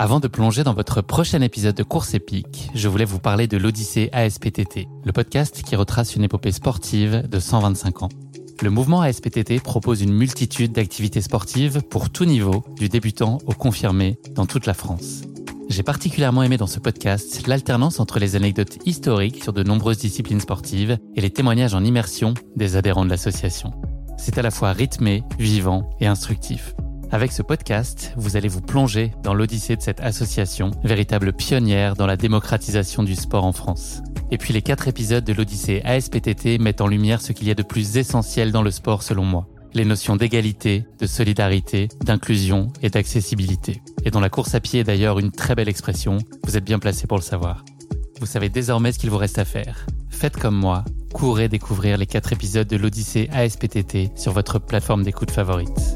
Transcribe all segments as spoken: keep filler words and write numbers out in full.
Avant de plonger dans votre prochain épisode de Course épique, je voulais vous parler de l'Odyssée A S P T T, le podcast qui retrace une épopée sportive de cent vingt-cinq ans. Le mouvement A S P T T propose une multitude d'activités sportives pour tout niveau, du débutant au confirmé, dans toute la France. J'ai particulièrement aimé dans ce podcast l'alternance entre les anecdotes historiques sur de nombreuses disciplines sportives et les témoignages en immersion des adhérents de l'association. C'est à la fois rythmé, vivant et instructif. Avec ce podcast, vous allez vous plonger dans l'odyssée de cette association, véritable pionnière dans la démocratisation du sport en France. Et puis les quatre épisodes de l'Odyssée A S P T T mettent en lumière ce qu'il y a de plus essentiel dans le sport selon moi. Les notions d'égalité, de solidarité, d'inclusion et d'accessibilité. Et dont la course à pied est d'ailleurs une très belle expression, vous êtes bien placé pour le savoir. Vous savez désormais ce qu'il vous reste à faire. Faites comme moi, courez découvrir les quatre épisodes de l'Odyssée A S P T T sur votre plateforme d'écoute favorite.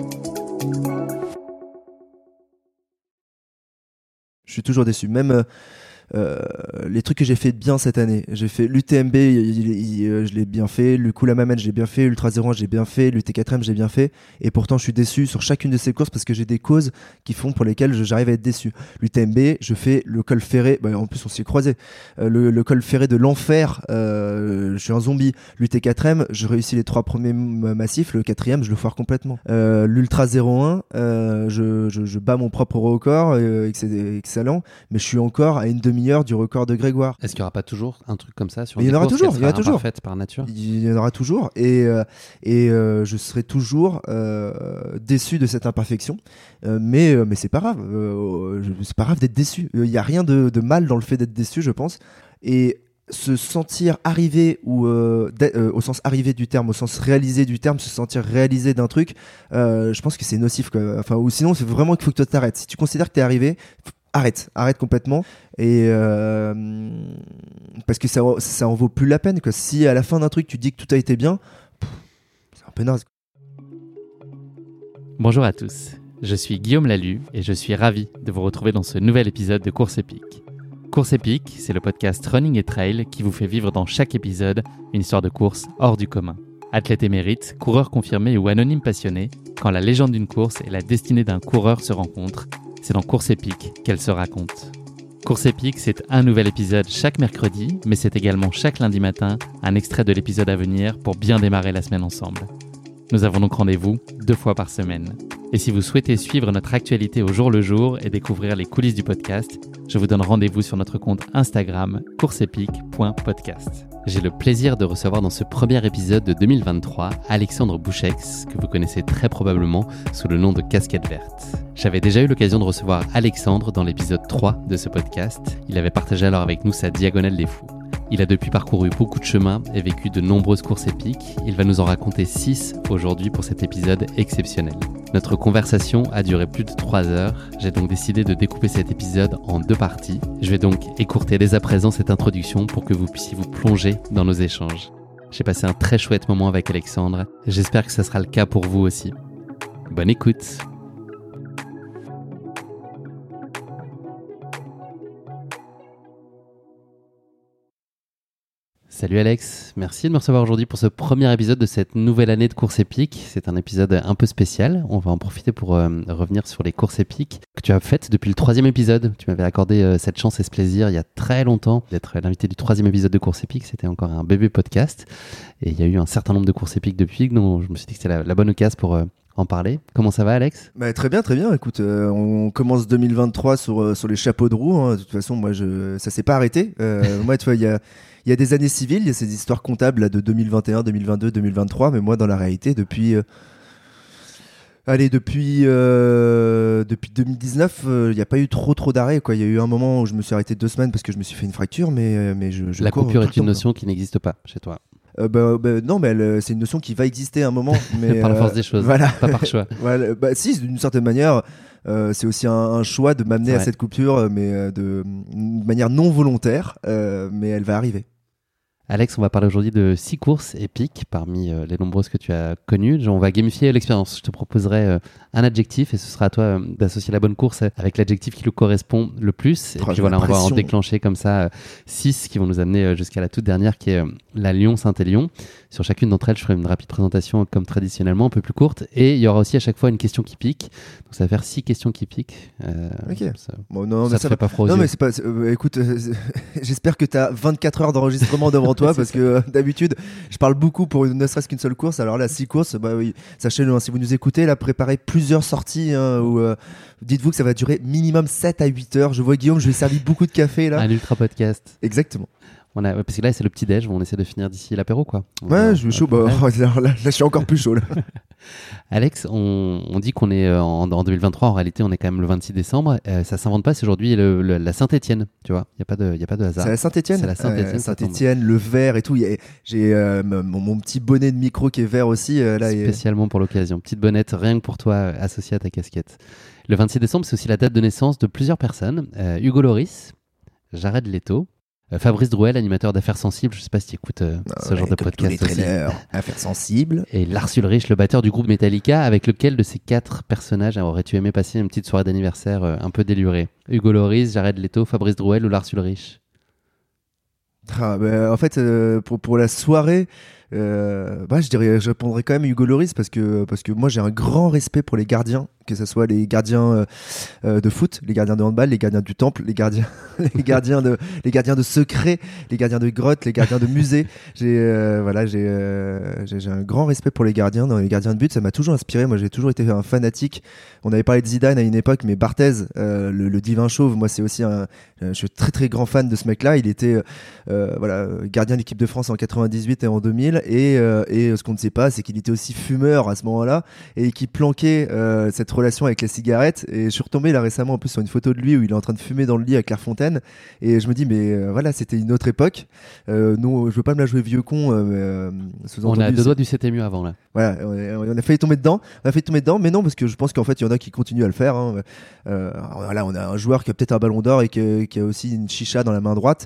Je suis toujours déçu. Même euh, euh, les trucs que j'ai fait de bien cette année. J'ai fait l'U T M B, il, il, il, euh, je l'ai bien fait. Le Koulamamène, j'ai bien fait. L'Ultra zéro un, j'ai bien fait. L'U T quatre M, j'ai bien fait. Et pourtant, je suis déçu sur chacune de ces courses parce que j'ai des causes qui font pour lesquelles je, j'arrive à être déçu. L'U T M B, je fais le col ferré. Bah, en plus, on s'y est croisés. Euh, le, le col ferré de l'enfer. Euh, je suis un zombie. L'U T quatre M, je réussis les trois premiers massifs. Le quatrième, je le foire complètement. Euh, L'Ultra zéro un, euh, je, je, je bats mon propre record euh, et que c'est excellent. Mais je suis encore à une demi-heure du record de Grégoire. Est-ce qu'il n'y aura pas toujours un truc comme ça sur Mais des il y en aura courses toujours, qui il y en aura toujours. Fait par nature. Il y en aura toujours et, euh, et euh, je serai toujours euh, déçu de cette imperfection. Euh, mais, euh, mais c'est pas grave. Euh, je, c'est pas grave d'être déçu. Il n'y a rien de, de mal dans le fait d'être déçu, je pense. Et se sentir arrivé ou euh, euh, au sens arrivé du terme, au sens réalisé du terme, se sentir réalisé d'un truc, euh, je pense que c'est nocif, quoi. Enfin, ou sinon, c'est vraiment qu'il faut que toi t'arrêtes. Si tu considères que t'es arrivé, arrête, arrête complètement. Et euh, parce que ça, ça en vaut plus la peine, quoi. Si à la fin d'un truc tu dis que tout a été bien, pff, c'est un peu naze. Bonjour à tous, je suis Guillaume Lalu et je suis ravi de vous retrouver dans ce nouvel épisode de Course épique. Course épique, c'est le podcast Running et Trail qui vous fait vivre dans chaque épisode une histoire de course hors du commun. Athlète émérite, coureur confirmé ou anonyme passionné, quand la légende d'une course et la destinée d'un coureur se rencontrent, c'est dans Course épique qu'elle se raconte. Course épique, c'est un nouvel épisode chaque mercredi, mais c'est également chaque lundi matin un extrait de l'épisode à venir pour bien démarrer la semaine ensemble. Nous avons donc rendez-vous deux fois par semaine. Et si vous souhaitez suivre notre actualité au jour le jour et découvrir les coulisses du podcast, je vous donne rendez-vous sur notre compte Instagram courseepique point podcast. J'ai le plaisir de recevoir dans ce premier épisode de deux mille vingt-trois Alexandre Bouchex, que vous connaissez très probablement sous le nom de Casquette Verte. J'avais déjà eu l'occasion de recevoir Alexandre dans l'épisode trois de ce podcast. Il avait partagé alors avec nous sa Diagonale des Fous. Il a depuis parcouru beaucoup de chemins et vécu de nombreuses courses épiques. Il va nous en raconter six aujourd'hui pour cet épisode exceptionnel. Notre conversation a duré plus de trois heures. J'ai donc décidé de découper cet épisode en deux parties. Je vais donc écourter dès à présent cette introduction pour que vous puissiez vous plonger dans nos échanges. J'ai passé un très chouette moment avec Alexandre. J'espère que ça sera le cas pour vous aussi. Bonne écoute! Salut Alex, merci de me recevoir aujourd'hui pour ce premier épisode de cette nouvelle année de course épique. C'est un épisode un peu spécial, on va en profiter pour euh, revenir sur les courses épiques que tu as faites depuis le troisième épisode. Tu m'avais accordé euh, cette chance et ce plaisir il y a très longtemps d'être l'invité du troisième épisode de course épique. C'était encore un bébé podcast et il y a eu un certain nombre de courses épiques depuis, donc je me suis dit que c'était la, la bonne occasion pour euh, en parler. Comment ça va Alex ? Bah, très bien, très bien. Écoute, euh, on commence deux mille vingt-trois sur, euh, sur les chapeaux de roue. Hein. De toute façon, moi, je, ça s'est pas arrêté. Euh, moi, tu vois, il y a Il y a des années civiles, il y a ces histoires comptables là, de deux mille vingt et un, deux mille vingt-deux, deux mille vingt-trois, mais moi dans la réalité depuis euh, allez depuis euh, depuis deux mille dix-neuf, il euh, n'y a pas eu trop trop d'arrêts quoi. Il y a eu un moment où je me suis arrêté deux semaines parce que je me suis fait une fracture, mais mais je, je la cours coupure tout est une le temps, notion qui n'existe pas chez toi. Euh, bah, bah, non, mais elle, c'est une notion qui va exister à un moment, mais par la force euh, des choses, voilà. Pas par choix. Voilà, bah si, d'une certaine manière. Euh, c'est aussi un, un choix de m'amener à cette coupure, mais euh, de, de manière non volontaire, euh, mais elle va arriver. Alex, on va parler aujourd'hui de six courses épiques parmi euh, les nombreuses que tu as connues. Genre, on va gamifier l'expérience. Je te proposerai euh, un adjectif et ce sera à toi euh, d'associer la bonne course avec l'adjectif qui lui correspond le plus. Et Oh, puis j'ai voilà, on va en l'impression. déclencher comme ça euh, six qui vont nous amener euh, jusqu'à la toute dernière qui est euh, la Lyon-Saint-Élion. Sur chacune d'entre elles, je ferai une rapide présentation comme traditionnellement, un peu plus courte. Et il y aura aussi à chaque fois une question qui pique. Donc ça va faire six questions qui piquent. Euh, Ok. Ça, Bon, non, ça mais te ça fait va. pas froid aux Non, yeux. mais c'est pas. c'est- euh, écoute, euh, j'espère que tu as vingt-quatre heures d'enregistrement devant toi parce que euh, d'habitude, je parle beaucoup pour une, ne serait-ce qu'une seule course. Alors là, six courses, bah oui, sachez-le, hein, si vous nous écoutez, là, préparez plusieurs sorties. Hein, où, euh, dites-vous que ça va durer minimum sept à huit heures. Je vois Guillaume, je lui ai servi beaucoup de café là. Un ultra podcast. Exactement. On a, ouais, parce que là, c'est le petit déj. On essaie de finir d'ici l'apéro, quoi. On Ouais, va- je suis on chaud. va- Bah, ouais. là, là, là, je suis encore plus chaud là. Alex, on, on dit qu'on est euh, en, en deux mille vingt-trois. En réalité, on est quand même le vingt-six décembre. Euh, ça s'invente pas. C'est aujourd'hui le, le- la Saint-Étienne. Tu vois, il y a pas de, il y a pas de hasard. C'est la Saint-Étienne. C'est la Saint-Étienne, ça Saint-Étienne, le vert et tout. Il y a- J'ai euh, mon, mon petit bonnet de micro qui est vert aussi. euh, là, et- Spécialement pour l'occasion. Petite bonnette, rien que pour toi, euh, associée à ta casquette. Le vingt-six décembre, c'est aussi la date de naissance de plusieurs personnes. Euh, Hugo Loris, Jared Leto, euh, Fabrice Drouel, animateur d'affaires sensibles. Je sais pas si tu écoutes euh, ce Ouais, genre de comme tous les podcast aussi. trailers, affaires sensibles. Et Lars Ulrich, le batteur du groupe Metallica, avec lequel de ces quatre personnages aurais-tu aimé passer une petite soirée d'anniversaire euh, un peu délurée? Hugo Loris, Jared Leto, Fabrice Drouel ou Lars Ulrich? Ah, bah, en fait, euh, pour, pour la soirée, euh, bah, je dirais, je répondrais quand même Hugo Loris parce que, parce que moi j'ai un grand respect pour les gardiens, que ce soit les gardiens euh, euh, de foot, les gardiens de handball, les gardiens du temple, les gardiens, les gardiens de, les gardiens de secret, les gardiens de grotte, les gardiens de musée. J'ai, euh, voilà, j'ai, euh, j'ai, j'ai un grand respect pour les gardiens. Dans les gardiens de but, ça m'a toujours inspiré. Moi, j'ai toujours été un fanatique. On avait parlé de Zidane à une époque, mais Barthez, euh, le, le divin chauve, moi c'est aussi un, je suis très très grand fan de ce mec-là. Il était euh, voilà, gardien de l'équipe de France en quatre-vingt-dix-huit et en deux mille. Et, euh, et ce qu'on ne sait pas, c'est qu'il était aussi fumeur à ce moment-là et qu'il planquait euh, cette relation avec la cigarette. Et je suis retombé là récemment en plus sur une photo de lui où il est en train de fumer dans le lit à Clairefontaine. Et je me dis, mais euh, voilà, c'était une autre époque. Euh, non, je veux pas me la jouer vieux con. Euh, mais, euh, On sous-entendu, a deux c'est- doigts du c'était mieux avant là. voilà, on a, on a failli tomber dedans, on a failli tomber dedans, mais non, parce que je pense qu'en fait, il y en a qui continuent à le faire. Hein. Euh, alors voilà, on a un joueur qui a peut-être un ballon d'or et que- qui a aussi une chicha dans la main droite.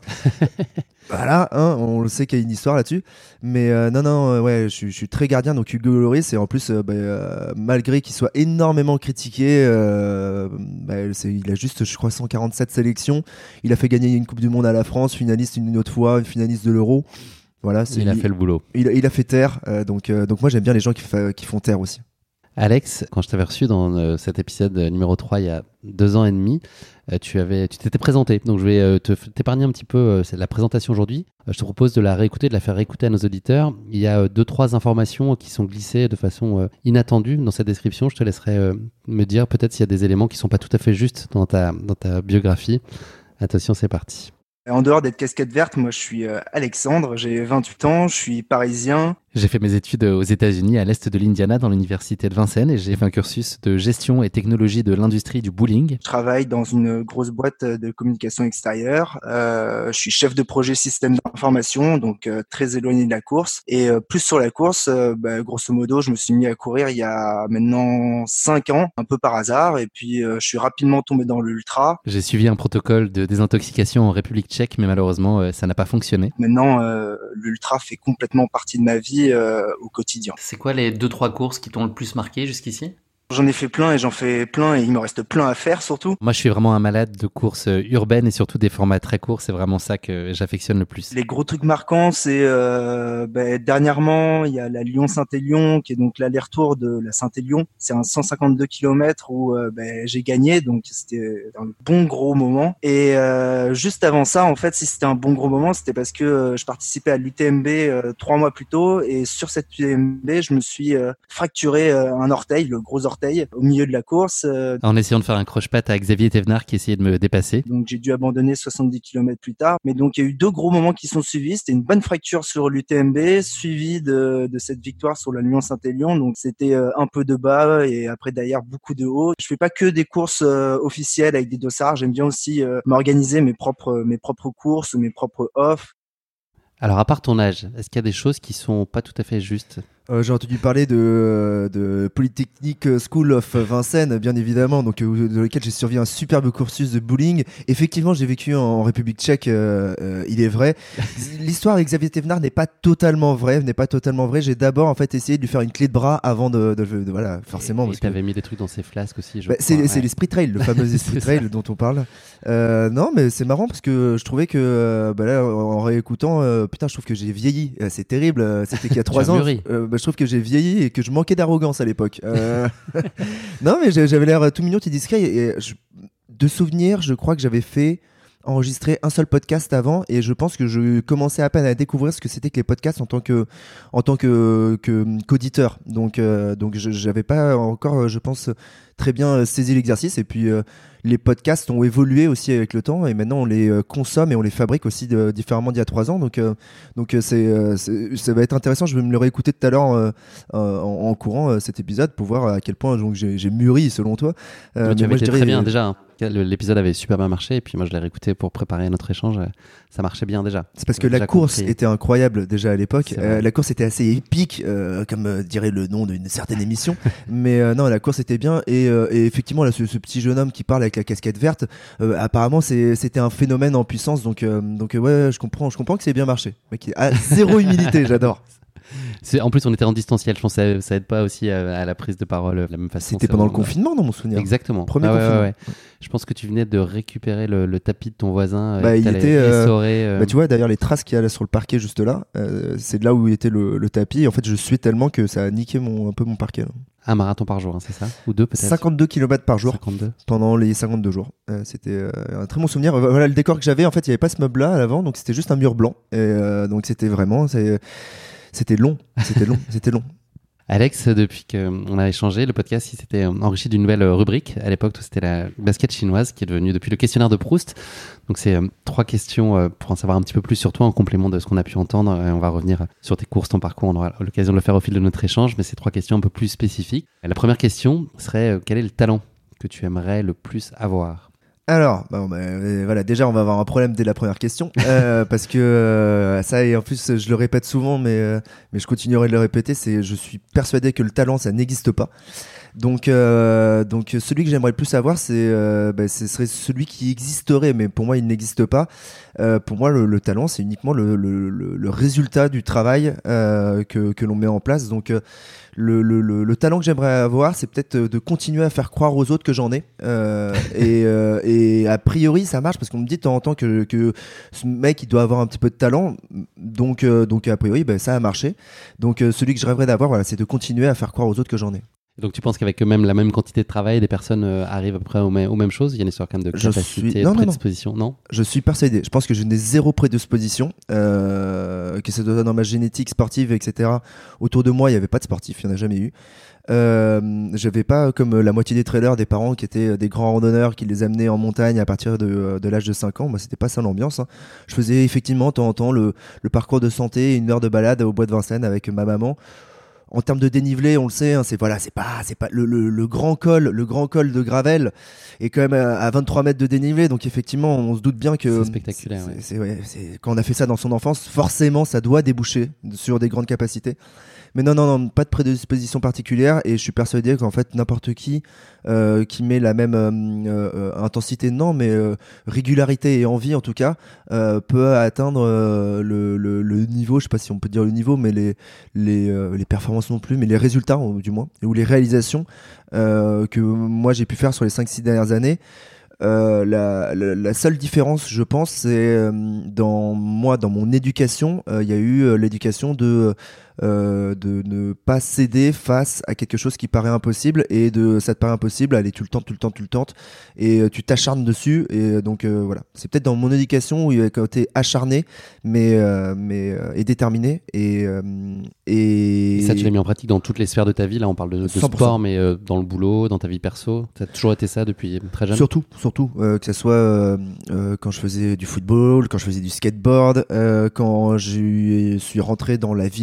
Voilà, hein, on le sait qu'il y a une histoire là-dessus. Mais euh, non, non, euh, ouais, je, suis- je suis très gardien, donc Hugo Lloris, et en plus, euh, bah, euh, malgré qu'il soit énormément critiqué, euh, bah, c'est- il a juste, je crois, cent quarante-sept sélections. Il a fait gagner une Coupe du Monde à la France, finaliste une autre fois, finaliste de l'Euro. Voilà, c'est, Il a fait le boulot. il, il a fait taire, euh, donc, euh, donc moi j'aime bien les gens qui, fa- qui font taire aussi. Alex, quand je t'avais reçu dans euh, cet épisode euh, numéro trois il y a deux ans et demi, euh, tu avais, tu t'étais présenté. Donc je vais euh, te, t'épargner un petit peu euh, c'est la présentation aujourd'hui. Euh, je te propose de la réécouter, de la faire réécouter à nos auditeurs. Il y a euh, deux, trois informations qui sont glissées de façon euh, inattendue dans cette description. Je te laisserai euh, me dire peut-être s'il y a des éléments qui ne sont pas tout à fait justes dans ta, dans ta biographie. Attention, c'est parti. En dehors d'être casquette verte, moi je suis euh, Alexandre, j'ai vingt-huit ans, je suis parisien. J'ai fait mes études aux États-Unis, à l'est de l'Indiana, dans l'université de Vincennes, et j'ai fait un cursus de gestion et technologie de l'industrie du bowling. Je travaille dans une grosse boîte de communication extérieure. Euh, je suis chef de projet système d'information, donc euh, très éloigné de la course. Et euh, plus sur la course, euh, bah, grosso modo, je me suis mis à courir il y a maintenant cinq ans, un peu par hasard. Et puis euh, je suis rapidement tombé dans l'ultra. J'ai suivi un protocole de désintoxication en République tchèque, mais malheureusement, euh, ça n'a pas fonctionné. Maintenant, euh, l'ultra fait complètement partie de ma vie euh, au quotidien. C'est quoi les deux trois courses qui t'ont le plus marqué jusqu'ici ? J'en ai fait plein et j'en fais plein et il me reste plein à faire surtout. Moi, je suis vraiment un malade de courses euh, urbaines et surtout des formats très courts. C'est vraiment ça que j'affectionne le plus. Les gros trucs marquants, c'est euh, ben, dernièrement, il y a la Lyon-Saint-Élion qui est donc l'aller-retour de la Saint-Élion. C'est un cent cinquante-deux kilomètres où euh, ben, j'ai gagné, donc c'était un bon gros moment. Et euh, juste avant ça, en fait, si c'était un bon gros moment, c'était parce que euh, je participais à l'U T M B euh, trois mois plus tôt et sur cette U T M B, je me suis euh, fracturé euh, un orteil, le gros orteil, au milieu de la course. Euh, En essayant de faire un croche-patte à Xavier Thévenard qui essayait de me dépasser. Donc j'ai dû abandonner soixante-dix kilomètres plus tard. Mais donc il y a eu deux gros moments qui sont suivis. C'était une bonne fracture sur l'U T M B, suivie de, de cette victoire sur la Lyon-Saint-Élion. Donc c'était euh, un peu de bas et après derrière beaucoup de haut. Je fais pas que des courses euh, officielles avec des dossards. J'aime bien aussi euh, m'organiser mes propres mes propres courses, mes propres offs. Alors, à part ton âge, est-ce qu'il y a des choses qui sont pas tout à fait justes? Euh, j'ai entendu parler de, de Polytechnic School of Vincennes, bien évidemment, donc euh, dans lequel j'ai suivi un superbe cursus de bowling. Effectivement, j'ai vécu en, en République tchèque, euh, euh, il est vrai. L'histoire avec Xavier Thévenard n'est pas totalement vraie, n'est pas totalement vraie. J'ai d'abord en fait essayé de lui faire une clé de bras avant de, de, de, de voilà, forcément. Et tu avais que... mis des trucs dans ses flasques aussi. Je bah, crois, c'est, ouais. c'est l'esprit trail, le fameux esprit trail dont on parle. Euh, non, mais c'est marrant parce que je trouvais que euh, bah là, en, en réécoutant, euh, putain, je trouve que j'ai vieilli. Euh, c'est terrible. C'était qu'il y a trois ans. Euh, bah, je trouve que j'ai vieilli et que je manquais d'arrogance à l'époque. Euh... non, mais j'avais l'air tout mignon, tout discret. Et je... de souvenirs, je crois que j'avais fait enregistrer un seul podcast avant, et je pense que je commençais à peine à découvrir ce que c'était que les podcasts en tant que en tant que, que qu'auditeur. Donc euh, donc je, j'avais pas encore, je pense, très bien saisi l'exercice. Et puis euh, les podcasts ont évolué aussi avec le temps, et maintenant on les euh, consomme et on les fabrique aussi de, différemment d'il y a trois ans. Donc euh, donc c'est, euh, c'est ça va être intéressant. Je vais me le réécouter tout à l'heure euh, euh, en, en courant euh, cet épisode pour voir à quel point donc j'ai, j'ai mûri selon toi. Euh, mais tu avais été dirais, très bien déjà. Hein. L'épisode avait super bien marché, et puis moi je l'ai réécouté pour préparer notre échange. Ça marchait bien déjà. C'est parce que la course compris. était incroyable déjà à l'époque. Euh, la course était assez épique, euh, comme euh, dirait le nom d'une certaine émission. Mais euh, non, la course était bien. Et, euh, et effectivement, là, ce, ce petit jeune homme qui parle avec la casquette verte, euh, apparemment c'est, c'était un phénomène en puissance. Donc, euh, donc ouais, je comprends, je comprends que c'est bien marché. Mec, ah, zéro humilité, j'adore. C'est, en plus, on était en distanciel. Je pense que ça, ça aide pas aussi à, à la prise de parole de la même façon. C'était pendant le confinement, dans mon souvenir. Exactement. Premier ah, ouais, confinement. Ouais, ouais. Je pense que tu venais de récupérer le, le tapis de ton voisin. Bah, il était. Euh, essoré, euh... bah, tu vois, d'ailleurs, les traces qu'il y a là sur le parquet juste là, euh, c'est de là où était le, le tapis. Et en fait, je suais tellement que ça a niqué mon, un peu mon parquet. Là. Un marathon par jour, hein, c'est ça? Ou deux peut-être? cinquante-deux kilomètres par jour. cinquante-deux Pendant les cinquante-deux jours. Euh, c'était euh, un très bon souvenir. Voilà le décor que j'avais. En fait, il n'y avait pas ce meuble là à l'avant, donc c'était juste un mur blanc. Et euh, donc c'était vraiment. C'est, C'était long, c'était long, c'était long. Alex, depuis qu'on a échangé, le podcast il s'était enrichi d'une nouvelle rubrique. À l'époque, c'était la basket chinoise, qui est devenue depuis le questionnaire de Proust. Donc, c'est euh, trois questions euh, pour en savoir un petit peu plus sur toi, en complément de ce qu'on a pu entendre. Et on va revenir sur tes courses, ton parcours. On aura l'occasion de le faire au fil de notre échange, mais c'est trois questions un peu plus spécifiques. Et la première question serait euh, quel est le talent que tu aimerais le plus avoir? Alors, bon, bah, euh, voilà, déjà on va avoir un problème dès la première question, euh, parce que euh, ça, et en plus je le répète souvent, mais euh, mais je continuerai de le répéter, c'est je suis persuadé que le talent ça n'existe pas. Donc euh, donc celui que j'aimerais le plus avoir, c'est euh, bah, ce serait celui qui existerait, mais pour moi il n'existe pas. Euh, pour moi le, le talent c'est uniquement le, le, le, le résultat du travail euh, que que l'on met en place. Donc euh, Le, le, le, le talent que j'aimerais avoir, c'est peut-être de continuer à faire croire aux autres que j'en ai. Euh, et, euh, et a priori, ça marche parce qu'on me dit de temps en temps que, que ce mec, il doit avoir un petit peu de talent. Donc, euh, donc a priori, ben, ça a marché. Donc, euh, celui que je rêverais d'avoir, voilà, c'est de continuer à faire croire aux autres que j'en ai. Donc tu penses qu'avec même la même quantité de travail, des personnes euh, arrivent à peu près aux, mêmes, aux mêmes choses? Il y a une histoire quand même de capacité, suis... non, de prédisposition, non, non, non Je suis persuadé. Je pense que je n'ai zéro prédisposition, euh, que ça doit être dans ma génétique sportive, et cetera. Autour de moi, il n'y avait pas de sportif, il n'y en a jamais eu. Euh, j'avais pas comme la moitié des trailers des parents qui étaient des grands randonneurs qui les amenaient en montagne à partir de, de l'âge de cinq ans. Moi, c'était pas ça l'ambiance. Hein. Je faisais effectivement de temps en temps le, le parcours de santé, une heure de balade au bois de Vincennes avec ma maman. En termes de dénivelé, on le sait, hein, c'est voilà, c'est pas, c'est pas le, le, le grand col, le grand col de Gravel est quand même à, à vingt-trois mètres de dénivelé, donc effectivement, on se doute bien que c'est spectaculaire. C'est, ouais. c'est, ouais, c'est, quand on a fait ça dans son enfance, forcément, ça doit déboucher sur des grandes capacités. Mais non, non, non, pas de prédisposition particulière, et je suis persuadé qu'en fait, n'importe qui euh, qui met la même euh, euh, intensité, non, mais euh, régularité et envie, en tout cas, euh, peut atteindre euh, le, le, le niveau, je sais pas si on peut dire le niveau, mais les, les, euh, les performances non plus, mais les résultats, du moins, ou les réalisations euh, que moi j'ai pu faire sur les cinq six dernières années. Euh, la, la, la seule différence, je pense, c'est euh, dans moi, dans mon éducation, il euh, y a eu euh, l'éducation de euh, de ne pas céder face à quelque chose qui paraît impossible, et de ça te paraît impossible, allez, tu le tentes, tu le tentes, tu le tentes, et euh, tu t'acharnes dessus. Et donc euh, voilà, c'est peut-être dans mon éducation où il y a un côté acharné, mais euh, mais euh, et déterminé, et, euh, et et ça tu l'as mis en pratique dans toutes les sphères de ta vie. Là, on parle de, de sport, mais euh, dans le boulot, dans ta vie perso, ça a toujours été ça depuis très jeune. Surtout. Surtout, euh, que ce soit euh, euh, quand je faisais du football, quand je faisais du skateboard, euh, quand je suis rentré dans la vie étudiante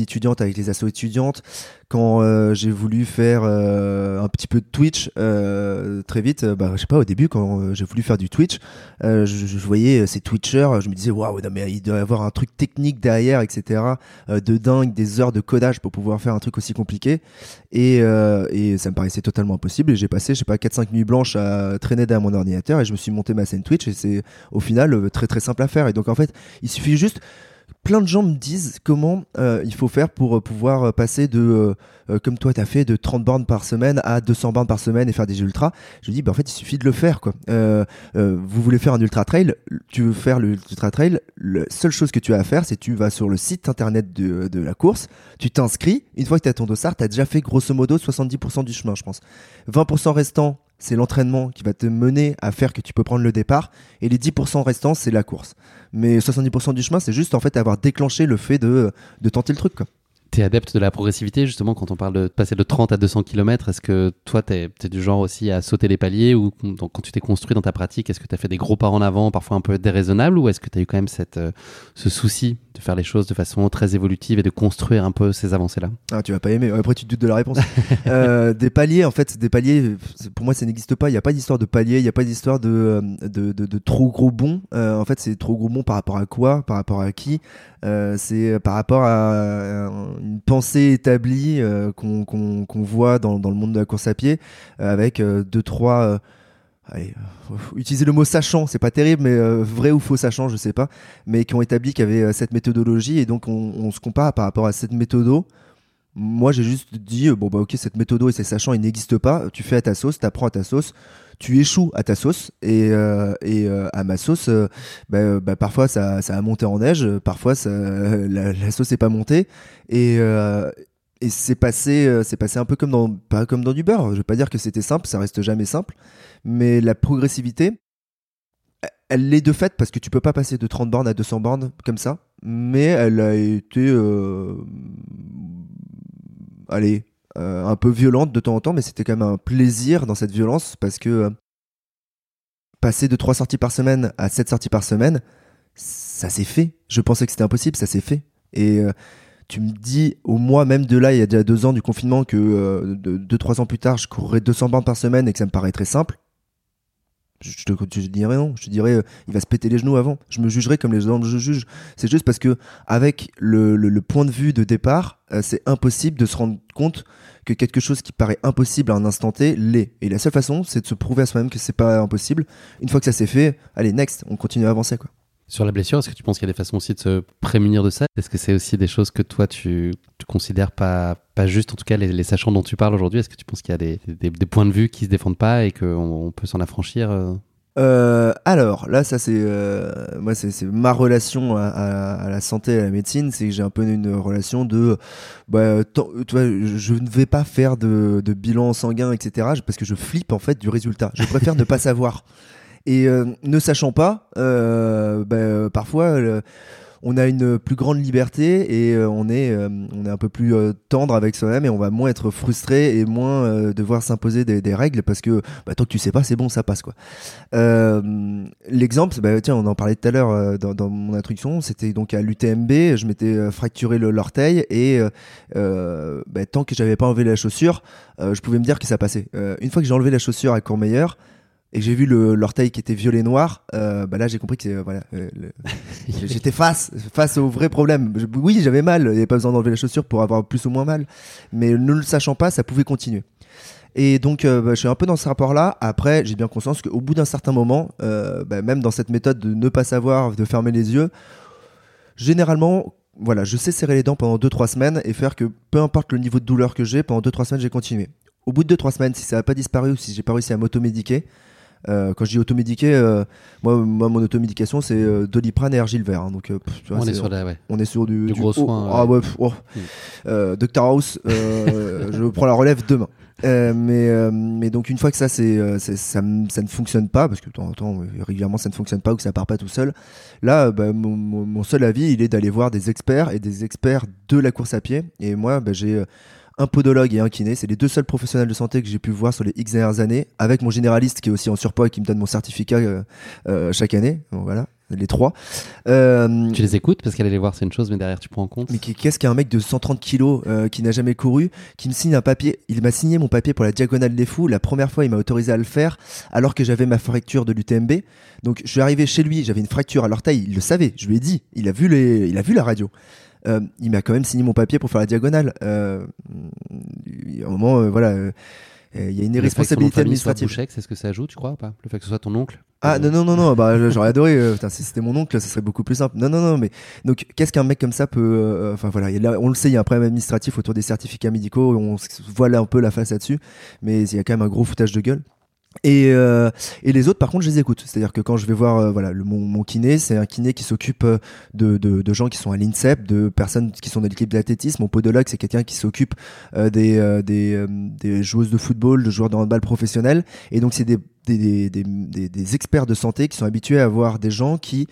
avec les assos étudiantes. Quand euh, j'ai voulu faire euh, un petit peu de Twitch, euh, très vite, euh, bah, je sais pas, au début, quand euh, j'ai voulu faire du Twitch, euh, je, je voyais ces Twitchers, je me disais, waouh, non, mais il doit y avoir un truc technique derrière, et cetera, euh, de dingue, des heures de codage pour pouvoir faire un truc aussi compliqué. Et, euh, et ça me paraissait totalement impossible. Et j'ai passé, je sais pas, quatre cinq nuits blanches à traîner derrière mon ordinateur et je me suis monté ma scène Twitch et c'est au final euh, très très simple à faire. Et donc en fait, il suffit juste. Plein de gens me disent comment euh, il faut faire pour euh, pouvoir passer de, euh, euh, comme toi t'as fait, de trente bornes par semaine à deux cents bornes par semaine et faire des ultras. Je dis, bah, en fait, il suffit de le faire, quoi. Euh, euh, vous voulez faire un ultra trail, tu veux faire l'ultra trail, la seule chose que tu as à faire, c'est tu vas sur le site internet de, de la course, tu t'inscris, une fois que tu as ton dossard, tu as déjà fait grosso modo soixante-dix pour cent du chemin, je pense. vingt pour cent restant, c'est l'entraînement qui va te mener à faire que tu peux prendre le départ, et les dix pour cent restants, c'est la course. Mais soixante-dix pour cent du chemin, c'est juste en fait avoir déclenché le fait de, de tenter le truc, quoi. T'es adepte de la progressivité, justement, quand on parle de passer de trente à deux cents kilomètres. Est-ce que toi, t'es, t'es du genre aussi à sauter les paliers, ou donc, quand tu t'es construit dans ta pratique, est-ce que t'as fait des gros pas en avant, parfois un peu déraisonnables, ou est-ce que t'as eu quand même cette, euh, ce souci de faire les choses de façon très évolutive et de construire un peu ces avancées-là? Ah, tu vas pas aimer. Après, tu te doutes de la réponse. euh, des paliers, en fait, des paliers, pour moi, ça n'existe pas. Il n'y a pas d'histoire de paliers, il n'y a pas d'histoire de, de, de, de trop gros bons. Euh, en fait, c'est trop gros bons par rapport à quoi, par rapport à qui. Euh, c'est par rapport à une pensée établie euh, qu'on, qu'on, qu'on voit dans, dans le monde de la course à pied, euh, avec euh, deux, trois... Euh, allez, euh, utiliser le mot sachant, c'est pas terrible, mais euh, vrai ou faux sachant, je sais pas, mais qui ont établi qu'il y avait euh, cette méthodologie, et donc on, on se compare par rapport à cette méthodo. Moi, j'ai juste dit, euh, bon bah ok, cette méthodo et ces sachants, ils n'existent pas, tu fais à ta sauce, t'apprends à ta sauce, tu échoues à ta sauce, et, euh, et euh, à ma sauce, euh, bah, bah, parfois ça, ça a monté en neige, parfois ça, la, la sauce n'est pas montée, et... Euh, Et c'est passé, euh, c'est passé un peu comme dans, pas comme dans du beurre. Je vais pas dire que c'était simple, ça reste jamais simple. Mais la progressivité, elle l'est de fait parce que tu peux pas passer de trente bornes à deux cents bornes comme ça. Mais elle a été, euh, allez, euh, un peu violente de temps en temps. Mais c'était quand même un plaisir dans cette violence parce que euh, passer de trois sorties par semaine à sept sorties par semaine, ça s'est fait. Je pensais que c'était impossible, ça s'est fait. Et euh, tu me dis au mois même de là, il y a déjà deux ans du confinement, que euh, de, deux trois ans plus tard, je courrais deux cents bornes par semaine et que ça me paraîtrait simple. Je te, je te dirais non, je te dirais euh, il va se péter les genoux avant. Je me jugerais comme les gens je juge. C'est juste parce que avec le, le, le point de vue de départ, euh, c'est impossible de se rendre compte que quelque chose qui paraît impossible à un instant T l'est. Et la seule façon, c'est de se prouver à soi-même que c'est pas impossible. Une fois que ça s'est fait, allez next, on continue à avancer, quoi. Sur la blessure, est-ce que tu penses qu'il y a des façons aussi de se prémunir de ça? Est-ce que c'est aussi des choses que toi, tu, tu considères pas, pas juste, en tout cas, les, les sachants dont tu parles aujourd'hui? Est-ce que tu penses qu'il y a des, des, des points de vue qui se défendent pas et qu'on on peut s'en affranchir euh Euh, alors là, ça c'est euh, moi c'est, c'est ma relation à, à, à la santé et à la médecine, c'est que j'ai un peu une relation de bah, tant, tu vois, je, je ne vais pas faire de, de bilan sanguin, et cetera, parce que je flippe en fait du résultat. Je préfère ne pas savoir. Et euh, ne sachant pas, euh, bah, parfois euh, on a une plus grande liberté et euh, on est euh, on est un peu plus euh, tendre avec soi-même et on va moins être frustré et moins euh, devoir s'imposer des, des règles parce que bah, tant que tu sais pas, c'est bon, ça passe, quoi. Euh, l'exemple, bah, tiens, on en parlait tout à l'heure euh, dans, dans mon introduction, c'était donc à l'U T M B, je m'étais euh, fracturé le, l'orteil et euh, euh, bah, tant que j'avais pas enlevé la chaussure, euh, je pouvais me dire que ça passait. Euh, une fois que j'ai enlevé la chaussure à Courmayeur et que j'ai vu le, l'orteil qui était violet noir, euh, bah là j'ai compris que euh, voilà, euh, le, j'étais face face au vrai problème. Je, oui, j'avais mal, il n'y avait pas besoin d'enlever la chaussure pour avoir plus ou moins mal, mais ne le sachant pas, ça pouvait continuer. Et donc euh, bah, je suis un peu dans ce rapport-là. Après, j'ai bien conscience qu'au bout d'un certain moment, euh, bah, même dans cette méthode de ne pas savoir, de fermer les yeux, généralement, voilà, je sais serrer les dents pendant deux trois semaines et faire que peu importe le niveau de douleur que j'ai, pendant deux trois semaines, j'ai continué. Au bout de deux trois semaines, si ça n'a pas disparu ou si j'ai pas réussi à m'automédiquer, Euh, quand je dis automédiquer, euh, moi, moi mon automédication c'est euh, Doliprane et Argilver, hein, donc euh, pff, tu vois, on, c'est, est sur la, ouais. on est sur du, du, du gros oh, soin. Ah ouais. ouais, pff, oh. Mm. euh, Docteur House, euh, je prends la relève demain. Euh, mais, euh, mais donc une fois que ça, c'est, c'est, ça, ça ne fonctionne pas, parce que de temps en temps, régulièrement ça ne fonctionne pas ou que ça part pas tout seul, là bah, mon, mon, mon seul avis il est d'aller voir des experts et des experts de la course à pied. Et moi bah, j'ai un podologue et un kiné, c'est les deux seuls professionnels de santé que j'ai pu voir sur les X dernières années, avec mon généraliste qui est aussi en surpoids et qui me donne mon certificat euh, euh, chaque année. Bon, voilà, les trois. Euh, Tu les écoutes parce qu'aller les voir c'est une chose, mais derrière tu prends en compte. mais qu'est-ce qu'un mec de cent trente kilos euh, qui n'a jamais couru, qui me signe un papier. Il m'a signé mon papier pour la Diagonale des Fous. La première fois, il m'a autorisé à le faire alors que j'avais ma fracture de l'U T M B. Donc je suis arrivé chez lui, j'avais une fracture à l'orteil. Il le savait, je lui ai dit. Il a vu les, il a vu la radio. Euh, il m'a quand même signé mon papier pour faire la Diagonale. Euh, à un moment, euh, voilà. Euh, il y a une irresponsabilité administrative. Bouchek, c'est ce que ça ajoute, tu crois ou pas? Le fait que ce soit ton oncle? Ah non non non non, bah j'aurais adoré. Euh, putain, si c'était mon oncle, ça serait beaucoup plus simple. Non non non, mais donc qu'est-ce qu'un mec comme ça peut, enfin euh, voilà, il y a là, on le sait, il y a un problème administratif autour des certificats médicaux. On voit là un peu la face là-dessus, mais il y a quand même un gros foutage de gueule. Et, euh, et les autres, par contre, je les écoute. C'est-à-dire que quand je vais voir, euh, voilà, le, mon, mon kiné, c'est un kiné qui s'occupe de, de, de gens qui sont à l'INSEP, de personnes qui sont dans l'équipe d'athlétisme. Mon podologue, c'est quelqu'un qui s'occupe euh, des, euh, des, euh, des joueuses de football, de joueurs de handball professionnels. Et donc, c'est des, des, des, des, des, des experts de santé qui sont habitués à voir des gens qui,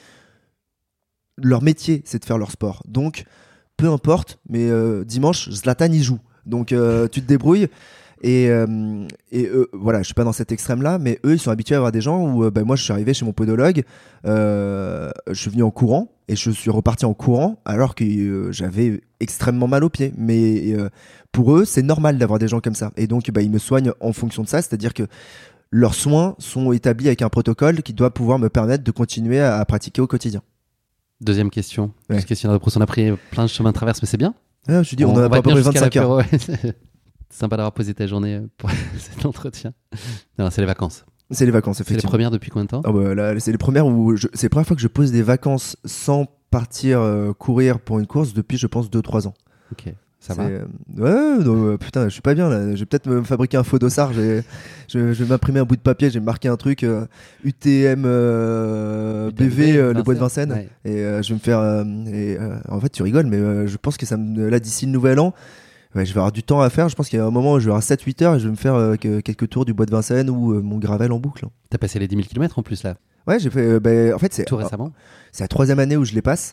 leur métier, c'est de faire leur sport. Donc, peu importe, mais euh, dimanche, Zlatan y joue. Donc, euh, tu te débrouilles. Et, euh, et eux, voilà, je suis pas dans cet extrême-là, mais eux, ils sont habitués à avoir des gens où, euh, ben moi, je suis arrivé chez mon podologue, euh, je suis venu en courant et je suis reparti en courant alors que euh, j'avais extrêmement mal aux pieds. Mais euh, pour eux, c'est normal d'avoir des gens comme ça. Et donc, ben, ils me soignent en fonction de ça, c'est-à-dire que leurs soins sont établis avec un protocole qui doit pouvoir me permettre de continuer à, à pratiquer au quotidien. Deuxième question. Ouais. Parce que question de on a pris plein de chemins de traverse, mais c'est bien. Ah, je te dis, on, on on a va pas tenir pris jusqu'à vingt-cinq heures. l'apéro, ouais. C'est sympa d'avoir posé ta journée pour cet entretien. Non, c'est les vacances. C'est les vacances, C'est les effectivement. premières depuis combien de temps? Ah bah, là, c'est les premières où je... c'est la première fois que je pose des vacances sans partir euh, courir pour une course depuis, je pense, deux trois ans. Ok, ça C'est, va. euh, Ouais, non, euh, putain, je suis pas bien là. Je vais peut-être me fabriquer un faux dossard. J'ai, je, je vais m'imprimer un bout de papier. J'ai marqué un truc euh, U T M euh, B V, euh, le bois de Vincennes. Ouais. Et euh, je vais me faire. Euh, et, euh, en fait, tu rigoles, mais euh, je pense que ça me, là d'ici le nouvel an. Ouais, je vais avoir du temps à faire. Je pense qu'il y a un moment où je vais avoir sept huit heures et je vais me faire euh, que, quelques tours du bois de Vincennes ou euh, mon gravel en boucle. T'as passé les dix mille kilomètres en plus là, Ouais, j'ai fait. Euh, bah, en fait, c'est tout récemment. c'est la troisième année où je les passe.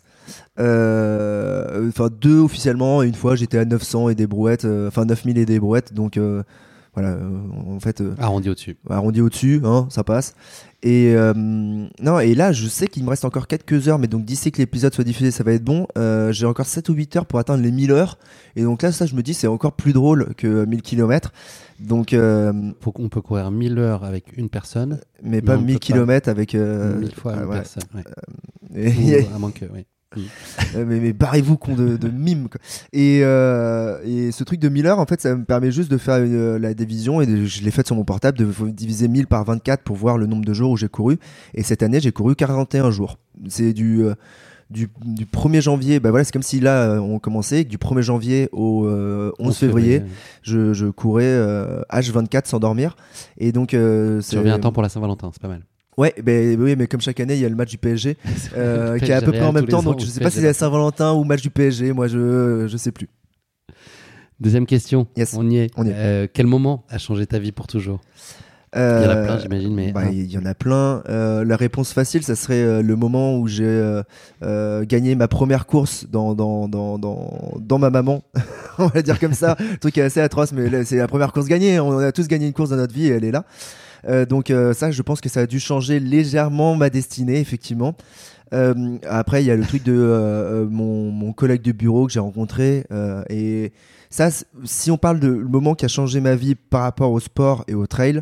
Euh, Enfin, deux officiellement. Et une fois, j'étais à neuf cents et des brouettes. euh, Enfin, neuf mille et des brouettes. Donc, euh, voilà. euh, en fait, euh, Arrondi au-dessus. arrondi au-dessus, hein, ça passe. Et euh, non, et là, je sais qu'il me reste encore quelques heures, mais donc d'ici que l'épisode soit diffusé, ça va être bon. Euh, j'ai encore sept ou huit heures pour atteindre les mille heures. Et donc là, ça, je me dis, c'est encore plus drôle que mille kilomètres. Donc, euh, Faut qu'on peut courir mille heures avec une personne, mais pas on peut mille pas. kilomètres avec. Euh, mille fois ah, une ouais. personne. Ouais. Et- Ou à moins que, oui. Euh, mais, mais barrez-vous con de, de mime quoi. Et, euh, et ce truc de mille heures en fait ça me permet juste de faire euh, la division et de, je l'ai fait sur mon portable de diviser mille par vingt-quatre pour voir le nombre de jours où j'ai couru et cette année j'ai couru quarante et un jours. C'est du, euh, du, du premier janvier, bah voilà, c'est comme si là euh, on commençait du premier janvier au euh, onze février je, je courais euh, H vingt-quatre sans dormir et donc euh, Tu reviens à temps pour la Saint-Valentin, c'est pas mal. Ouais, ben oui, mais comme chaque année, il y a le match du P S G euh, qui est à peu près en même temps, donc je sais pas si c'est la Saint-Valentin ou match du P S G. Moi, je je sais plus. Deuxième question. Yes. On y est. On y est. Euh, quel moment a changé ta vie pour toujours? Euh, Il y en a plein, j'imagine, mais bah, un. il y en a plein. Euh, la réponse facile, ça serait euh, le moment où j'ai euh, euh, gagné ma première course dans dans dans dans, dans ma maman. On va dire comme ça. Le truc est assez atroce, mais là, c'est la première course gagnée. On a tous gagné une course dans notre vie et elle est là. Euh, donc euh, ça, je pense que ça a dû changer légèrement ma destinée, effectivement. Euh, après, il y a le truc de euh, mon, mon collègue de bureau que j'ai rencontré. Euh, et ça, si on parle de le moment qui a changé ma vie par rapport au sport et au trail,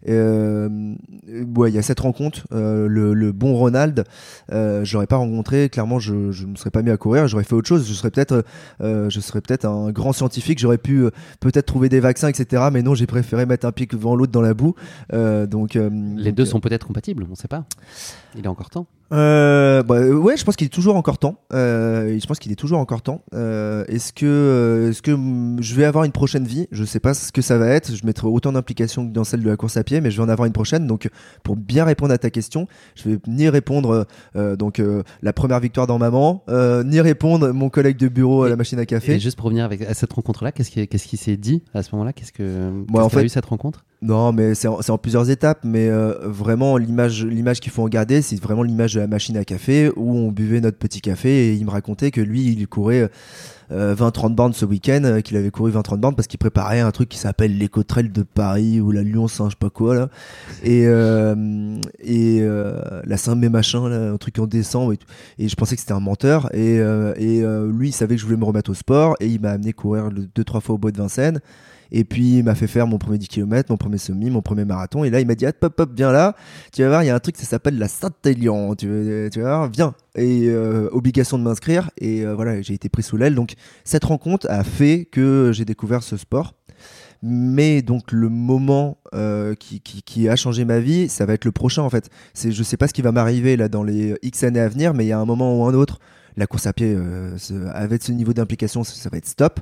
euh, ouais, il y a cette rencontre. Euh, le, le bon Ronald, euh, je l'aurais pas rencontré. Clairement, je ne me serais pas mis à courir. J'aurais fait autre chose. Je serais peut-être, euh, je serais peut-être un grand scientifique. J'aurais pu euh, peut-être trouver des vaccins, et cetera. Mais non, j'ai préféré mettre un pied devant l'autre dans la boue. Euh, donc euh, Les donc, deux euh, sont peut-être compatibles, on ne sait pas. Il est encore temps. Euh, bah, ouais, je pense qu'il est toujours encore temps. Euh, je pense qu'il est toujours encore temps. Euh, est-ce que, euh, est-ce que mm, je vais avoir une prochaine vie? Je sais pas ce que ça va être. Je mettrai autant d'implication que dans celle de la course à pied, mais je vais en avoir une prochaine. Donc, pour bien répondre à ta question, je vais ni répondre euh, donc euh, la première victoire dans maman, euh, ni répondre mon collègue de bureau à Et- la machine à café. Et juste pour revenir avec, à cette rencontre-là, qu'est-ce qui, qu'est-ce qui s'est dit à ce moment-là? Qu'est-ce que, Moi, qu'est-ce en qu'elle a fait- eu cette rencontre? Non, mais c'est en, c'est en plusieurs étapes, mais euh, vraiment l'image, l'image qu'il faut en garder, c'est vraiment l'image de la machine à café où on buvait notre petit café et il me racontait que lui, il courait euh, vingt trente bornes ce week-end, euh, qu'il avait couru vingt trente bornes parce qu'il préparait un truc qui s'appelle l'Éco-Trail de Paris ou la Lyon-Saint, je sais pas quoi là, et euh, et euh, la Saint-Mé machin, là, un truc en décembre, et, et je pensais que c'était un menteur, et, euh, et euh, lui, il savait que je voulais me remettre au sport et il m'a amené courir le, deux trois fois au bois de Vincennes. Et puis il m'a fait faire mon premier dix kilomètres, mon premier semi, mon premier marathon. Et là il m'a dit ah, pop pop, viens là, tu vas voir, il y a un truc qui s'appelle la Saint-Élion, tu, tu vas voir, viens. Et euh, obligation de m'inscrire. Et euh, voilà, j'ai été pris sous l'aile. Donc cette rencontre a fait que j'ai découvert ce sport. Mais donc le moment euh, qui, qui, qui a changé ma vie, ça va être le prochain en fait. C'est, je sais pas ce qui va m'arriver là dans les X années à venir, mais il y a un moment ou un autre, la course à pied, euh, ce, avec ce niveau d'implication, ça, ça va être stop.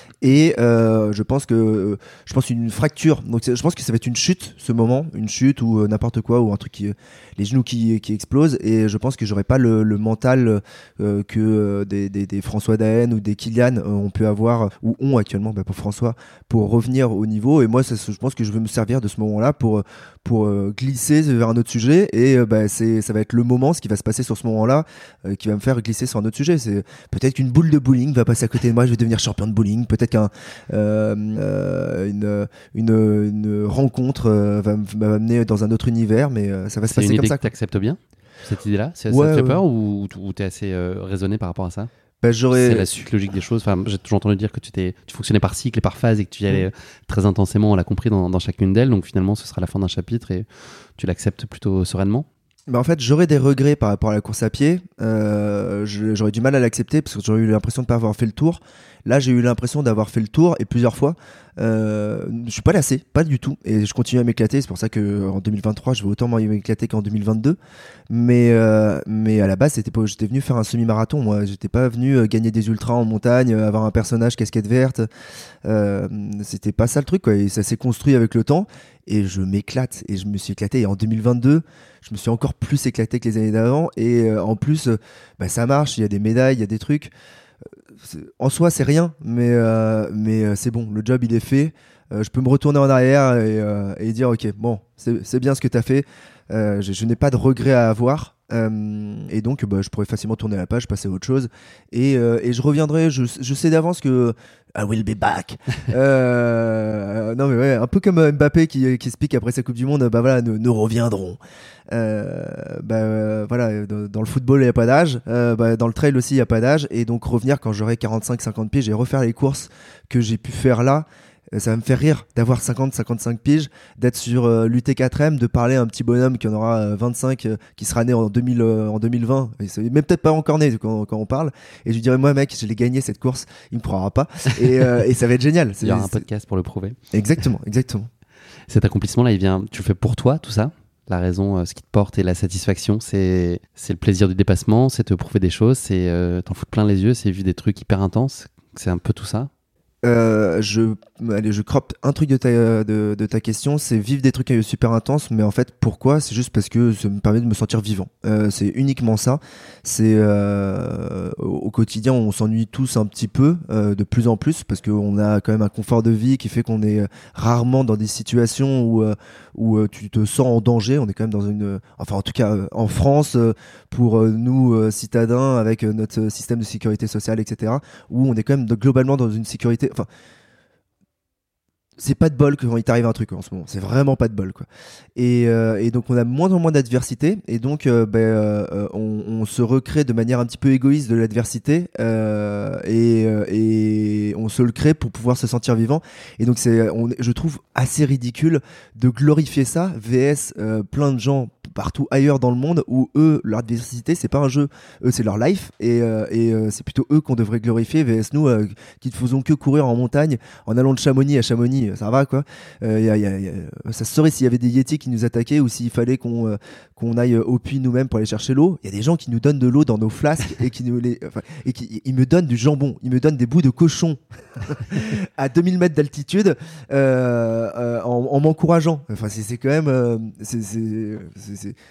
Et euh, je pense que euh, je pense une fracture. Donc je pense que ça va être une chute, ce moment, une chute ou euh, n'importe quoi, ou un truc qui, les genoux qui, qui explosent. Et je pense que j'aurai pas le, le mental euh, que euh, des, des, des François Daen ou des Kylian euh, ont pu avoir ou ont actuellement, bah, pour François, pour revenir au niveau. Et moi, ça, je pense que je vais me servir de ce moment-là pour pour euh, glisser vers un autre sujet. Et euh, bah, c'est ça va être le moment, ce qui va se passer sur ce moment-là, euh, qui va me faire glisser sur un autre sujet. C'est peut-être qu'une boule de bowling va passer à côté de moi, je vais devenir champion de bowling. Peut-être qu'un euh, euh, une, une une rencontre euh, va m'amener dans un autre univers, mais euh, ça va se C'est passer une comme idée ça. que t'acceptes bien, cette idée-là? Ça, Ouais, ça te fait ouais. peur ou, ou t'es assez euh, raisonné par rapport à ça? Bah, j'aurais... C'est la suite logique des choses. Enfin, j'ai toujours entendu dire que tu, t'es, tu fonctionnais par cycle et par phase et que tu y allais euh, très intensément, on l'a compris, dans, dans chacune d'elles. Donc finalement, ce sera la fin d'un chapitre et tu l'acceptes plutôt sereinement. Bah en fait, j'aurais des regrets par rapport à la course à pied. Euh, je- j'aurais du mal à l'accepter parce que j'aurais eu l'impression de pas avoir fait le tour. Là, j'ai eu l'impression d'avoir fait le tour et plusieurs fois. Euh, je suis pas lassé, pas du tout, et je continue à m'éclater. C'est pour ça que en deux mille vingt-trois, je vais autant m'éclater qu'en deux mille vingt-deux. Mais euh, mais à la base, c'était pas. J'étais venu faire un semi-marathon. Moi, j'étais pas venu euh, gagner des ultras en montagne, euh, avoir un personnage casquette verte. Euh, c'était pas ça le truc, quoi. Et ça s'est construit avec le temps. Et je m'éclate. Et je me suis éclaté. Et en deux mille vingt-deux, je me suis encore plus éclaté que les années d'avant. Et euh, en plus, euh, bah, ça marche. Il y a des médailles, il y a des trucs. C'est- En soi, c'est rien, mais, euh, mais euh, c'est bon, le job il est fait. Euh, je peux me retourner en arrière et, euh, et dire ok, bon, c'est c'est bien ce que tu as fait. Euh, je, je n'ai pas de regrets à avoir. Euh, et donc, bah, je pourrais facilement tourner la page, passer à autre chose. Et, euh, et je reviendrai, je, je sais d'avance que I will be back. euh, non, mais ouais, un peu comme euh, Mbappé qui, qui explique après sa Coupe du Monde, bah voilà, nous, nous reviendrons. Euh, bah euh, voilà, dans, dans le football il n'y a pas d'âge, euh, bah, dans le trail aussi il n'y a pas d'âge, et donc revenir quand j'aurai quarante-cinq cinquante piges et refaire les courses que j'ai pu faire là, euh, ça va me faire rire d'avoir cinquante cinquante-cinq piges, d'être sur euh, l'U T quatre M, de parler à un petit bonhomme qui en aura euh, vingt-cinq, euh, qui sera né en deux mille, euh, en deux mille vingt, et c'est même peut-être pas encore né quand, quand on parle, et je lui dirais moi mec, je l'ai gagné cette course, il me croira pas, et, euh, et ça va être génial. Il y aura un C'est- podcast pour le prouver. Exactement, exactement. Cet accomplissement-là, il vient, tu le fais pour toi, tout ça? La raison, euh, ce qui te porte et la satisfaction, c'est, c'est le plaisir du dépassement, c'est te prouver des choses, c'est euh, t'en foutre plein les yeux, c'est vivre des trucs hyper intenses. C'est un peu tout ça. Euh, je, allez, je croppe un truc de ta, de, de ta question, c'est vivre des trucs euh, super intenses, mais en fait, pourquoi? C'est juste parce que ça me permet de me sentir vivant. Euh, c'est uniquement ça. C'est euh, au, au quotidien, on s'ennuie tous un petit peu, euh, de plus en plus, parce qu'on a quand même un confort de vie qui fait qu'on est rarement dans des situations où, euh, où euh, tu te sens en danger. On est quand même dans une, enfin en tout cas euh, en France, euh, pour euh, nous euh, citadins, avec euh, notre système de sécurité sociale, et cetera, où on est quand même de- globalement dans une sécurité. Enfin, c'est pas de bol quand il t'arrive un truc en ce moment. C'est vraiment pas de bol, quoi. Et, euh, et donc on a moins en moins d'adversité, et donc euh, ben, euh, on, on se recrée de manière un petit peu égoïste de l'adversité, euh, et, euh, et on se le crée pour pouvoir se sentir vivant. Et donc c'est, on, je trouve assez ridicule de glorifier ça V S euh, plein de gens partout ailleurs dans le monde où eux, leur adversité, c'est pas un jeu, eux c'est leur life, et, euh, et euh, c'est plutôt eux qu'on devrait glorifier V S nous euh, qui ne faisons que courir en montagne en allant de Chamonix à Chamonix, ça va quoi. Euh, y a, y a, y a, ça se saurait s'il y avait des yétis qui nous attaquaient ou s'il fallait qu'on euh, qu'on aille au puits nous-mêmes pour aller chercher l'eau. Il y a des gens qui nous donnent de l'eau dans nos flasques et qui nous les, enfin, et qui ils me donnent du jambon, ils me donnent des bouts de cochon à deux mille mètres d'altitude, euh, euh, en, en m'encourageant. Enfin c'est, c'est quand même euh, c'est, c'est, c'est, c'est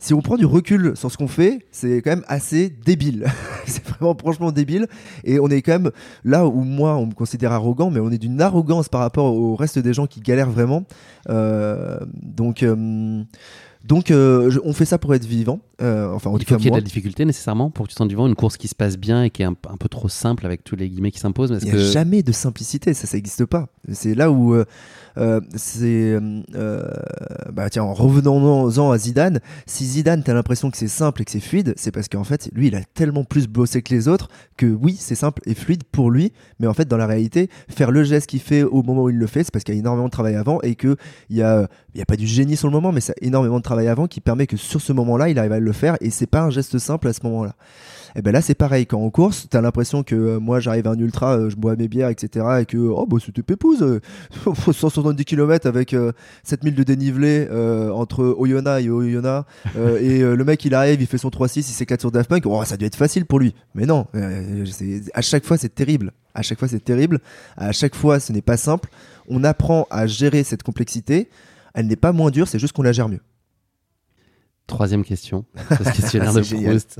si on prend du recul sur ce qu'on fait, c'est quand même assez débile. C'est vraiment franchement débile. Et on est quand même là où moi, on me considère arrogant, mais on est d'une arrogance par rapport au reste des gens qui galèrent vraiment. Euh, donc... Euh, Donc euh, je, on fait ça pour être vivant. Euh, enfin, en Il tout faut cas, qu'il y ait de moi. la difficulté nécessairement pour que tu te sentes vivant, une course qui se passe bien et qui est un, un peu trop simple avec tous les guillemets qui s'imposent. Il n'y a que... jamais de simplicité, ça, ça n'existe pas. C'est là où, euh, euh, c'est, euh, bah tiens, en revenant-en à Zidane, si Zidane, t'as l'impression que c'est simple et que c'est fluide, c'est parce qu'en fait, lui, il a tellement plus bossé que les autres que oui, c'est simple et fluide pour lui, mais en fait, dans la réalité, faire le geste qu'il fait au moment où il le fait, c'est parce qu'il y a énormément de travail avant et que il y a, il y a pas du génie sur le moment, mais ça a énormément de travail avant qui permet que sur ce moment-là, il arrive à le faire et c'est pas un geste simple à ce moment-là. Et ben là c'est pareil, quand en course t'as l'impression que euh, moi j'arrive à un ultra, euh, je bois mes bières etc et que oh bah c'était pépouze, euh, cent soixante-dix kilomètres avec euh, sept mille de dénivelé euh, entre Oyonnax et Oyonnax euh, et euh, le mec il arrive, il fait son trois six, il s'éclate sur Daft Punk, oh, ça doit être facile pour lui, mais non, euh, c'est, à chaque fois c'est terrible, à chaque fois c'est terrible, à chaque fois ce n'est pas simple, on apprend à gérer cette complexité, elle n'est pas moins dure, c'est juste qu'on la gère mieux. Troisième question, ce questionnaire de Proust.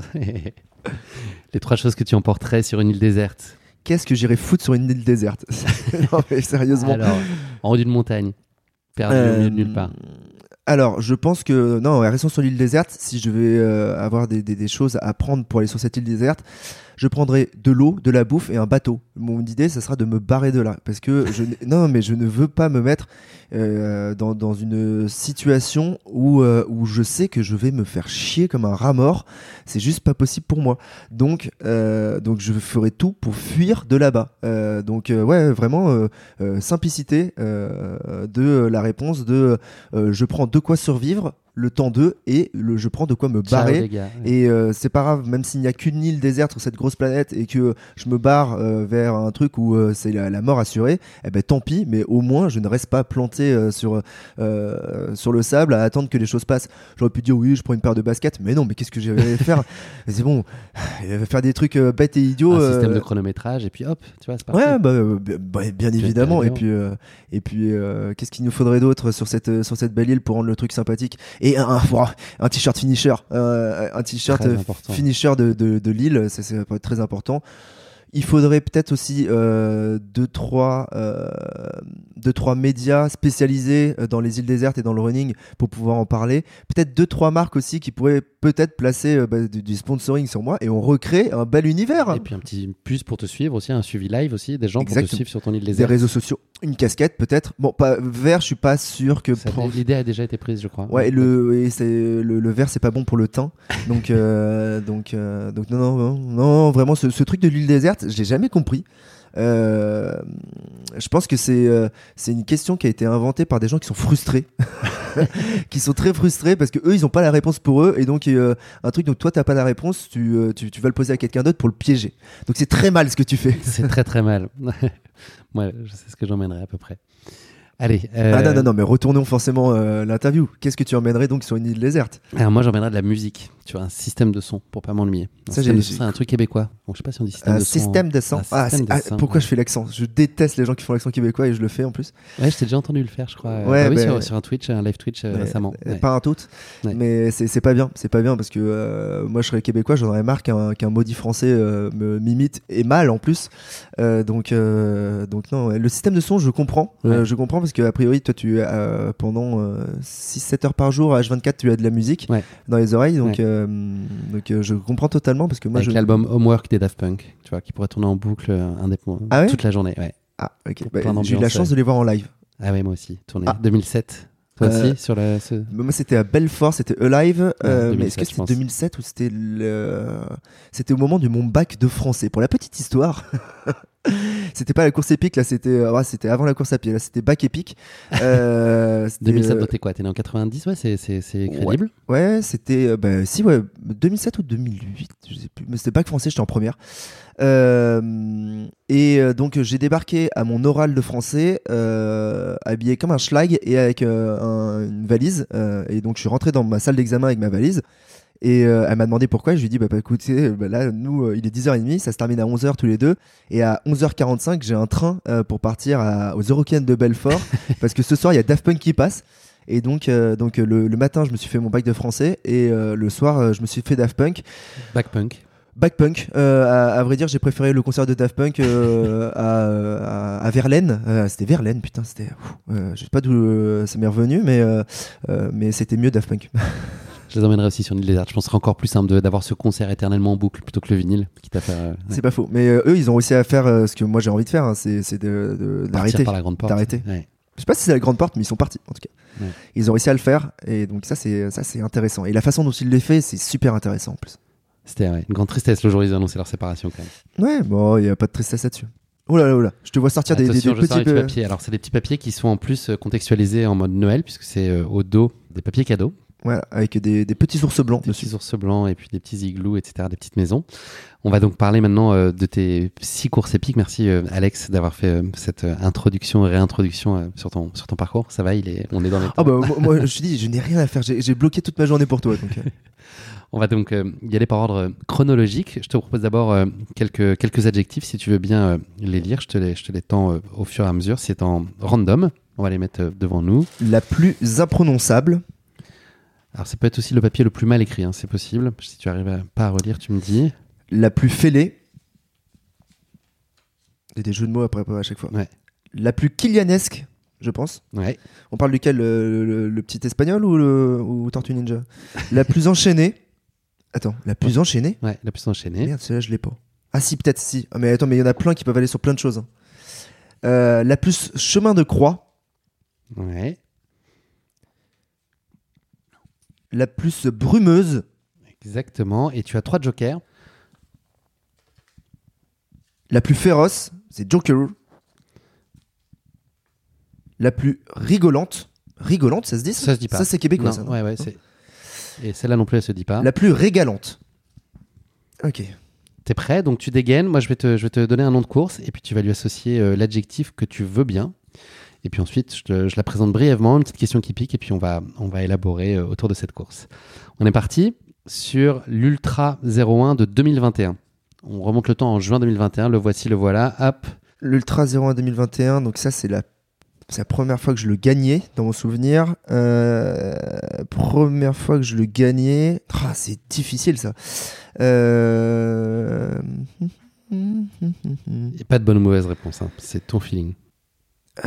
Les trois choses que tu emporterais sur une île déserte. Qu'est-ce que j'irais foutre sur une île déserte? Non mais sérieusement. Alors, en haut d'une montagne, perdu Euh, au milieu de nulle part. Alors, je pense que non, restons sur l'île déserte. Si je vais euh, avoir des, des, des choses à prendre pour aller sur cette île déserte, je prendrai de l'eau, de la bouffe et un bateau. Mon idée, ça sera de me barrer de là, parce que je n- non, mais je ne veux pas me mettre euh, dans, dans une situation où euh, où je sais que je vais me faire chier comme un rat mort. C'est juste pas possible pour moi. Donc euh, donc je ferai tout pour fuir de là-bas. Euh, donc euh, ouais, vraiment euh, euh, simplicité euh, de la réponse de euh, je prends de quoi survivre le temps d'eux et le, je prends de quoi me Ciao, barrer. les gars. Ouais. Et euh, c'est pas grave, même s'il n'y a qu'une île déserte sur cette grosse planète et que je me barre euh, vers un truc où euh, c'est la, la mort assurée, eh ben tant pis, mais au moins je ne reste pas planté euh, sur, euh, sur le sable à attendre que les choses passent. J'aurais pu dire oui, je prends une paire de baskets, mais non, mais qu'est-ce que j'allais faire? C'est bon, il va faire des trucs euh, bêtes et idiots. Un euh, système de chronométrage et puis hop, tu vois, c'est parti. Ouais, bah, euh, bah, bien Tu évidemment. es Et puis, euh, et puis, euh, qu'est-ce qu'il nous faudrait d'autre sur cette sur cette belle île pour rendre le truc sympathique? Et un, un, un t-shirt finisher, euh, un t-shirt Très euh, important. finisher de de, de l'île, ça c'est pas très important. Il faudrait peut-être aussi euh, deux trois euh, deux trois médias spécialisés dans les îles désertes et dans le running pour pouvoir en parler. Peut-être deux trois marques aussi qui pourraient peut-être placer euh, bah, du, du sponsoring sur moi et on recrée un bel univers. Et puis un petit puce pour te suivre aussi, un suivi live aussi, des gens pour Exactement. te suivre sur ton île Des déserte. réseaux sociaux, une casquette peut-être. Bon, pas vert, je suis pas sûr que. Ça, pour- L'idée a déjà été prise, je crois. Ouais, et le, et c'est, le, le vert, c'est pas bon pour le teint. Donc, euh, donc, euh, donc non, non, non, non, vraiment, ce, ce truc de l'île déserte, je l'ai jamais compris. Euh, je pense que c'est, euh, c'est une question qui a été inventée par des gens qui sont frustrés, qui sont très frustrés parce que eux, ils ont pas la réponse pour eux, et donc euh, un truc dont toi t'as pas la réponse, tu, euh, tu, tu vas le poser à quelqu'un d'autre pour le piéger. Donc c'est très mal ce que tu fais. C'est très très mal. Moi, je sais ce que j'emmènerai à peu près. Allez. euh, Ah non, non, non, mais retournons forcément euh, l'interview. Qu'est-ce que tu emmènerais donc sur une île déserte? Alors moi, j'emmènerai de la musique. Tu vois, un système de son pour pas m'ennuyer. Un Ça, système j'ai- de son, c'est un truc québécois. Donc je sais pas si on dit système Un de son. système de son. Un Ah, système c'est- de ah, son, pourquoi ouais. je fais l'accent? Je déteste les gens qui font l'accent québécois et je le fais en plus. Ouais, je t'ai déjà entendu le faire, je crois. Ouais, Bah oui, bah, sur, sur un Twitch, un live Twitch euh, Mais, récemment. euh, Ouais. Pas un tout. Ouais. Mais c'est c'est pas bien. C'est pas bien parce que euh, moi je serais québécois, j'en aurais marre qu'un qu'un maudit français euh, me m'imite et mal en plus. Euh, donc, euh, donc non, ouais. Le système de son, je comprends. Euh, Ouais. je comprends parce qu'a priori, toi, tu euh, pendant euh, six sept heures par jour, H vingt-quatre, tu as de la musique Ouais. dans les oreilles. Donc, Ouais. euh, donc euh, je comprends totalement parce que moi Avec je. l'album Homework des Daft Punk, tu vois, qui pourrait tourner en boucle euh, indépendant Ah ouais toute la journée. Ouais. Ah, ok. Pour Bah, plein j'ai eu la d'ambiance, chance ouais. de les voir en live. Ah ouais, moi aussi. Tourné Ah. deux mille sept. Toi Euh, aussi sur le. Ce... Moi, c'était à Belfort, c'était Alive. Euh, deux mille sept, mais est-ce que je c'était pense. deux mille sept ou c'était le... C'était au moment de mon bac de français. Pour la petite histoire, c'était pas la course épique, là, c'était euh, ouais, c'était avant la course à pied. Là, c'était bac épique. Euh, c'était, deux mille sept, euh, donc t'es quoi? T'es né en quatre-vingt-dix? Ouais, c'est, c'est, c'est crédible. Ouais, c'était euh, bah, si ouais, deux mille sept ou deux mille huit, je sais plus. Mais c'était bac français, j'étais en première. Euh, et euh, donc j'ai débarqué à mon oral de français euh, habillé comme un schlag et avec euh, un- une valise. Euh, et donc je suis rentré dans ma salle d'examen avec ma valise. Et euh, elle m'a demandé pourquoi. Je lui ai dit bah, bah écoutez, bah, là nous euh, il est dix heures trente, ça se termine à onze heures tous les deux. Et à onze heures quarante-cinq, j'ai un train euh, pour partir à, aux Eurocaines de Belfort parce que ce soir il y a Daft Punk qui passe. Et donc, euh, donc le, le matin, je me suis fait mon bac de français et euh, le soir, euh, je me suis fait Daft Punk. Backpunk. Backpunk. Euh, à, à vrai dire, j'ai préféré le concert de Daft Punk euh, à, à, à Verlaine. Euh, c'était Verlaine, putain, c'était. Euh, je sais pas d'où euh, ça m'est revenu, mais euh, euh, mais c'était mieux Daft Punk. Je les emmènerai aussi sur une île déserte. Je pense que ce serait encore plus simple de, d'avoir ce concert éternellement en boucle plutôt que le vinyle, quitte à faire. Euh, ouais. C'est pas faux. Mais euh, eux, ils ont réussi à faire euh, ce que moi j'ai envie de faire, hein, c'est, c'est de, de, Partir d'arrêter. par la grande porte. D'arrêter. Ouais. Je sais pas si c'est la grande porte, mais ils sont partis en tout cas. Ouais. Ils ont réussi à le faire, et donc ça c'est ça c'est intéressant. Et la façon dont ils l'ont fait, c'est super intéressant en plus. C'était ouais, une grande tristesse le jour où ils ont annoncé leur séparation quand même. Ouais, bon, il y a pas de tristesse là-dessus. Oh là là, oh là. Je te vois sortir des, des, Attention, des je petits sors les petits euh, papiers. Alors c'est des petits papiers qui sont en plus euh, contextualisés en mode Noël puisque c'est euh, au dos des papiers cadeaux. Ouais, avec des, des petits ours blancs Des dessus. petits ours blancs et puis des petits igloos, et cetera, des petites maisons. On va donc parler maintenant euh, de tes six courses épiques. Merci euh, Alex d'avoir fait euh, cette euh, introduction et réintroduction euh, sur, ton, sur ton parcours. Ça va, il est, on est dans les temps. Ah bah moi, moi, je te dis, je n'ai rien à faire. J'ai, j'ai bloqué toute ma journée pour toi. Donc, euh. On va donc euh, y aller par ordre euh, chronologique. Je te propose d'abord euh, quelques, quelques adjectifs, si tu veux bien euh, les lire. Je te les, je te les tends euh, au fur et à mesure. C'est en random. On va les mettre euh, devant nous. La plus imprononçable. Alors ça peut être aussi le papier le plus mal écrit, hein, c'est possible. Si tu arrives à, pas à relire, tu me dis. La plus fêlée. Il y a des jeux de mots après à chaque fois. Ouais. La plus kilianesque, je pense. Ouais. On parle duquel le, le, le petit espagnol ou, le, ou Tortue Ninja. La plus enchaînée. Attends, la plus enchaînée. Ouais, la plus enchaînée. Merde, celle-là je l'ai pas. Ah si, peut-être si. Ah, mais attends, mais il y en a plein qui peuvent aller sur plein de choses. hein. Euh, la plus chemin de croix. Ouais. La plus brumeuse. Exactement. Et tu as trois jokers. La plus féroce, c'est Joker. La plus rigolante. Rigolante, ça se dit ça Ça se dit pas. Ça, c'est québécois, Non, ça. non ouais, ouais, c'est... Et celle-là non plus, elle se dit pas. La plus régalante. Ok. T'es prêt? Donc tu dégaines. Moi, je vais, te, je vais te donner un nom de course et puis tu vas lui associer euh, l'adjectif que tu veux bien. Et puis ensuite, je, te, je la présente brièvement, une petite question qui pique et puis on va, on va élaborer euh, autour de cette course. On est parti sur l'Ultra zéro un de deux mille vingt et un. On remonte le temps en juin deux mille vingt et un. Le voici, le voilà. Hop. L'Ultra zéro un deux mille vingt et un, donc ça, c'est la, c'est la première fois que je le gagnais, dans mon souvenir. Euh, première fois que je le gagnais. Ah, c'est difficile, ça. Euh... Et pas de bonne ou mauvaise réponse. Hein. C'est ton feeling. Euh...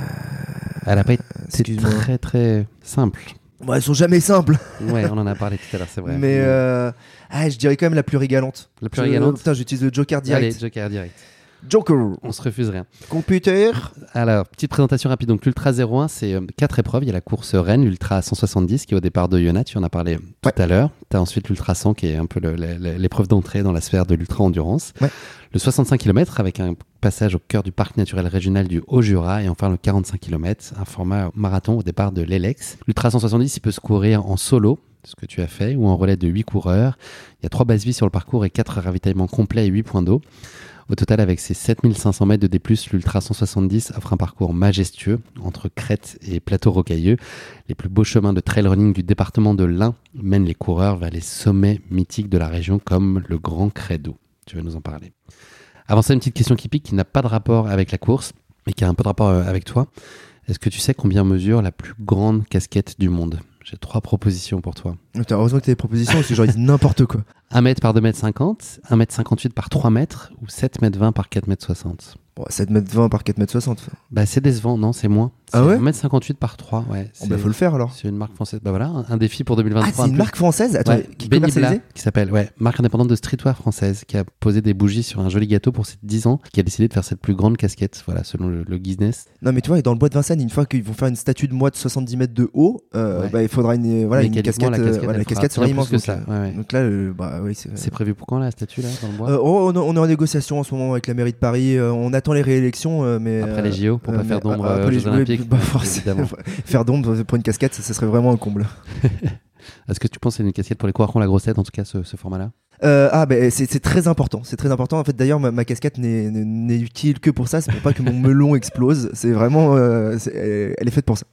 Elle n'a pas été Excuse-moi. très très simple. Bon, elles sont jamais simples. Ouais, on en a parlé tout à l'heure, c'est vrai. Mais euh... ah, je dirais quand même la plus régalante. La plus Je- régalante. Putain, j'utilise le Joker direct. Allez, Joker direct. Joker. On se refuse rien. Computer. Alors, petite présentation rapide. Donc, l'Ultra zéro un, c'est euh, quatre épreuves. Il y a la course Rennes, l'Ultra cent soixante-dix, qui est au départ de Yonat. Tu en as parlé tout Ouais. à l'heure. Tu as ensuite l'Ultra cent, qui est un peu le- le- l'épreuve d'entrée dans la sphère de l'Ultra-Endurance. Ouais. Le soixante-cinq kilomètres, avec un passage au cœur du parc naturel régional du Haut-Jura. Et enfin, le quarante-cinq kilomètres, un format marathon au départ de l'Elex. L'Ultra cent soixante-dix, il peut se courir en solo, ce que tu as fait, ou en relais de huit coureurs. Il y a trois bases vie sur le parcours et quatre ravitaillements complets et huit points d'eau. Au total, avec ses sept mille cinq cents mètres de D plus, l'Ultra cent soixante-dix offre un parcours majestueux entre crêtes et plateaux rocailleux. Les plus beaux chemins de trail running du département de l'Ain mènent les coureurs vers les sommets mythiques de la région comme le Grand Credo. Tu vas nous en parler. Avant ça, une petite question qui pique qui n'a pas de rapport avec la course, mais qui a un peu de rapport euh, avec toi. Est-ce que tu sais combien mesure la plus grande casquette du monde? J'ai trois propositions pour toi. Putain, heureusement que t'as des propositions, parce que j'aurais dit n'importe quoi. un mètre par deux mètres cinquante, un mètre cinquante-huit par trois mètres ou sept mètres vingt par quatre mètres soixante. Bon, sept mètres vingt par quatre mètres soixante. Bah c'est décevant, non, c'est moins. C'est Ah ouais un mètre cinquante-huit par trois, ouais. Bon, C'est bah, faut le faire alors. c'est une marque française. Bah voilà, un, un défi pour deux mille Ah, vingt-trois. c'est une marque française? Attends, Ouais, qui est Benny commercialisée Bla, qui s'appelle, ouais, marque indépendante de streetwear française, qui a posé des bougies sur un joli gâteau pour ses dix ans, qui a décidé de faire cette plus grande casquette, voilà, selon le, le Guinness. Non, mais tu vois, dans le bois de Vincennes, une fois qu'ils vont faire une statue de moi de soixante-dix mètres de haut, euh, Ouais. bah, il faudra une, voilà, une Mécaniquement, casquette. la euh, casquette, voilà, elle la casquette fera sera bien immense. plus que Donc, ça, euh, ouais, ouais. donc là, euh, bah oui, c'est. C'est prévu pour quand la statue là, dans le bois? Euh, oh, on, on est en négociation en ce moment avec la mairie de Paris. euh, on attend les réélections, euh, mais Après euh, les J O, pour euh, pas faire mais, d'ombre euh, euh, aux après les Jeux Jeux, Olympiques. bah, forcément. Évidemment. Faire d'ombre pour une casquette, ça, ça serait vraiment un comble. Est-ce que tu penses que c'est une casquette pour les coureurs qui ont la grosse tête, en tout cas, ce, ce format-là? Euh, ah, bah, c'est c'est très important. C'est très important. En fait, d'ailleurs, ma, ma casquette n'est- n'est n'est utile que pour ça. C'est pour pas que mon melon explose. C'est vraiment. euh, c'est- elle est faite pour ça.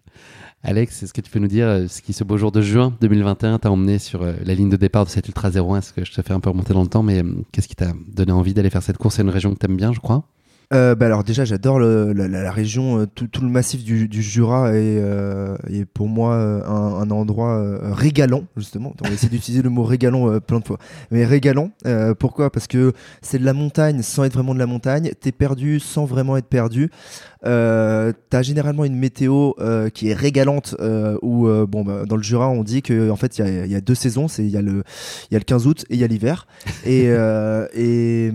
Alex, est-ce que tu peux nous dire euh, ce qui, ce beau jour de juin deux mille vingt et un, t'a emmené sur euh, la ligne de départ de cette Ultra zéro un? Est-ce que je te fais un peu remonter dans le temps, mais euh, qu'est-ce qui t'a donné envie d'aller faire cette course? C'est une région que t'aimes bien, je crois. Euh, bah alors déjà j'adore le, la, la région, euh, tout, tout le massif du, du Jura est, euh, est pour moi euh, un, un endroit euh, régalant justement. On va essayer d'utiliser le mot régalant euh, plein de fois, mais régalant. Euh, pourquoi ? Parce que c'est de la montagne sans être vraiment de la montagne. T'es perdu sans vraiment être perdu. Euh, t'as généralement une météo euh, qui est régalante. Euh, où euh, bon bah, dans le Jura on dit que en fait il y a, y a deux saisons. C'est il y a le il y a le quinze août et il y a l'hiver et euh, et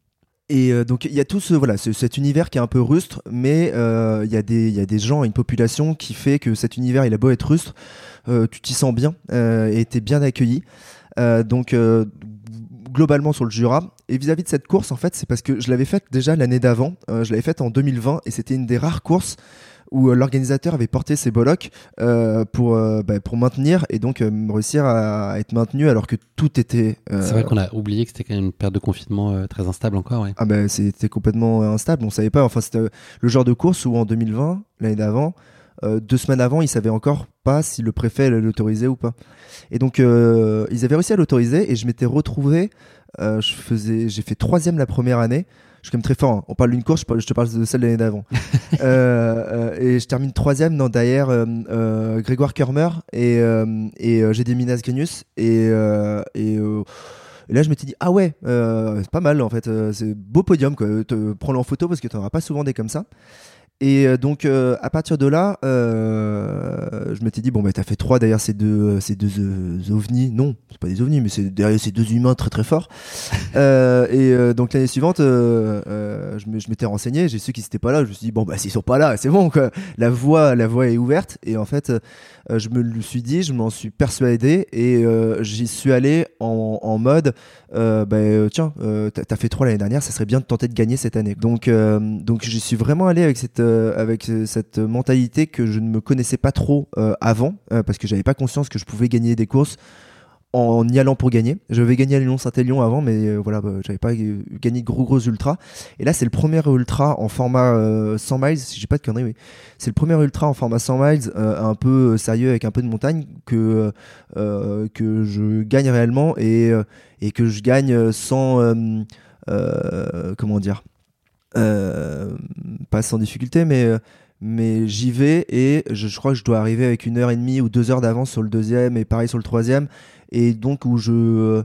Et euh, donc il y a tout ce voilà ce, cet univers qui est un peu rustre, mais il euh, y a des il y a des gens, une population qui fait que cet univers il a beau être rustre, euh, tu t'y sens bien euh, et t'es bien accueilli. Euh, donc euh, globalement sur le Jura. Et vis-à-vis de cette course en fait, c'est parce que je l'avais faite déjà l'année d'avant. Euh, je l'avais faite en deux mille vingt et c'était une des rares courses où euh, l'organisateur avait porté ses bolocs euh, pour, euh, bah, pour maintenir et donc euh, réussir à, à être maintenu alors que tout était... Euh... C'est vrai qu'on a oublié que c'était quand même une période de confinement euh, très instable encore. Ouais. Ah bah, c'était complètement instable, on savait pas, enfin c'était le genre de course où en deux mille vingt, l'année d'avant, euh, deux semaines avant, ils savaient encore pas si le préfet l'autorisait ou pas. Et donc euh, ils avaient réussi à l'autoriser et je m'étais retrouvé, euh, je faisais, j'ai fait troisième la première année. Je suis quand même très fort. Hein. On parle d'une course, je, parle, je te parle de celle de l'année d'avant. euh, euh, et je termine troisième dans derrière euh, euh, Grégoire Kermer et, euh, et euh, j'ai des Minas Genius. Et, euh, et, euh, et là, je m'étais dit, ah ouais, euh, c'est pas mal en fait. Euh, c'est beau podium, quoi. Te, prends-le en photo parce que tu n'en auras pas souvent des comme ça. Et euh, donc euh, à partir de là, euh, je m'étais dit bon bah t'as fait trois derrière ces deux ces deux euh, ovnis, non c'est pas des ovnis mais c'est derrière ces deux humains très très forts. euh, et euh, donc l'année suivante, euh, euh, je, je m'étais renseigné, j'ai su qu'ils étaient pas là, je me suis dit bon bah s'ils sont pas là c'est bon quoi, la voie la voie est ouverte et en fait euh, je me le suis dit, je m'en suis persuadé et euh, j'y suis allé en, en mode euh, bah euh, tiens euh, t'as, t'as fait trois l'année dernière, ça serait bien de tenter de gagner cette année. Donc euh, donc j'y suis vraiment allé avec cette Euh, avec cette mentalité que je ne me connaissais pas trop euh, avant euh, parce que j'avais pas conscience que je pouvais gagner des courses en y allant pour gagner. Je vais gagner à Lyon-Saint-Élion avant mais euh, voilà bah, j'avais pas euh, gagné de gros gros ultras et là c'est le premier ultra en format euh, cent miles si j'ai pas de conneries oui. C'est le premier ultra en format cent miles euh, un peu sérieux avec un peu de montagne que euh, que je gagne réellement et euh, et que je gagne sans euh, euh, comment dire Euh, pas sans difficulté mais mais j'y vais et je, je crois que je dois arriver avec une heure et demie ou deux heures d'avance sur le deuxième et pareil sur le troisième et donc où je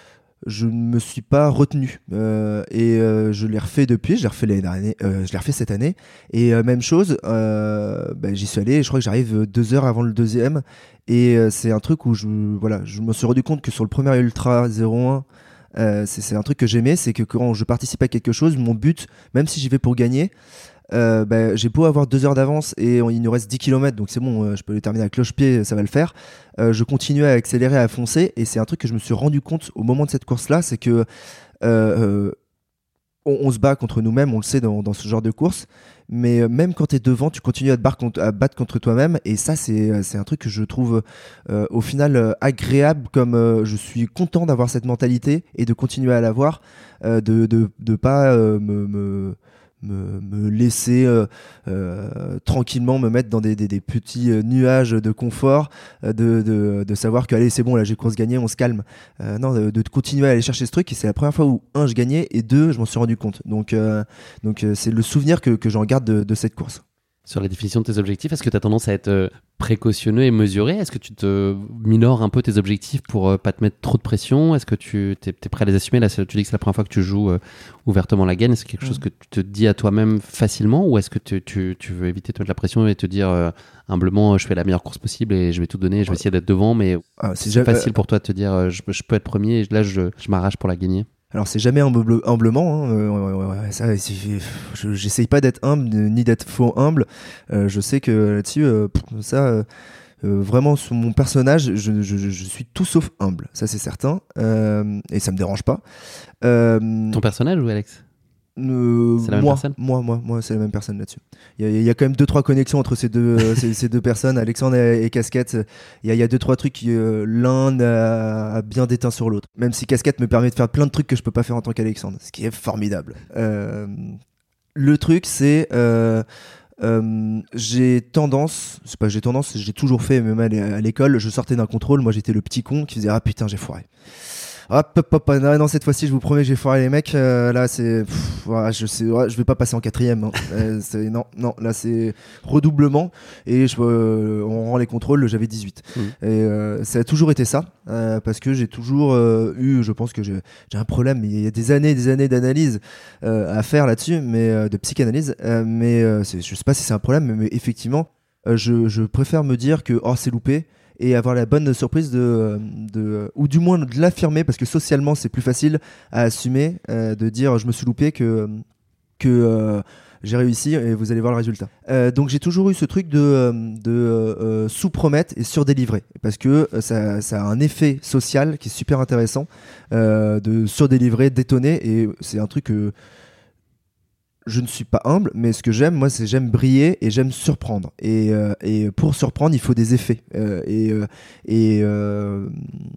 je ne me suis pas retenu euh, et euh, je l'ai refait depuis, je l'ai refait l'année dernière, euh, je l'ai refait cette année et euh, même chose, euh, bah, j'y suis allé et je crois que j'arrive deux heures avant le deuxième et euh, c'est un truc où je voilà je me suis rendu compte que sur le premier ultra zéro un Euh, c'est, c'est un truc que j'aimais, c'est que quand je participe à quelque chose, mon but, même si j'y vais pour gagner, euh, bah, j'ai beau avoir deux heures d'avance et on, il nous reste dix kilomètres, donc c'est bon, euh, je peux le terminer à cloche-pied, ça va le faire. Euh, je continue à accélérer, à foncer, et c'est un truc que je me suis rendu compte au moment de cette course-là, c'est que euh, euh, on, on se bat contre nous-mêmes, on le sait dans, dans ce genre de course, mais même quand tu es devant, tu continues à te, contre, à battre contre toi-même, et ça, c'est, c'est un truc que je trouve euh, au final euh, agréable, comme euh, je suis content d'avoir cette mentalité et de continuer à l'avoir, euh, de de de pas euh, me, me Me, me laisser euh, euh, tranquillement me mettre dans des, des, des petits euh, nuages de confort, euh, de, de, de savoir que allez c'est bon là j'ai course gagnée, on se calme. Euh, non, de, de continuer à aller chercher ce truc et c'est la première fois où un je gagnais et deux je m'en suis rendu compte. Donc euh, donc euh, c'est le souvenir que, que j'en garde de, de cette course. Sur la définition de tes objectifs, est-ce que tu as tendance à être euh, précautionneux et mesuré ? Est-ce que tu te minores un peu tes objectifs pour euh, pas te mettre trop de pression ? Est-ce que tu es prêt à les assumer ? Là, tu dis que c'est la première fois que tu joues euh, ouvertement la gaine. Est-ce que c'est quelque chose que tu te dis à toi-même facilement ou est-ce que tu, tu, tu veux éviter de te mettre la pression et te dire euh, humblement je fais la meilleure course possible et je vais tout donner, je vais essayer d'être devant, mais ah, c'est, c'est jamais... facile pour toi de te dire euh, je, je peux être premier et là je, je m'arrache pour la gagner ? Alors c'est jamais humble, humblement, hein. euh, ouais, ouais, ouais, ça, je, j'essaye pas d'être humble ni d'être faux humble. Euh, je sais que là-dessus, euh, ça, euh, vraiment sur mon personnage, je, je, je suis tout sauf humble, ça c'est certain, euh, et ça me dérange pas. Euh, Ton personnage ou Alex ? Euh, c'est la même moi, personne moi, moi, moi, c'est la même personne là-dessus. Il y, y a quand même deux trois connexions entre ces deux, euh, ces, ces deux personnes, Alexandre et, et Casquette. Il y, y a deux trois trucs qui euh, l'un a, a bien déteint sur l'autre. Même si Casquette me permet de faire plein de trucs que je peux pas faire en tant qu'Alexandre, ce qui est formidable. Euh, le truc, c'est euh, euh, j'ai tendance, c'est pas que j'ai tendance, j'ai toujours fait, même à l'école, je sortais d'un contrôle, moi j'étais le petit con qui faisait ah putain j'ai foiré. Hop, hop, hop, non, non, cette fois-ci, je vous promets que j'ai foiré les mecs. Euh, là, c'est, pff, voilà, je sais, ouais, je vais pas passer en quatrième. Hein. euh, c'est, non, non, là, c'est redoublement et je, euh, on rend les contrôles. J'avais dix-huit. Mmh. Et euh, ça a toujours été ça, euh, parce que j'ai toujours euh, eu, je pense que j'ai, j'ai un problème. Il y a des années, des années d'analyse euh, à faire là-dessus, mais euh, de psychanalyse. Euh, mais euh, c'est, je sais pas si c'est un problème, mais, mais effectivement, euh, je, je préfère me dire que oh, c'est loupé. Et avoir la bonne surprise de, de ou du moins de l'affirmer, parce que socialement c'est plus facile à assumer, euh, de dire je me suis loupé que que euh, j'ai réussi et vous allez voir le résultat. Euh, donc j'ai toujours eu ce truc de, de euh, sous-promettre et sur-délivrer, parce que ça, ça a un effet social qui est super intéressant, euh, de sur-délivrer, d'étonner, et c'est un truc que je ne suis pas humble, mais ce que j'aime, moi, c'est j'aime briller et j'aime surprendre. Et, euh, et pour surprendre, il faut des effets. Euh, et euh, et euh,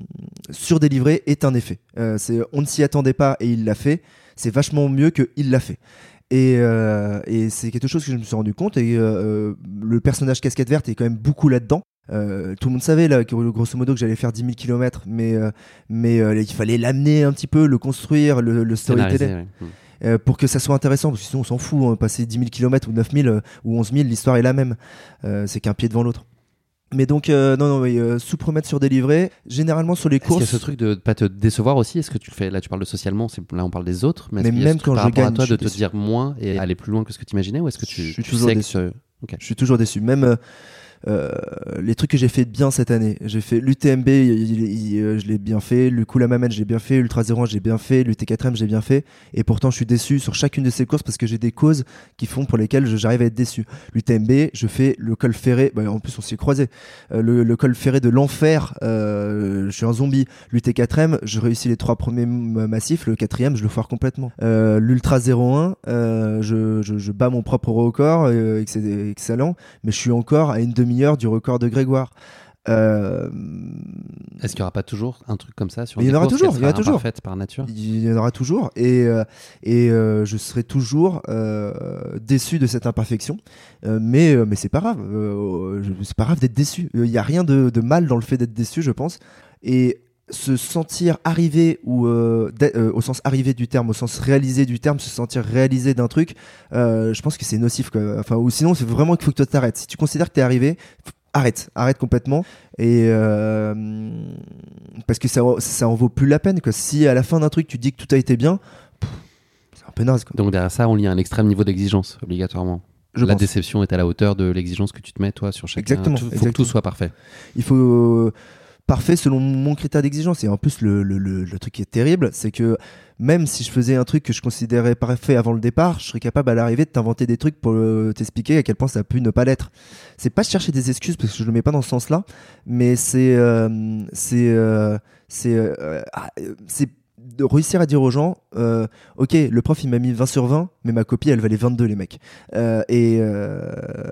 surdélivrer est un effet. Euh, c'est, on ne s'y attendait pas et il l'a fait. C'est vachement mieux qu'il l'a fait. Et, euh, et c'est quelque chose que je me suis rendu compte. Et euh, le personnage casquette verte est quand même beaucoup là-dedans. Euh, tout le monde savait là, que, grosso modo que j'allais faire dix mille kilomètres, mais, euh, mais euh, il fallait l'amener un petit peu, le construire, le, le storytelling. Ouais. Mmh. Euh, pour que ça soit intéressant, parce que sinon on s'en fout, hein, passer dix mille kilomètres ou neuf mille euh, ou onze mille, l'histoire est la même, euh, c'est qu'un pied devant l'autre. Mais donc, euh, non, non, oui, euh, sous-promettre sur délivrer, généralement sur les Est-ce courses. Est-ce qu'il y a ce truc de ne pas te décevoir aussi? Est-ce que tu le fais? Là, tu parles de socialement, c'est, là on parle des autres, mais, mais est-ce même quand par je rapport gagne, à toi de te déçu. dire moins et aller plus loin que ce que tu imaginais, ou est-ce que tu, je suis tu toujours sais déçu. que ce... okay. Je suis toujours déçu. Même euh, euh, les trucs que j'ai fait de bien cette année, j'ai fait l'U T M B, il, il, il, euh, je l'ai bien fait, le Kula Mamen, j'ai bien fait, Ultra zéro un, j'ai bien fait, l'U T quatre M, j'ai bien fait, et pourtant je suis déçu sur chacune de ces courses parce que j'ai des causes qui font pour lesquelles je, j'arrive à être déçu. L'U T M B, je fais le col ferré, bah, en plus on s'y est croisé, euh, le, le col ferré de l'enfer, euh, je suis un zombie. L'U T quatre M, je réussis les trois premiers massifs, le quatrième, je le foire complètement. Euh, L'Ultra zéro un, euh, je, je, je bats mon propre record, euh, et que c'est excellent, mais je suis encore à une demi-heure du record de Grégoire. Euh... Est-ce qu'il n'y aura pas toujours un truc comme ça sur il y en aura toujours, il y en aura toujours. Par nature. Il y en aura toujours, et euh, et euh, je serai toujours euh, déçu de cette imperfection, euh, mais euh, mais c'est pas grave, euh, c'est pas grave d'être déçu. Il y a rien de, de mal dans le fait d'être déçu, je pense, et se sentir arrivé ou euh, euh, au sens arrivé du terme, au sens réalisé du terme, se sentir réalisé d'un truc, euh, je pense que c'est nocif, quoi. Enfin, ou sinon c'est vraiment qu'il faut que toi t'arrêtes. Si tu considères que t'es arrivé, arrête, arrête complètement, et euh, parce que ça, ça en vaut plus la peine, quoi. Si à la fin d'un truc tu dis que tout a été bien, pff, c'est un peu naze, quoi. Donc derrière ça, on lit un extrême niveau d'exigence obligatoirement. Je la pense. déception est à la hauteur de l'exigence que tu te mets toi sur chacun. Exactement. Il faut exactement. que tout soit parfait. Il faut euh, parfait selon mon critère d'exigence. Et en plus, le, le, le, le truc qui est terrible, c'est que même si je faisais un truc que je considérais parfait avant le départ, je serais capable à l'arrivée de t'inventer des trucs pour euh, t'expliquer à quel point ça a pu ne pas l'être. C'est pas chercher des excuses, parce que je le mets pas dans ce sens-là, mais c'est euh, c'est euh, c'est euh, c'est de réussir à dire aux gens, euh, ok, le prof il m'a mis vingt sur vingt, mais ma copie elle valait vingt-deux, les mecs. Euh, et, euh,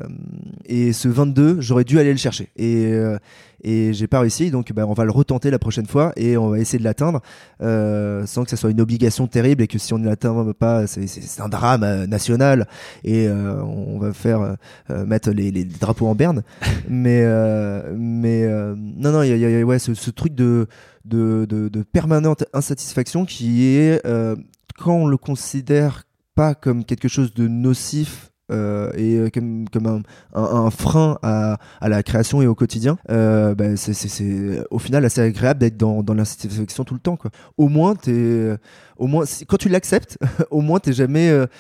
et ce vingt-deux, j'aurais dû aller le chercher. Et, euh, et j'ai pas réussi, donc bah, on va le retenter la prochaine fois et on va essayer de l'atteindre, euh, sans que ça soit une obligation terrible et que si on ne l'atteint pas, c'est, c'est, c'est un drame euh, national et euh, on va faire euh, mettre les, les drapeaux en berne. mais euh, mais euh, non, non, il y a, y a ouais, ce, ce truc de De, de, de permanente insatisfaction qui est, euh, quand on le considère pas comme quelque chose de nocif euh, et comme, comme un, un, un frein à, à la création et au quotidien, euh, bah c'est, c'est, c'est au final assez agréable d'être dans, dans l'insatisfaction tout le temps, quoi. Au moins, t'es, au moins si, quand tu l'acceptes, au moins t'es jamais, euh,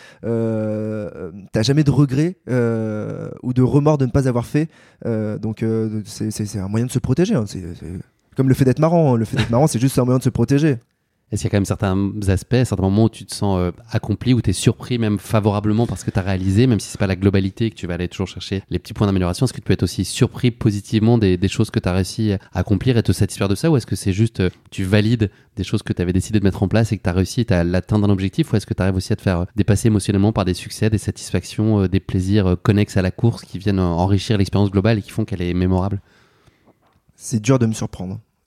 euh, t'as jamais de regret euh, ou de remords de ne pas avoir fait. Euh, donc euh, c'est, c'est, c'est un moyen de se protéger, hein. c'est, c'est... Comme le fait d'être marrant, le fait d'être marrant, c'est juste un moyen de se protéger. Est-ce qu'il y a quand même certains aspects, certains moments où tu te sens euh, accompli, où tu es surpris même favorablement parce que tu as réalisé, même si c'est pas la globalité et que tu vas aller toujours chercher les petits points d'amélioration, est-ce que tu peux être aussi surpris positivement des, des choses que tu as réussi à accomplir et te satisfaire de ça, ou est-ce que c'est juste euh, tu valides des choses que tu avais décidé de mettre en place et que tu as réussi à l'atteindre d'un objectif, ou est-ce que tu arrives aussi à te faire dépasser émotionnellement par des succès, des satisfactions, euh, des plaisirs euh, connexes à la course qui viennent enrichir l'expérience globale et qui font qu'elle est mémorable? C'est dur de me surprendre.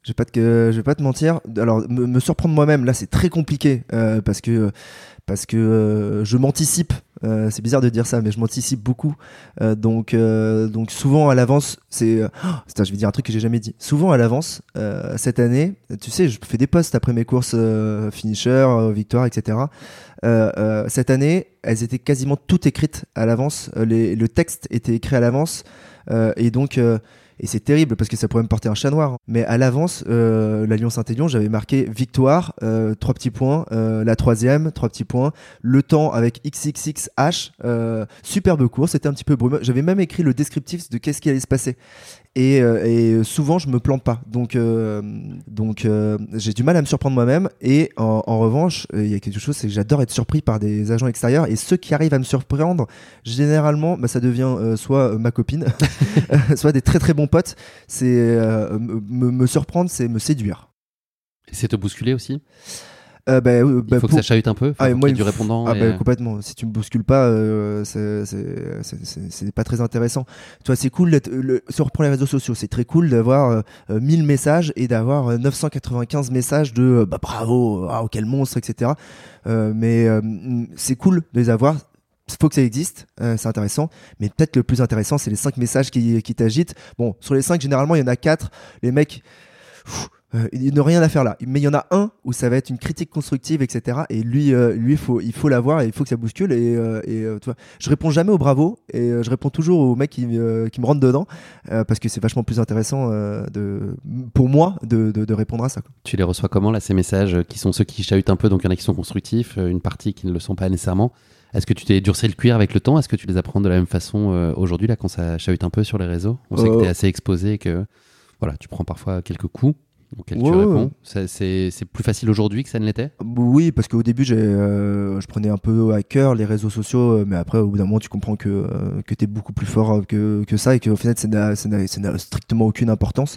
Je vais pas te, je vais pas te mentir. Alors, me, me surprendre moi-même, là, c'est très compliqué euh, parce que parce que euh, je m'anticipe. Euh, c'est bizarre de dire ça, mais je m'anticipe beaucoup. Euh, donc, euh, donc souvent à l'avance, c'est. Oh, je vais dire un truc que j'ai jamais dit. Souvent à l'avance, euh, cette année, tu sais, je fais des posts après mes courses euh, finisher, euh, victoire, et cetera. Euh, euh, cette année, elles étaient quasiment toutes écrites à l'avance. Euh, les, le texte était écrit à l'avance, euh, et donc. Euh, Et c'est terrible parce que ça pourrait me porter un chat noir. Mais à l'avance, euh, la Lyon-Saint-Élion, j'avais marqué victoire, euh, trois petits points, euh, la troisième, trois petits points, le temps avec X X X H, euh, superbe course, c'était un petit peu brumeux. J'avais même écrit le descriptif de qu'est-ce qui allait se passer. Et, euh, et souvent, je me plante pas. Donc, euh, donc euh, j'ai du mal à me surprendre moi-même. Et en, en revanche, il y a quelque chose, c'est que j'adore être surpris par des agents extérieurs. Et ceux qui arrivent à me surprendre, généralement, bah, ça devient euh, soit ma copine, soit des très très bons potes. C'est euh, me, me surprendre, c'est me séduire. Et c'est te bousculer aussi. Euh, bah, euh, bah, il faut pour... que ça chahute un peu. Enfin, ah, faut moi, qu'il y ait il du faut... répondant. Ah, et... bah, complètement. Si tu me bouscules pas, euh, c'est, c'est, c'est, c'est, c'est pas très intéressant. Tu vois, c'est cool d'être, le... si on reprend les réseaux sociaux, c'est très cool d'avoir euh, mille messages et d'avoir euh, neuf cent quatre-vingt-quinze messages de euh, bah, bravo, oh, quel monstre, et cetera. Euh, mais euh, c'est cool de les avoir. Il faut que ça existe, euh, c'est intéressant. Mais peut-être le plus intéressant, c'est les cinq messages qui, qui t'agitent. Bon, sur les cinq, généralement, il y en a quatre. Les mecs. Pff, Euh, il n'a rien à faire là, mais il y en a un où ça va être une critique constructive, et cetera. Et lui, euh, lui, faut, il faut l'avoir et il faut que ça bouscule. Et, euh, et euh, tu vois, je réponds jamais au bravo et euh, je réponds toujours aux mecs qui, euh, qui me rentrent dedans euh, parce que c'est vachement plus intéressant euh, de, pour moi de, de, de répondre à ça, quoi. Tu les reçois comment là, ces messages qui sont ceux qui chahutent un peu, donc il y en a qui sont constructifs, une partie qui ne le sont pas nécessairement. Est-ce que tu t'es durci le cuir avec le temps? Est-ce que tu les apprends de la même façon euh, aujourd'hui là quand ça chahute un peu sur les réseaux? On sait euh... que tu es assez exposé et que voilà, tu prends parfois quelques coups. auquel ouais, tu réponds. Ouais. Ça, c'est, c'est plus facile aujourd'hui que ça ne l'était ? Oui, parce qu'au début, j'ai, euh, je prenais un peu à cœur les réseaux sociaux, mais après, au bout d'un moment, tu comprends que, euh, que tu es beaucoup plus fort que, que ça et qu'au final, ça n'a, ça n'a, ça n'a strictement aucune importance.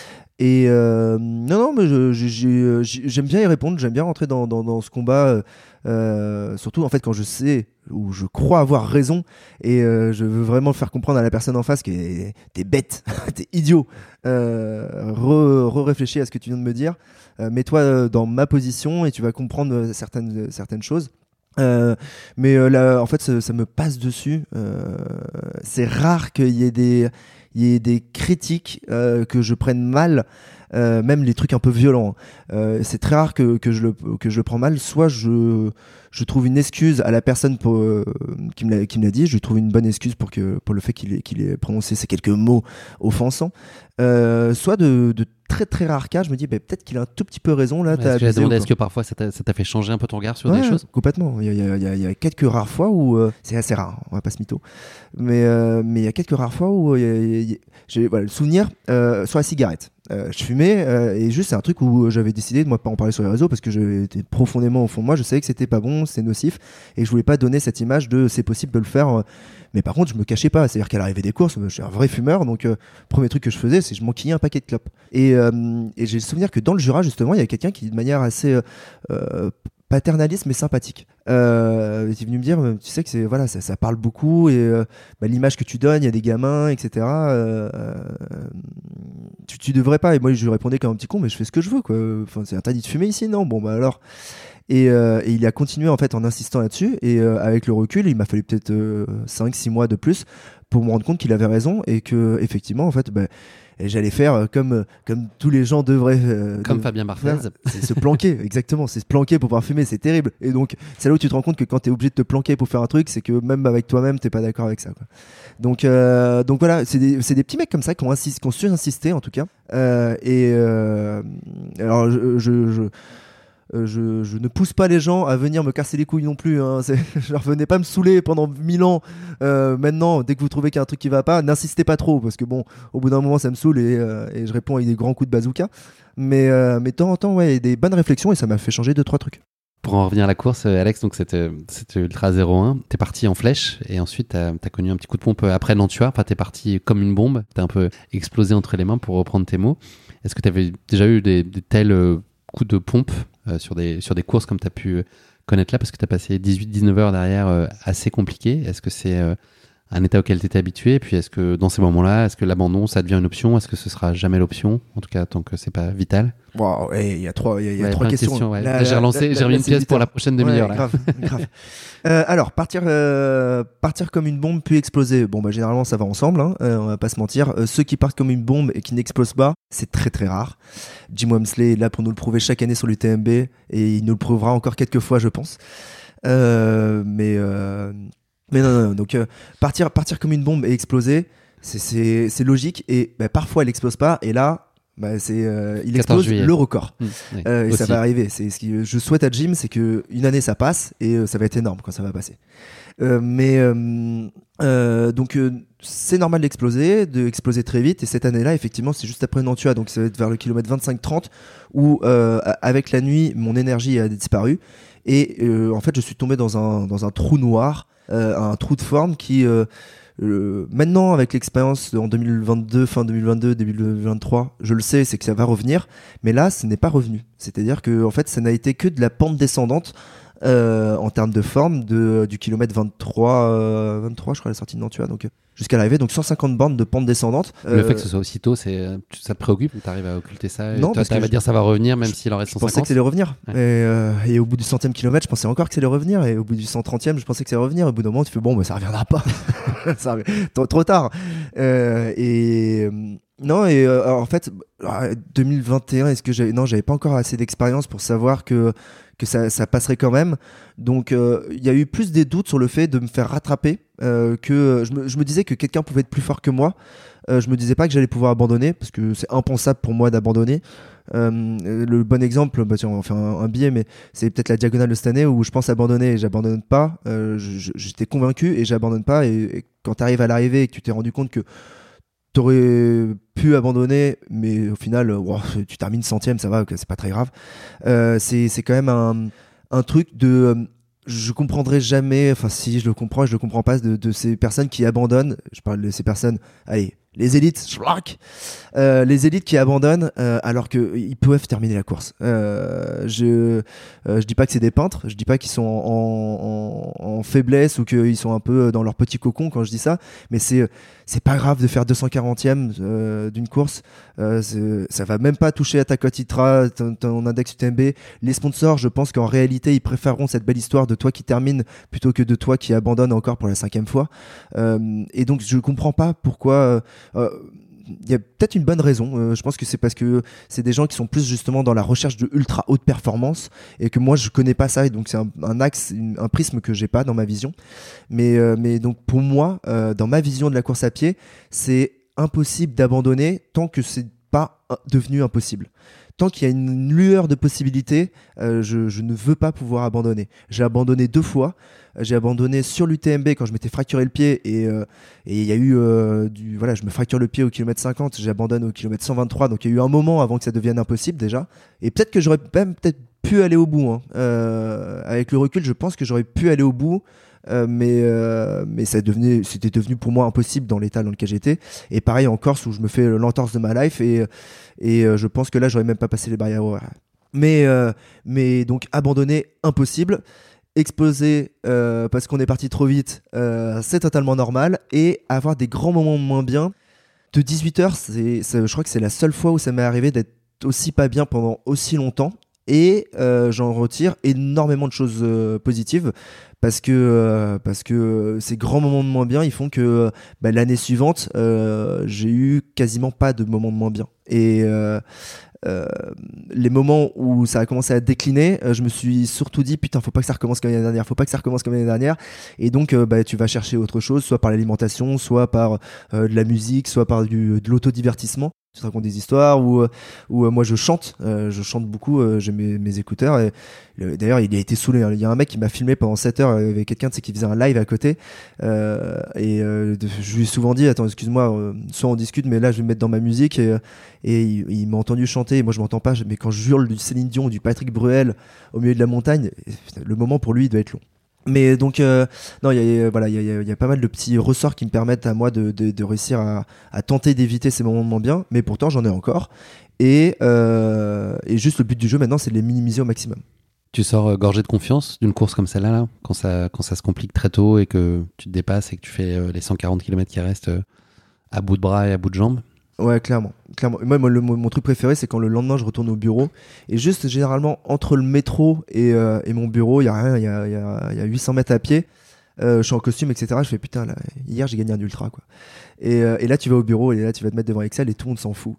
Et euh, non, non, mais je, je, je, j'aime bien y répondre, j'aime bien rentrer dans, dans, dans ce combat, euh, surtout en fait quand je sais ou je crois avoir raison et euh, je veux vraiment faire comprendre à la personne en face que t'es bête, t'es idiot, euh, re, re-réfléchis à ce que tu viens de me dire, euh, mets-toi dans ma position et tu vas comprendre certaines, certaines choses. Euh, mais euh, là, en fait, ça, ça me passe dessus. Euh, c'est rare qu'il y ait des il y ait des critiques euh, que je prenne mal, euh, même les trucs un peu violents. Euh, c'est très rare que, que, je le, que je le prends mal. Soit je, je trouve une excuse à la personne pour, euh, qui, me l'a, qui me l'a dit, je lui trouve une bonne excuse pour, que, pour le fait qu'il ait, qu'il ait prononcé ces quelques mots offensants. Euh, soit de, de très très rares cas, je me dis bah, peut-être qu'il a un tout petit peu raison là. Est-ce, que demandé, est-ce que parfois ça t'a, ça t'a fait changer un peu ton regard sur ouais, des choses ? Complètement. Il y, a, il, y a, il y a quelques rares fois où euh, c'est assez rare, on va pas se mytho, mais euh, mais il y a quelques rares fois où il y a, il y a, j'ai voilà, le souvenir euh, sur la cigarette. Euh, je fumais euh, et juste c'est un truc où j'avais décidé de moi pas en parler sur les réseaux parce que j'étais profondément au fond de moi, je savais que c'était pas bon, c'était nocif et je voulais pas donner cette image de c'est possible de le faire. Euh, mais par contre je me cachais pas, c'est-à-dire qu'à l'arrivée des courses, je suis un vrai fumeur donc euh, premier truc que je faisais c'est que je m'enquillais un paquet de clopes et, euh, et j'ai le souvenir que dans le Jura justement il y a quelqu'un qui de manière assez euh, paternaliste mais sympathique euh, est venu me dire tu sais que c'est voilà ça, ça parle beaucoup et euh, bah, l'image que tu donnes il y a des gamins etc euh, euh, tu, tu devrais pas et moi je lui répondais comme un petit con mais je fais ce que je veux quoi enfin c'est interdit de fumer ici non bon bah alors et, euh, et il a continué en fait en insistant là-dessus et euh, avec le recul il m'a fallu peut-être euh, cinq six mois de plus pour me rendre compte qu'il avait raison et que effectivement en fait bah, et j'allais faire comme, comme tous les gens devraient euh, comme de, Fabien Barthez, c'est se planquer, exactement, c'est se planquer pour pouvoir fumer, c'est terrible. Et donc c'est là où tu te rends compte que quand tu es obligé de te planquer pour faire un truc, c'est que même avec toi-même t'es pas d'accord avec ça quoi. Donc, euh, donc voilà, c'est des, c'est des petits mecs comme ça qui ont, insist, qui ont su insister en tout cas euh, et euh, alors je, je, je Euh, je, je ne pousse pas les gens à venir me casser les couilles non plus hein. C'est, je leur venais pas me saouler pendant mille ans euh, maintenant dès que vous trouvez qu'il y a un truc qui va pas n'insistez pas trop parce que bon au bout d'un moment ça me saoule et, euh, et je réponds avec des grands coups de bazooka mais, euh, mais de temps en temps ouais, des bonnes réflexions et ça m'a fait changer deux trois trucs. Pour en revenir à la course, Alex, donc c'était, c'était Ultra zéro un, t'es parti en flèche et ensuite t'as, t'as connu un petit coup de pompe après Nantua, enfin t'es parti comme une bombe, t'as un peu explosé entre les mains pour reprendre tes mots. Est-ce que t'avais déjà eu des, des tels euh, coups de pompe euh, sur, des, sur des courses comme t'as pu connaître là, parce que t'as passé dix-huit dix-neuf heures derrière euh, assez compliqué. Est-ce que c'est euh, un état auquel tu étais habitué. Et puis, est-ce que dans ces moments-là, est-ce que l'abandon, ça devient une option? Est-ce que ce sera jamais l'option? En tout cas, tant que c'est pas vital. Wow, il y a trois, il y a, y a Ouais, trois plein de questions. questions, ouais. Là, Là, j'ai là, relancé, là, j'ai remis là, une c'est pièce vite, pour hein. la prochaine demi-heure. Ouais, là. grave, grave. Euh, alors, partir, euh, partir comme une bombe puis exploser. Bon, bah, généralement, ça va ensemble, hein, euh, on va pas se mentir. Euh, ceux qui partent comme une bombe et qui n'explosent pas, c'est très très rare. Jim Wamsley est là pour nous le prouver chaque année sur l'U T M B et il nous le prouvera encore quelques fois, je pense. Euh, mais, euh, mais non, non, non. Donc, euh, partir, partir comme une bombe et exploser, c'est, c'est, c'est logique. Et bah, parfois, elle explose pas. Et là, bah, c'est, euh, il explose juillet. le record. Mmh, oui, Euh, et ça aussi. va arriver. C'est ce que je souhaite à Jim, c'est que une année ça passe et euh, ça va être énorme quand ça va passer. Euh, mais euh, euh, donc euh, c'est normal d'exploser, d'exploser très vite. Et cette année-là, effectivement, c'est juste après Nantua, donc ça va être vers le kilomètre vingt-cinq trente où euh, avec la nuit, mon énergie a disparu et euh, en fait, je suis tombé dans un dans un trou noir, euh, un trou de forme qui euh, Euh, maintenant, avec l'expérience en deux mille vingt-deux, fin deux mille vingt-deux, début deux mille vingt-trois, je le sais, c'est que ça va revenir. Mais là, ce n'est pas revenu. C'est-à-dire que, en fait, ça n'a été que de la pente descendante euh, en termes de forme de, du kilomètre vingt-trois, euh, vingt-trois, je crois, à la sortie de Nantua, donc euh, jusqu'à l'arrivée. Donc cent cinquante bornes de pente descendante. Le Euh, fait que ce soit aussitôt, c'est, ça te préoccupe ou t'arrives à occulter ça? Non, tu parce que arrives à je- dire ça va revenir même s'il en reste Je cent pensais que cinquante? ça allait revenir. Ouais. Et, euh, et au bout du centième kilomètre, je pensais encore que ça allait revenir. Et au bout du cent trentième, je pensais que ça allait revenir. Au bout d'un moment, tu fais bon, bah, ça reviendra pas. ça rev- trop, trop tard. Euh, et euh, non, et euh, alors, en fait, euh, deux mille vingt et un, est-ce que j'avais, non, j'avais pas encore assez d'expérience pour savoir que que ça, ça passerait quand même. Donc, euh, il y a eu plus des doutes sur le fait de me faire rattraper. Euh, que je me, je me disais que quelqu'un pouvait être plus fort que moi. Euh, je me disais pas que j'allais pouvoir abandonner parce que c'est impensable pour moi d'abandonner. Euh, le bon exemple, bah tiens, on va faire un, un billet, mais c'est peut-être la diagonale de cette année où je pense abandonner et j'abandonne pas. Euh, je- je- j'étais convaincu et j'abandonne pas. Et, et quand tu arrives à l'arrivée et que tu t'es rendu compte que t'aurais pu abandonner, mais au final, euh, wow, tu termines centième, ça va, que c'est pas très grave. Euh, c'est, c'est quand même un, un truc de. euh, je comprendrai jamais, enfin si je le comprends, je le comprends pas, de, de ces personnes qui abandonnent. Je parle de ces personnes, allez, les élites, schlack, euh, les élites qui abandonnent euh, alors que ils peuvent terminer la course. Euh, je, euh, je dis pas que c'est des peintres, je dis pas qu'ils sont en, en, en faiblesse ou qu'ils sont un peu dans leur petit cocon quand je dis ça, mais c'est c'est pas grave de faire deux cent quarantième euh, d'une course. Euh, c'est- ça va même pas toucher à ta cote I T R A, ton, ton index U T M B. Les sponsors, je pense qu'en réalité, ils préféreront cette belle histoire de toi qui termine plutôt que de toi qui abandonne encore pour la cinquième fois. Euh, et donc, je comprends pas pourquoi. Euh, euh, il y a peut-être une bonne raison. Euh, je pense que c'est parce que c'est des gens qui sont plus justement dans la recherche de ultra haute performance et que moi je connais pas ça et donc c'est un, un axe, une- un prisme que j'ai pas dans ma vision. Mais, euh, mais donc pour moi, euh, dans ma vision de la course à pied, c'est impossible d'abandonner tant que c'est pas euh, devenu impossible. Tant qu'il y a une lueur de possibilité, euh, je, je ne veux pas pouvoir abandonner. J'ai abandonné deux fois. J'ai abandonné sur l'U T M B quand je m'étais fracturé le pied et euh, et il y a eu euh, du voilà, je me fracture le pied au kilomètre cinquante, j'abandonne au kilomètre cent vingt-trois, donc il y a eu un moment avant que ça devienne impossible déjà. Et peut-être que j'aurais même peut-être pu aller au bout. Hein. Euh, avec le recul, je pense que j'aurais pu aller au bout. Euh, mais euh, mais ça devenait c'était devenu pour moi impossible dans l'état dans lequel j'étais. Et pareil en Corse où je me fais l'entorse de ma life et et euh, je pense que là j'aurais même pas passé les barrières horaires. Mais euh, mais donc abandonner impossible. Exploser euh, parce qu'on est parti trop vite, euh, c'est totalement normal. Et avoir des grands moments moins bien. De dix-huit heures, c'est, c'est, je crois que c'est la seule fois où ça m'est arrivé d'être aussi pas bien pendant aussi longtemps. Et euh, j'en retire énormément de choses euh, positives parce que euh, parce que ces grands moments de moins bien, ils font que bah, l'année suivante, euh, j'ai eu quasiment pas de moments de moins bien. Et euh, euh, les moments où ça a commencé à décliner, euh, je me suis surtout dit putain, faut pas que ça recommence comme l'année dernière, faut pas que ça recommence comme l'année dernière. Et donc euh, bah, tu vas chercher autre chose, soit par l'alimentation, soit par euh, de la musique, soit par du, de l'autodivertissement. Tu te racontes des histoires où, où euh, moi je chante, euh, je chante beaucoup, euh, j'ai mes, mes écouteurs et euh, d'ailleurs il a été saoulé, hein. Il y a un mec qui m'a filmé pendant sept heures avec quelqu'un tu sais, qui faisait un live à côté euh, et euh, de, je lui ai souvent dit attends excuse-moi, euh, soit on discute mais là je vais me mettre dans ma musique et, et il, il m'a entendu chanter et moi je m'entends pas mais quand je hurle du Céline Dion ou du Patrick Bruel au milieu de la montagne, le moment pour lui il doit être long. Mais donc euh, non il y a voilà il y a, il y a pas mal de petits ressorts qui me permettent à moi de, de, de réussir à, à tenter d'éviter ces moments de moins bien, mais pourtant j'en ai encore et, euh, et juste le but du jeu maintenant c'est de les minimiser au maximum. Tu sors euh, gorgé de confiance d'une course comme celle-là, là, quand, ça, quand ça se complique très tôt et que tu te dépasses et que tu fais euh, les cent quarante kilomètres qui restent euh, à bout de bras et à bout de jambes. Ouais, clairement. clairement. Moi, moi, le, mon truc préféré, c'est quand le lendemain, je retourne au bureau. Et juste, généralement, entre le métro et, euh, et mon bureau, il y a rien, il y a, y, a, y a huit cents mètres à pied. Euh, je suis en costume, et cetera. Je fais putain, là, hier, j'ai gagné un ultra, quoi. Et, euh, et là, tu vas au bureau et là, tu vas te mettre devant Excel et tout le monde s'en fout.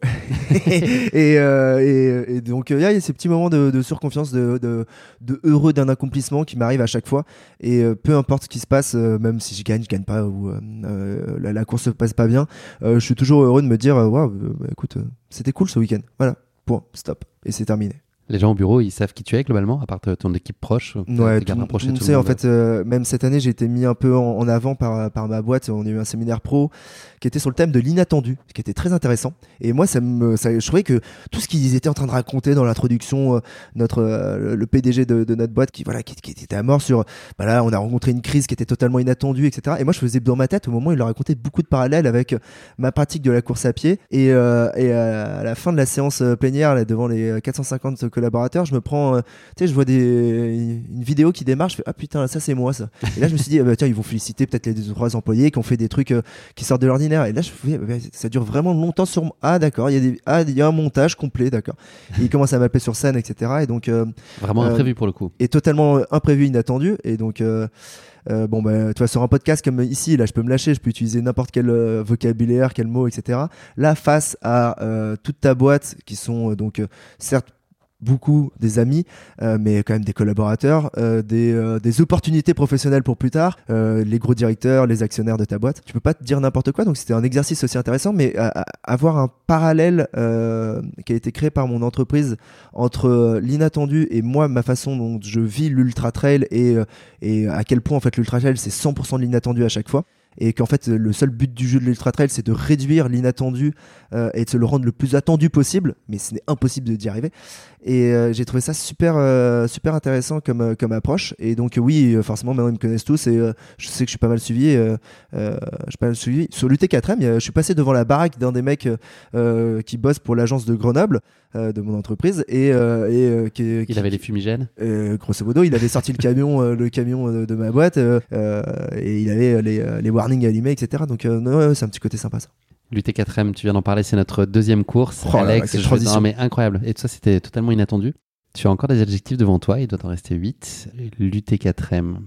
et, euh, et, et donc, il euh, y a ces petits moments de, de surconfiance, de, de, de heureux d'un accomplissement qui m'arrive à chaque fois. Et euh, peu importe ce qui se passe, euh, même si je gagne, je gagne pas ou euh, la, la course se passe pas bien, euh, je suis toujours heureux de me dire, waouh, wow, euh, bah, écoute, euh, c'était cool ce week-end. Voilà, point, stop. Et c'est terminé. Les gens au bureau, ils savent qui tu es globalement, à part ton équipe proche. Ouais, tout, tout, tout, tout sais, en fait, euh, même cette année, j'ai été mis un peu en, en avant par, par ma boîte. On a eu un séminaire pro qui était sur le thème de l'inattendu, ce qui était très intéressant. Et moi, ça me, ça, je trouvais que tout ce qu'ils étaient en train de raconter dans l'introduction, euh, notre, euh, le P D G de, de notre boîte, qui voilà, qui, qui était à mort sur, bah là, on a rencontré une crise qui était totalement inattendue, et cetera. Et moi, je faisais dans ma tête, au moment où il leur racontait beaucoup de parallèles avec ma pratique de la course à pied. Et, euh, et euh, à la fin de la séance plénière, là, devant les quatre cent cinquante collaborateurs, je me prends, euh, tu sais, je vois des, une vidéo qui démarre, je fais ah putain, ça c'est moi ça. Et là, je me suis dit, ah, bah, tiens, ils vont féliciter peut-être les deux ou trois employés qui ont fait des trucs euh, qui sortent de l'ordinaire. Et là, je fais, bah, ça dure vraiment longtemps sur moi. Ah d'accord, il y a des, ah il y a un montage complet, d'accord. Et il commence à m'appeler sur scène, et cetera. Et donc euh, vraiment euh, imprévu pour le coup. Et totalement imprévu, inattendu. Et donc euh, Euh, bon bah tu vois, sur un podcast comme ici, là je peux me lâcher, je peux utiliser n'importe quel euh, vocabulaire, quel mot, et cetera. Là, face à euh, toute ta boîte qui sont euh, donc euh, certes beaucoup des amis, euh, mais quand même des collaborateurs, euh, des, euh, des opportunités professionnelles pour plus tard, euh, les gros directeurs, les actionnaires de ta boîte. Tu peux pas te dire n'importe quoi, donc c'était un exercice aussi intéressant, mais à, à, avoir un parallèle euh, qui a été créé par mon entreprise entre euh, l'inattendu et moi, ma façon dont je vis l'ultra trail et, euh, et à quel point en fait l'ultra trail c'est cent pour cent de l'inattendu à chaque fois. Et qu'en fait le seul but du jeu de l'ultra trail c'est de réduire l'inattendu euh, et de se le rendre le plus attendu possible, mais ce n'est impossible d'y arriver. Et euh, j'ai trouvé ça super euh, super intéressant comme euh, comme approche. Et donc euh, oui, forcément maintenant ils me connaissent tous et euh, je sais que je suis pas mal suivi. Euh, euh, je suis pas mal suivi sur l'U T quatre M. Je suis passé devant la baraque d'un des mecs euh, qui bosse pour l'agence de Grenoble euh, de mon entreprise et, euh, et euh, qui, qui, il avait les fumigènes. Euh, grosso modo, il avait sorti le camion euh, le camion de, de ma boîte euh, euh, et il avait les les warnings allumés, et cetera. Donc euh, non, c'est un petit côté sympa ça. L'U T quatre M, tu viens d'en parler, c'est notre deuxième course. Oh Alex, là, je... non, mais incroyable. Et tout ça, c'était totalement inattendu. Tu as encore des adjectifs devant toi, il doit en rester huit. L'U T quatre M.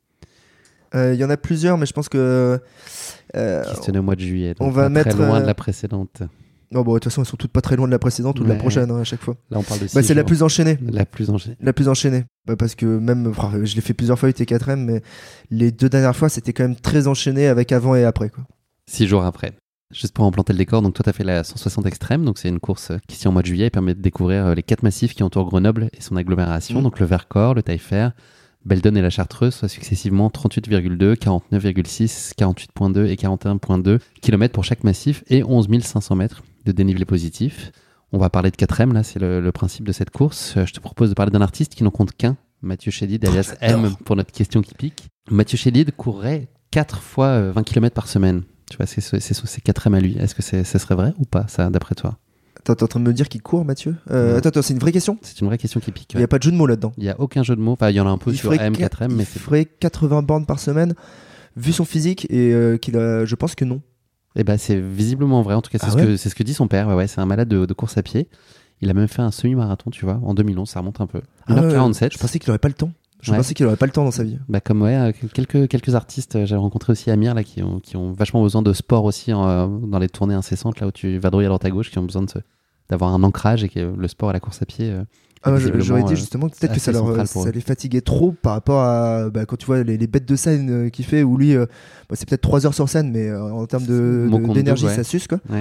Il euh, y en a plusieurs, mais je pense que. Euh, qui se tenait au mois de juillet. Donc on va pas mettre. Très loin euh... de la précédente. Non, bon, de toute façon, elles sont toutes pas très loin de la précédente ou de ouais. la prochaine, hein, à chaque fois. Là, on parle de six bah, c'est jours. la plus enchaînée. La plus enchaînée. La plus enchaînée. Bah, parce que même, enfin, je l'ai fait plusieurs fois, U T quatre M, mais les deux dernières fois, c'était quand même très enchaîné avec avant et après, quoi. Six jours après. Juste pour implanter le décor, donc toi tu as fait la cent soixante Extrême, donc c'est une course qui se tient au mois de juillet et permet de découvrir les quatre massifs qui entourent Grenoble et son agglomération, mmh. donc le Vercors, le Taillefer, Beldon et la Chartreuse, soit successivement trente-huit virgule deux, quarante-neuf virgule six, quarante-huit virgule deux et quarante et un virgule deux km pour chaque massif et onze mille cinq cents mètres de dénivelé positif. On va parler de quatre M, là c'est le, le principe de cette course. Je te propose de parler d'un artiste qui n'en compte qu'un, Mathieu Chédid, alias M pour notre question qui pique. Mathieu Chédid courrait quatre fois vingt kilomètres par semaine. Tu vois, c'est, c'est, c'est, c'est quatre M à lui. Est-ce que c'est, ça serait vrai ou pas, ça, d'après toi? Attends, t'es en train de me dire qu'il court, Mathieu euh, Attends, attends, c'est une vraie question? C'est une vraie question qui pique. Il ouais. n'y a pas de jeu de mots là-dedans? Il n'y a aucun jeu de mots. Enfin, il y en a un peu il sur M, quatre M. Il mais ferait c'est... quatre-vingts bornes par semaine, vu son physique, et euh, qu'il a... je pense que non. Eh ben, c'est visiblement vrai. En tout cas, c'est, ah ce, ouais que, c'est ce que dit son père. Ouais, ouais, c'est un malade de, de course à pied. Il a même fait un semi-marathon, tu vois, en deux mille onze. Ça remonte un peu. une heure quarante-sept. Ah, je pensais qu'il n'aurait pas le temps. Je ouais. pensais qu'il n'aurait pas le temps dans sa vie. Bah comme ouais, quelques, quelques artistes, j'avais rencontré aussi Amir là, qui, ont, qui ont vachement besoin de sport aussi en, dans les tournées incessantes, là où tu vadrouilles à droite à gauche, qui ont besoin de se, d'avoir un ancrage et que le sport et la course à pied... Euh, ah bah, j'aurais dit justement que peut-être que ça, leur, ça les fatiguait trop par rapport à bah, quand tu vois les, les bêtes de scène euh, qu'il fait, où lui euh, bah, c'est peut-être trois heures sur scène, mais euh, en termes de, de, d'énergie ouais. ça suce quoi. Ouais.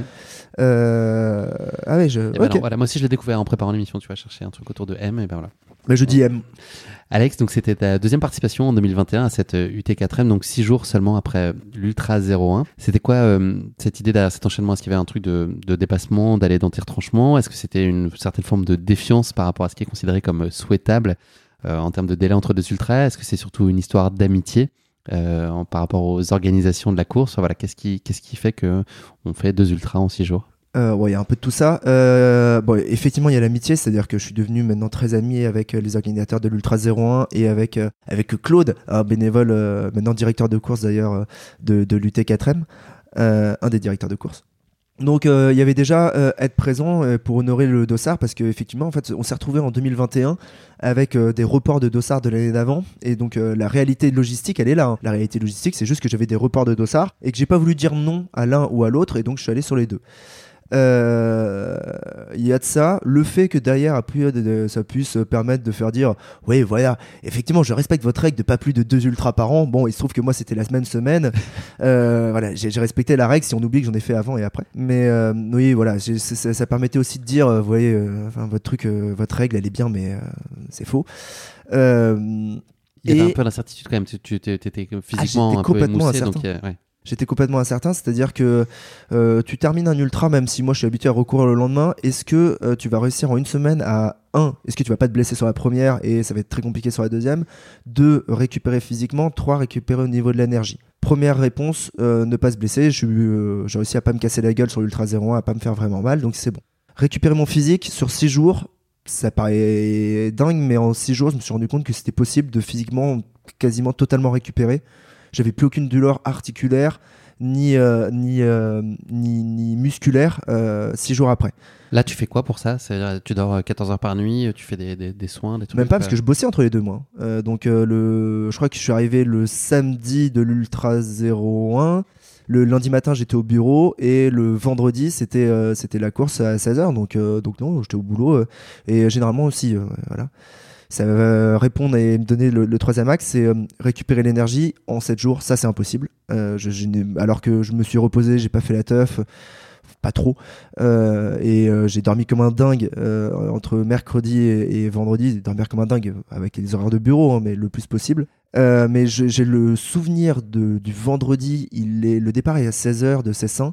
Euh... Ah ouais, je... okay. ben non, voilà, moi aussi je l'ai découvert en préparant l'émission, tu vas chercher un truc autour de M et ben voilà. Bah, je dis M. Alex, donc c'était ta deuxième participation en deux mille vingt et un à cette U T quatre M, donc six jours seulement après l'Ultra zéro un. C'était quoi euh, cette idée derrière cet enchaînement? Est-ce qu'il y avait un truc de, de dépassement, d'aller dans tes retranchements? Est-ce que c'était une certaine forme de défiance par rapport à ce qui est considéré comme souhaitable euh, en termes de délai entre deux ultras? Est-ce que c'est surtout une histoire d'amitié euh, par rapport aux organisations de la course? Voilà, qu'est-ce qui, qu'est-ce qui fait qu'on fait deux ultras en six jours? Euh, ouais, il y a un peu de tout ça. Euh, bon, effectivement, il y a l'amitié, c'est-à-dire que je suis devenu maintenant très ami avec euh, les organisateurs de l'Ultra zéro un et avec, euh, avec Claude, un bénévole, euh, maintenant directeur de course d'ailleurs euh, de, de l'U T quatre M, euh, un des directeurs de course. Donc euh, il y avait déjà euh, être présent euh, pour honorer le dossard, parce qu'effectivement en fait on s'est retrouvé en deux mille vingt et un avec euh, des reports de dossard de l'année d'avant, et donc euh, la réalité logistique elle est là, hein. La réalité logistique c'est juste que j'avais des reports de dossard et que j'ai pas voulu dire non à l'un ou à l'autre, et donc je suis allé sur les deux. Euh, il y a de ça, le fait que derrière après, ça puisse permettre de faire dire oui voilà, effectivement je respecte votre règle de pas plus de deux ultras par an. Bon, il se trouve que moi c'était la même semaine, euh, voilà, j'ai, j'ai respecté la règle si on oublie que j'en ai fait avant et après, mais euh, oui voilà, j'ai, ça, ça permettait aussi de dire euh, vous voyez, euh, enfin, votre truc, euh, votre règle elle est bien, mais euh, c'est faux. euh, Il y avait et... un peu d'incertitude quand même, tu, tu étais physiquement ah, un peu émoussé, incertain. donc euh, ouais. J'étais complètement incertain, c'est-à-dire que euh, tu termines un ultra, même si moi je suis habitué à recourir le lendemain, est-ce que euh, tu vas réussir en une semaine à un, est-ce que tu vas pas te blesser sur la première et ça va être très compliqué sur la deuxième, deux, récupérer physiquement, trois, récupérer au niveau de l'énergie. Première réponse, euh, ne pas se blesser, je suis, euh, j'ai réussi à pas me casser la gueule sur l'Ultra zéro un, à pas me faire vraiment mal, donc c'est bon. Récupérer mon physique sur six jours, ça paraît dingue, mais en six jours je me suis rendu compte que c'était possible de physiquement quasiment totalement récupérer. J'avais plus aucune douleur articulaire ni, euh, ni, euh, ni, ni musculaire euh, six jours après. Là, tu fais quoi pour ça? C'est-à-dire, tu dors quatorze heures par nuit, tu fais des, des, des soins, des trucs? Même pas, parce que je bossais entre les deux mois. Euh, donc, euh, le... je crois que je suis arrivé le samedi de l'Ultra zéro un. Le lundi matin, j'étais au bureau. Et le vendredi, c'était, euh, c'était la course à seize heures. Donc, euh, donc non, j'étais au boulot. Euh, et généralement aussi, euh, voilà. Ça va répondre et me donner le, le troisième axe, c'est euh, récupérer l'énergie en sept jours. Ça, c'est impossible. Euh, je, je alors que je me suis reposé, j'ai pas fait la teuf, pas trop, euh, et euh, j'ai dormi comme un dingue euh, entre mercredi et, et vendredi. Dormir comme un dingue avec les horaires de bureau, hein, mais le plus possible. Euh, mais je, j'ai le souvenir de, du vendredi. Il est, le départ est à seize heures de Cessin.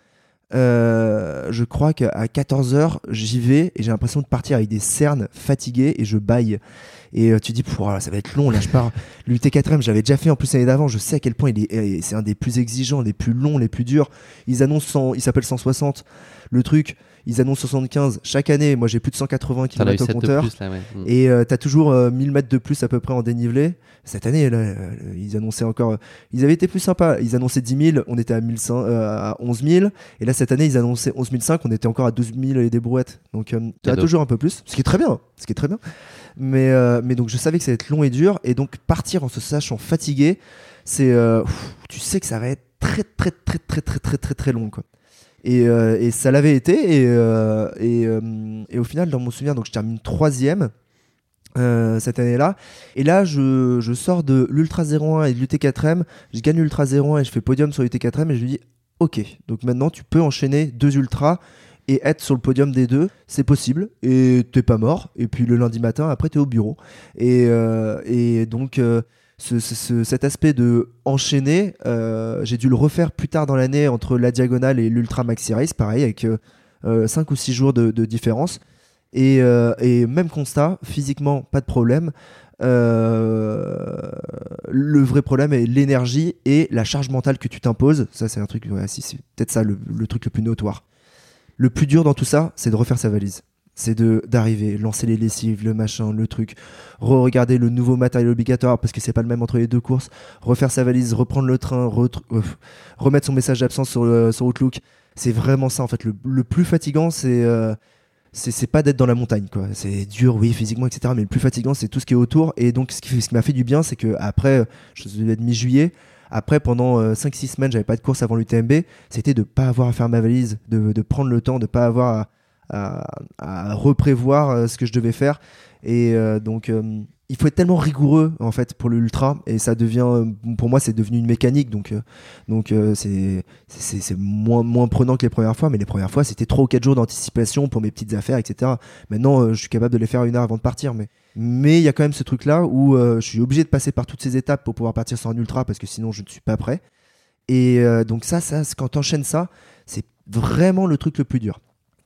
Euh, je crois qu'à quatorze heures, j'y vais et j'ai l'impression de partir avec des cernes fatiguées et je baille. Et euh, tu dis, oh, ça va être long, là je pars. L'U T quatre M, j'avais déjà fait en plus l'année d'avant, je sais à quel point il est, c'est un des plus exigeants, les plus longs, les plus durs. Ils annoncent, cent, il s'appelle cent soixante, le truc, ils annoncent soixante-quinze chaque année. Moi j'ai plus de cent quatre-vingts kilomètres au compteur. Plus, là, ouais. mmh. Et euh, t'as toujours euh, mille mètres de plus à peu près en dénivelé. Cette année, là, euh, ils annonçaient encore, ils avaient été plus sympas. Ils annonçaient dix mille, on était à, mille cinq cents, euh, à onze mille. Et là cette année, ils annonçaient onze mille cinq, on était encore à douze mille et des brouettes. Donc euh, t'as toujours un peu plus, ce qui est très bien, ce qui est très bien. Mais, euh, mais donc je savais que ça allait être long et dur, et donc partir en se sachant fatigué, c'est euh, pff, tu sais que ça va être très très très très très très très très long quoi. Et, euh, et ça l'avait été, et, euh, et, euh, et au final dans mon souvenir, donc je termine troisième euh, cette année-là, et là je, je sors de l'Ultra zéro un et de l'U T quatre M, je gagne l'Ultra zéro un et je fais podium sur l'U T quatre M, et je lui dis ok, donc maintenant tu peux enchaîner deux ultras et être sur le podium des deux, c'est possible, et t'es pas mort, et puis le lundi matin, après t'es au bureau. Et, euh, et donc, euh, ce, ce, cet aspect de enchaîner, euh, j'ai dû le refaire plus tard dans l'année entre la diagonale et l'Ultra Maxi Race, pareil, avec euh, cinq ou six jours de, de différence. Et, euh, et même constat, physiquement, pas de problème. Euh, le vrai problème est l'énergie et la charge mentale que tu t'imposes. Ça, c'est un truc, ouais, si, c'est peut-être ça le, le truc le plus notoire. Le plus dur dans tout ça, c'est de refaire sa valise. C'est de, d'arriver, lancer les lessives, le machin, le truc, re-regarder le nouveau matériel obligatoire parce que c'est pas le même entre les deux courses, refaire sa valise, reprendre le train, re- euh, remettre son message d'absence sur, le, sur Outlook. C'est vraiment ça en fait. Le, le plus fatigant, c'est, euh, c'est, c'est pas d'être dans la montagne, quoi. C'est dur, oui, physiquement, et cetera. Mais le plus fatigant, c'est tout ce qui est autour. Et donc, ce qui, ce qui m'a fait du bien, c'est que après, je devais être mi-juillet. Après, pendant euh, cinq six semaines, j'avais pas de course avant l'U T M B. C'était de pas avoir à faire ma valise, de, de prendre le temps, de pas avoir à, à, à reprévoir euh, ce que je devais faire. Et euh, donc, euh, il faut être tellement rigoureux en fait pour l'ultra, et ça devient, euh, pour moi, c'est devenu une mécanique. Donc, euh, donc euh, c'est, c'est, c'est moins, moins prenant que les premières fois. Mais les premières fois, c'était trois ou quatre jours d'anticipation pour mes petites affaires, et cetera. Maintenant, euh, je suis capable de les faire une heure avant de partir, mais Mais il y a quand même ce truc-là où euh, je suis obligé de passer par toutes ces étapes pour pouvoir partir sur un ultra parce que sinon je ne suis pas prêt. Et euh, donc ça, ça quand t'enchaînes ça, c'est vraiment le truc le plus dur.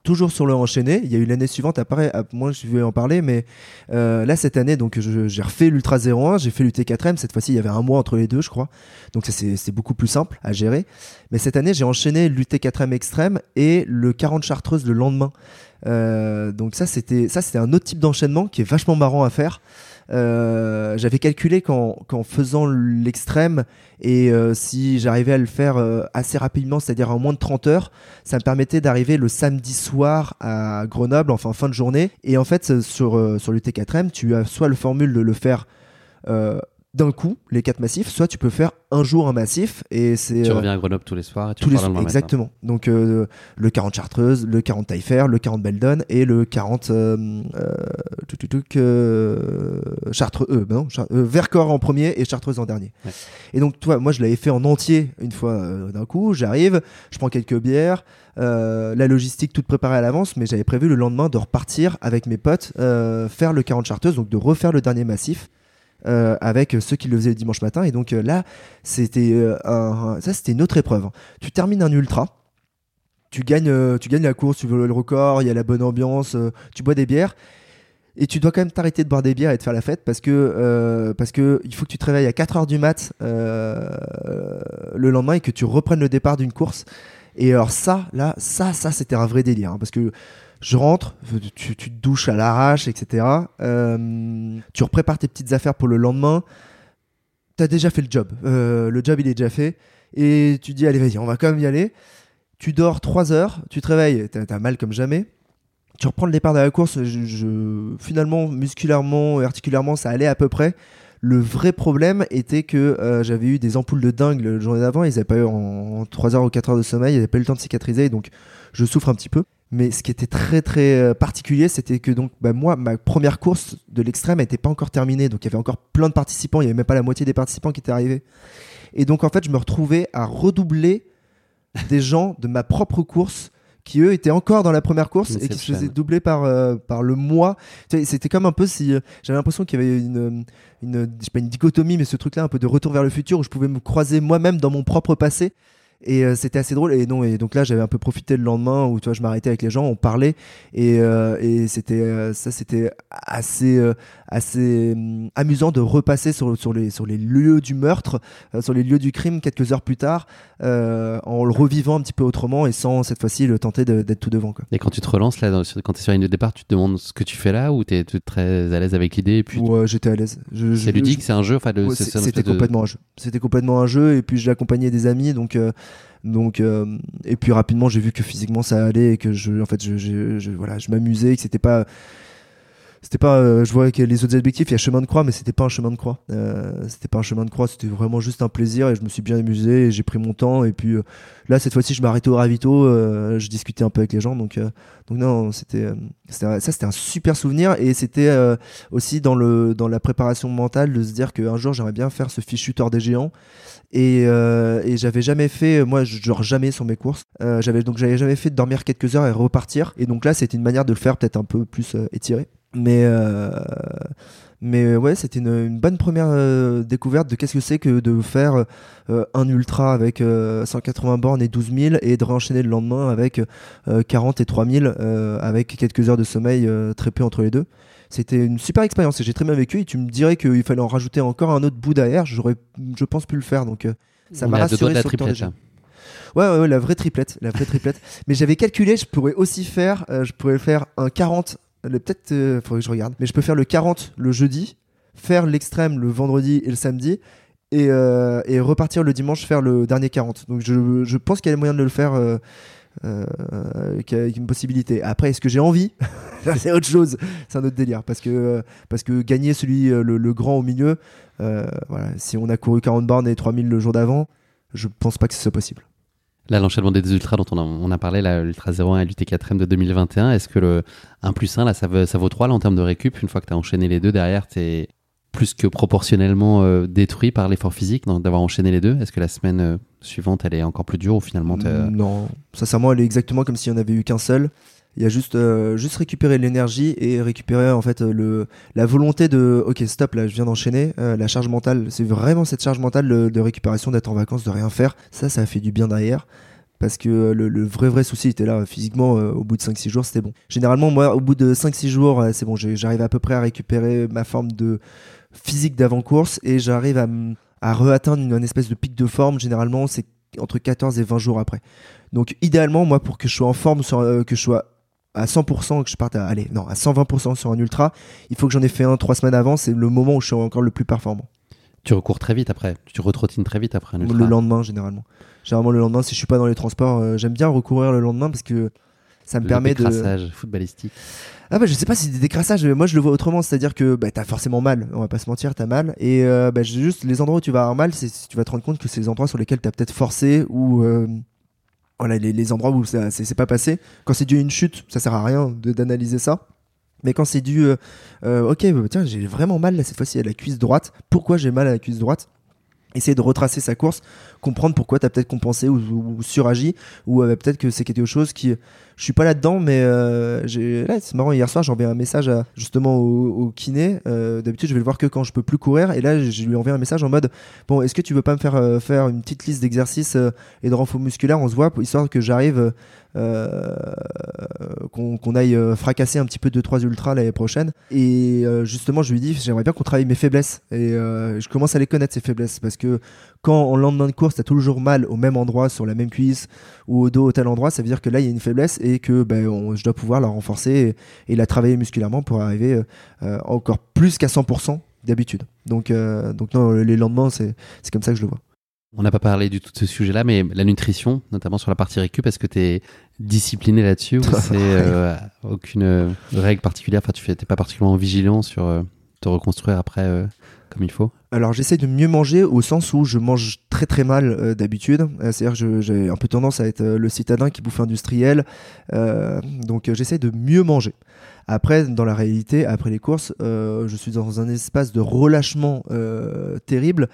toujours sur le enchaîné. Il y a eu l'année suivante, après, moi je vais en parler, mais euh, là cette année, donc je, j'ai refait l'Ultra zéro un, j'ai fait l'U T quatre M. Cette fois-ci, il y avait un mois entre les deux, je crois. Donc ça, c'est, c'est beaucoup plus simple à gérer. Mais cette année, j'ai enchaîné l'U T quatre M extrême et le quarante Chartreuse le lendemain. Euh, donc ça c'était, ça, c'était un autre type d'enchaînement qui est vachement marrant à faire. Euh, j'avais calculé qu'en, qu'en faisant l'extrême et euh, si j'arrivais à le faire euh, assez rapidement, c'est-à-dire en moins de trente heures, ça me permettait d'arriver le samedi soir à Grenoble, enfin fin de journée. Et en fait, sur, euh, sur l'U T quatre M, tu as soit le formule de le faire euh, d'un coup, les quatre massifs, soit tu peux faire un jour un massif. Et c'est, tu euh, reviens à Grenoble tous les soirs et tu tous les pars le lendemain exactement. matin. Donc euh, le quarante Chartreuse, le quarante Taillefer, le quarante Beldon et le quarante euh, euh, tout, tout, tout, euh, Chartreux, euh, ben non, Char- euh, Vercors en premier et Chartreuse en dernier. Ouais. Et donc toi, moi je l'avais fait en entier une fois euh, d'un coup. J'arrive, je prends quelques bières, euh, la logistique toute préparée à l'avance, mais j'avais prévu le lendemain de repartir avec mes potes euh, faire le quarante Chartreuse, donc de refaire le dernier massif. Euh, avec ceux qui le faisaient le dimanche matin. Et donc euh, là, c'était, euh, un, ça, c'était une autre épreuve. Hein. Tu termines un ultra, tu gagnes, euh, tu gagnes la course, tu veux le record, il y a la bonne ambiance, euh, tu bois des bières. Et tu dois quand même t'arrêter de boire des bières et de faire la fête parce que, euh, parce que il faut que tu te réveilles à quatre heures du mat euh, le lendemain et que tu reprennes le départ d'une course. Et alors ça, là, ça, ça, c'était un vrai délire. Hein, parce que je rentre, tu, tu te douches à l'arrache, et cetera. Euh, tu reprépares tes petites affaires pour le lendemain. T'as déjà fait le job. Euh, le job, il est déjà fait. Et tu dis, allez, vas-y, on va quand même y aller. Tu dors trois heures, tu te réveilles, t'as, t'as mal comme jamais. Tu reprends le départ de la course. Je, je, finalement, musculairement et articulairement, ça allait à peu près. Le vrai problème était que euh, j'avais eu des ampoules de dingue la journée d'avant. Ils n'avaient pas eu en, en trois heures ou quatre heures de sommeil. Ils n'avaient pas eu le temps de cicatriser. Donc, je souffre un petit peu. Mais ce qui était très très particulier, c'était que donc bah, moi, ma première course de l'extrême n'était pas encore terminée. Donc il y avait encore plein de participants. Il n'y avait même pas la moitié des participants qui étaient arrivés. Et donc en fait, je me retrouvais à redoubler des gens de ma propre course qui eux étaient encore dans la première course et qui se faisaient doubler par, euh, par le mois. C'était comme un peu si euh, j'avais l'impression qu'il y avait une, une, je sais pas, une dichotomie, mais ce truc-là un peu de retour vers le futur où je pouvais me croiser moi-même dans mon propre passé. Et euh, c'était assez drôle. Et non, et donc là, j'avais un peu profité le lendemain où tu vois, je m'arrêtais avec les gens, on parlait, et, euh, et c'était euh, ça, c'était assez euh, assez euh, amusant de repasser sur sur les sur les lieux du meurtre, euh, sur les lieux du crime quelques heures plus tard, euh, en le revivant un petit peu autrement et sans cette fois-ci le tenter de, d'être tout devant, quoi. Et quand tu te relances là, dans, quand tu es sur la ligne de départ, tu te demandes ce que tu fais là ou tu es très à l'aise avec l'idée et puis ouais, tu... j'étais à l'aise. Je, c'est je, ludique, je... c'est un jeu. Enfin, le, ouais, c'est, c'est, c'est c'était de... complètement un jeu. C'était complètement un jeu et puis j'ai accompagné des amis, donc. Euh, Donc euh, et puis rapidement j'ai vu que physiquement ça allait et que je en fait je, je, je voilà je m'amusais, que c'était pas c'était pas euh, je voyais que les autres objectifs il y a chemin de croix mais c'était pas un chemin de croix euh, c'était pas un chemin de croix, c'était vraiment juste un plaisir et je me suis bien amusé et j'ai pris mon temps et puis euh, là cette fois-ci je m'arrêtais au ravito, euh, je discutais un peu avec les gens, donc euh, donc non c'était, euh, c'était ça c'était un super souvenir et c'était euh, aussi dans le dans la préparation mentale de se dire qu'un jour j'aimerais bien faire ce fichu Tour des géants. Et, euh, et j'avais jamais fait, moi genre jamais sur mes courses, euh, j'avais donc j'avais jamais fait de dormir quelques heures et repartir. Et donc là c'était une manière de le faire peut-être un peu plus euh, étiré. Mais euh, mais ouais, c'était une, une bonne première euh, découverte de qu'est-ce que c'est que de faire euh, un ultra avec euh, cent quatre-vingts bornes et douze mille et de réenchaîner le lendemain avec euh, quarante et trois mille euh, avec quelques heures de sommeil euh, très peu entre les deux. C'était une super expérience et j'ai très bien vécu. Et tu me dirais qu'il fallait en rajouter encore un autre bout derrière, j'aurais, je pense, pu le faire. Donc euh, ça On m'a rassuré la sur le temps triplette, déjà. Ouais, ouais, ouais, la vraie triplette, la vraie triplette. Mais j'avais calculé, je pourrais aussi faire, euh, je pourrais faire un quarante. Le, peut-être, euh, faudrait que je regarde. Mais je peux faire le quarante le jeudi, faire l'extrême le vendredi et le samedi, et, euh, et repartir le dimanche faire le dernier quarante. Donc je, je pense qu'il y a moyen de le faire. Euh, Euh, avec une possibilité. Après, est-ce que j'ai envie? C'est autre chose, c'est un autre délire parce que, parce que gagner celui le, le grand au milieu, euh, voilà, si on a couru quarante bornes et trois mille le jour d'avant, je pense pas que ce soit possible. Là, l'enchaînement des deux ultras dont on a, on a parlé, là, l'Ultra zéro un et l'U T quatre M de deux mille vingt et un, est-ce que le un plus un, là, ça, veut, ça vaut trois là, en termes de récup? Une fois que tu as enchaîné les deux derrière, t'es plus que proportionnellement euh, détruit par l'effort physique donc, d'avoir enchaîné les deux? Est-ce que la semaine euh, suivante, elle est encore plus dure ou finalement t'as... Non, sincèrement, elle est exactement comme s'il n'y en avait eu qu'un seul. Il y a juste, euh, juste récupérer l'énergie et récupérer en fait le, la volonté de ok stop là je viens d'enchaîner, euh, la charge mentale, c'est vraiment cette charge mentale de, de récupération, d'être en vacances, de rien faire, ça ça a fait du bien derrière parce que le, le vrai vrai souci était là physiquement. Euh, au bout de cinq six jours, c'était bon. Généralement, moi, au bout de cinq six jours, euh, c'est bon, j'ai, j'arrive à peu près à récupérer ma forme de physique d'avant-course et j'arrive à, à re-atteindre une, une espèce de pic de forme. Généralement, c'est entre quatorze et vingt jours après. Donc, idéalement, moi, pour que je sois en forme, sur, euh, que je sois à cent pour cent, que je parte à, allez, non, à cent vingt pour cent sur un ultra, il faut que j'en ai fait un trois semaines avant. C'est le moment où je suis encore le plus performant. Tu recours très vite après, tu retrottines très vite après un ultra. Le lendemain, généralement. Généralement, le lendemain, si je suis pas dans les transports, euh, j'aime bien recourir le lendemain parce que ça me le permet de. décrassage footballistique. Ah bah je sais pas si c'est des décrassages, moi je le vois autrement, c'est-à-dire que bah, t'as forcément mal, on va pas se mentir, t'as mal, et euh, bah, juste les endroits où tu vas avoir mal, c'est, tu vas te rendre compte que c'est les endroits sur lesquels t'as peut-être forcé ou euh, voilà les, les endroits où ça, c'est, c'est pas passé. Quand c'est dû à une chute, ça sert à rien de, d'analyser ça. Mais quand c'est dû, euh, euh, ok, bah, tiens, j'ai vraiment mal là cette fois-ci à la cuisse droite. Pourquoi j'ai mal à la cuisse droite ? Essayer de retracer sa course, comprendre pourquoi tu as peut-être compensé ou, ou, ou suragi, ou euh, peut-être que c'est quelque chose qui. Je suis pas là-dedans, mais euh, j'ai... Là, c'est marrant, hier soir, j'ai envoyé un message à, justement au, au kiné. Euh, d'habitude, je vais le voir que quand je peux plus courir, et là, je lui ai envoyé un message en mode bon, est-ce que tu veux pas me faire euh, faire une petite liste d'exercices euh, et de renfort musculaire ? On se voit, pour, histoire que j'arrive, euh, qu'on, qu'on aille euh, fracasser un petit peu deux trois ultras l'année prochaine. Et euh, justement, je lui ai dit j'aimerais bien qu'on travaille mes faiblesses, et euh, je commence à les connaître, ces faiblesses, parce que quand en lendemain de course, tu as toujours mal au même endroit, sur la même cuisse ou au dos, au tel endroit, ça veut dire que là, il y a une faiblesse et que ben, on, je dois pouvoir la renforcer et, et la travailler musculairement pour arriver euh, encore plus qu'à cent pour cent d'habitude. Donc, euh, donc non, les lendemains, c'est, c'est comme ça que je le vois. On n'a pas parlé du tout de ce sujet-là, mais la nutrition, notamment sur la partie récup, est-ce que tu es discipliné là-dessus ou c'est euh, aucune règle particulière ? Enfin, tu n'es pas particulièrement vigilant sur euh, te reconstruire après euh, comme il faut ? Alors j'essaie de mieux manger au sens où je mange très très mal euh, d'habitude. Euh, c'est-à-dire que je, j'ai un peu tendance à être euh, le citadin qui bouffe industriel. Euh, donc euh, j'essaie de mieux manger. Après, dans la réalité, après les courses, euh, je suis dans un espace de relâchement euh, terrible.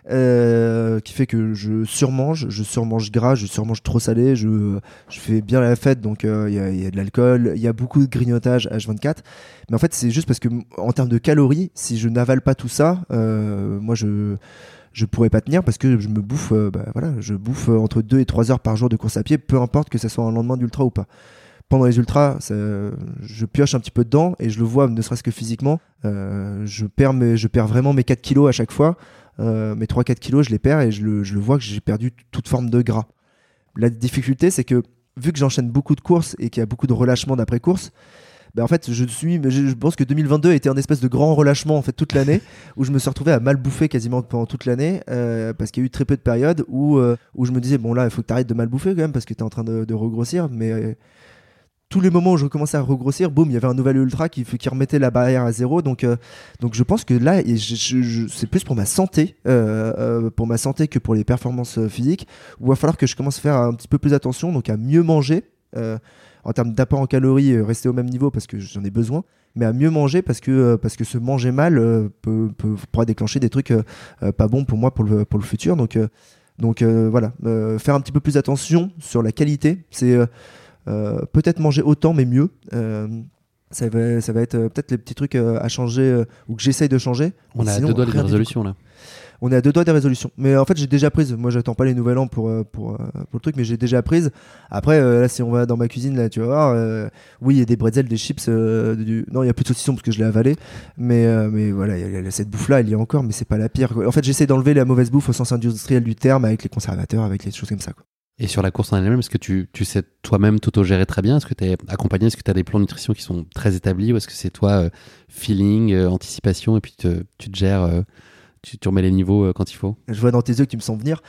Euh, qui fait que je surmange, je surmange gras, je surmange trop salé, je, je fais bien la fête, donc il euh, y, a, y a de l'alcool, il y a beaucoup de grignotage H vingt-quatre, mais en fait c'est juste parce que en termes de calories, si je n'avale pas tout ça, euh, moi je je pourrais pas tenir parce que je me bouffe, euh, bah, voilà, je bouffe entre deux et trois heures par jour de course à pied, peu importe que ce soit un lendemain d'ultra ou pas. Pendant les ultras, ça, je pioche un petit peu dedans et je le vois, ne serait-ce que physiquement, euh, je perds mes, je perds vraiment mes quatre kilos à chaque fois. Euh, mes trois quatre kilos, je les perds et je le, je le vois que j'ai perdu t- toute forme de gras. La difficulté, c'est que vu que j'enchaîne beaucoup de courses et qu'il y a beaucoup de relâchement d'après-course, bah en fait, je, suis, je pense que deux mille vingt-deux a été un espèce de grand relâchement en fait, toute l'année, où je me suis retrouvé à mal bouffer quasiment pendant toute l'année, euh, parce qu'il y a eu très peu de périodes où, euh, où je me disais, bon là, il faut que tu arrêtes de mal bouffer quand même, parce que tu es en train de, de regrossir, mais... Euh, tous les moments où je commençais à regrossir, boum, il y avait un nouvel ultra qui, qui remettait la barrière à zéro. Donc, euh, donc je pense que là, je, je, je, c'est plus pour ma santé, euh, euh, pour ma santé que pour les performances euh, physiques, où il va falloir que je commence à faire un petit peu plus attention, donc à mieux manger, euh, en termes d'apport en calories, euh, rester au même niveau parce que j'en ai besoin, mais à mieux manger parce que, euh, parce que se manger mal euh, peut, peut, pourra déclencher des trucs euh, euh, pas bons pour moi pour le, pour le futur. Donc, euh, donc euh, voilà, euh, faire un petit peu plus attention sur la qualité, c'est... Euh, Euh, peut-être manger autant mais mieux, euh, ça, va, ça va être euh, peut-être les petits trucs euh, à changer euh, ou que j'essaye de changer. On a sinon, deux doigts des résolutions là. On est à deux doigts des résolutions, mais en fait j'ai déjà prise, moi j'attends pas les nouvel an pour, pour, pour le truc, mais j'ai déjà prise. Après euh, là si on va dans ma cuisine là tu vas voir, euh, oui il y a des bretzels, des chips, euh, du... non il y a plus de saucisson parce que je l'ai avalé, mais, euh, mais voilà y a, cette bouffe là il y a encore, mais c'est pas la pire quoi. En fait j'essaie d'enlever la mauvaise bouffe au sens industriel du terme avec les conservateurs, avec les choses comme ça quoi. Et sur la course en elle-même, est-ce que tu, tu sais toi-même t'auto-gérer très bien ? Est-ce que tu es accompagné ? Est-ce que tu as des plans de nutrition qui sont très établis ? Ou est-ce que c'est toi, euh, feeling, euh, anticipation, et puis te, tu te gères, euh, tu, tu remets les niveaux euh, quand il faut ? Je vois dans tes yeux que tu me sens venir.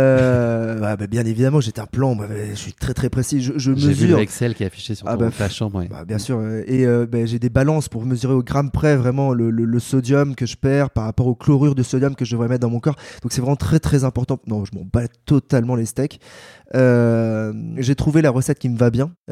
Euh, bah, bah, bien évidemment, j'ai un plan. Bah, bah, je suis très très précis. Je, je j'ai mesure. vu l'Excel qui est affiché sur ton, ah bah, ta chambre. Ouais. Bah, bien sûr. Et euh, bah, j'ai des balances pour mesurer au gramme près vraiment le, le, le sodium que je perds par rapport au chlorure de sodium que je devrais mettre dans mon corps. Donc c'est vraiment très très important. Non, je m'en bats totalement les steaks. Euh, j'ai trouvé la recette qui me va bien.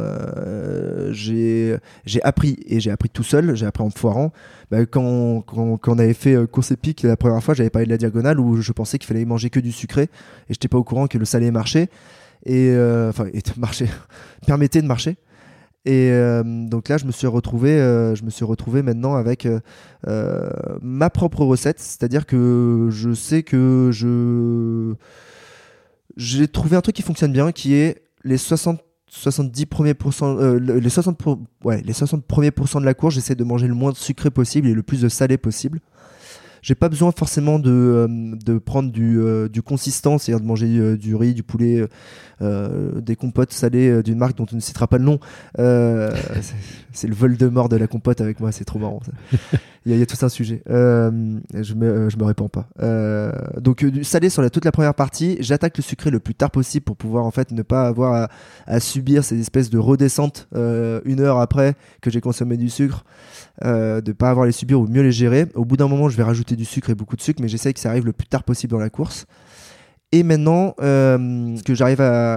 Euh, j'ai, j'ai appris et j'ai appris tout seul. J'ai appris en me foirant. Bah, quand, quand, quand on avait fait euh, course épique la première fois, j'avais parlé de la diagonale où je pensais qu'il fallait manger que du sucré et j'étais pas au courant que le salé marchait et euh, enfin et marchait permettait de marcher. Et euh, donc là, je me suis retrouvé, euh, je me suis retrouvé maintenant avec euh, euh, ma propre recette, c'est-à-dire que je sais que je j'ai trouvé un truc qui fonctionne bien, qui est les soixante soixante-dix premiers pourcents, euh, les soixante pour, ouais, les soixante premiers pourcents de la course, j'essaie de manger le moins de sucré possible et le plus de salé possible. J'ai pas besoin forcément de, euh, de prendre du, euh, du consistant, c'est-à-dire de manger euh, du riz, du poulet, euh, des compotes salées euh, d'une marque dont on ne citera pas le nom. Euh, c'est, c'est le Voldemort de la compote avec moi, c'est trop marrant. Ça. Il y, a, il y a tout un sujet. Euh, je me, euh, je me répands pas. Euh, donc euh, du salé sur la, toute la première partie, j'attaque le sucré le plus tard possible pour pouvoir en fait ne pas avoir à, à subir ces espèces de redescentes euh, une heure après que j'ai consommé du sucre. Euh, de pas avoir les subir ou mieux les gérer. Au bout d'un moment, je vais rajouter du sucre et beaucoup de sucre, mais j'essaye que ça arrive le plus tard possible dans la course. Et maintenant, euh, ce que j'arrive à,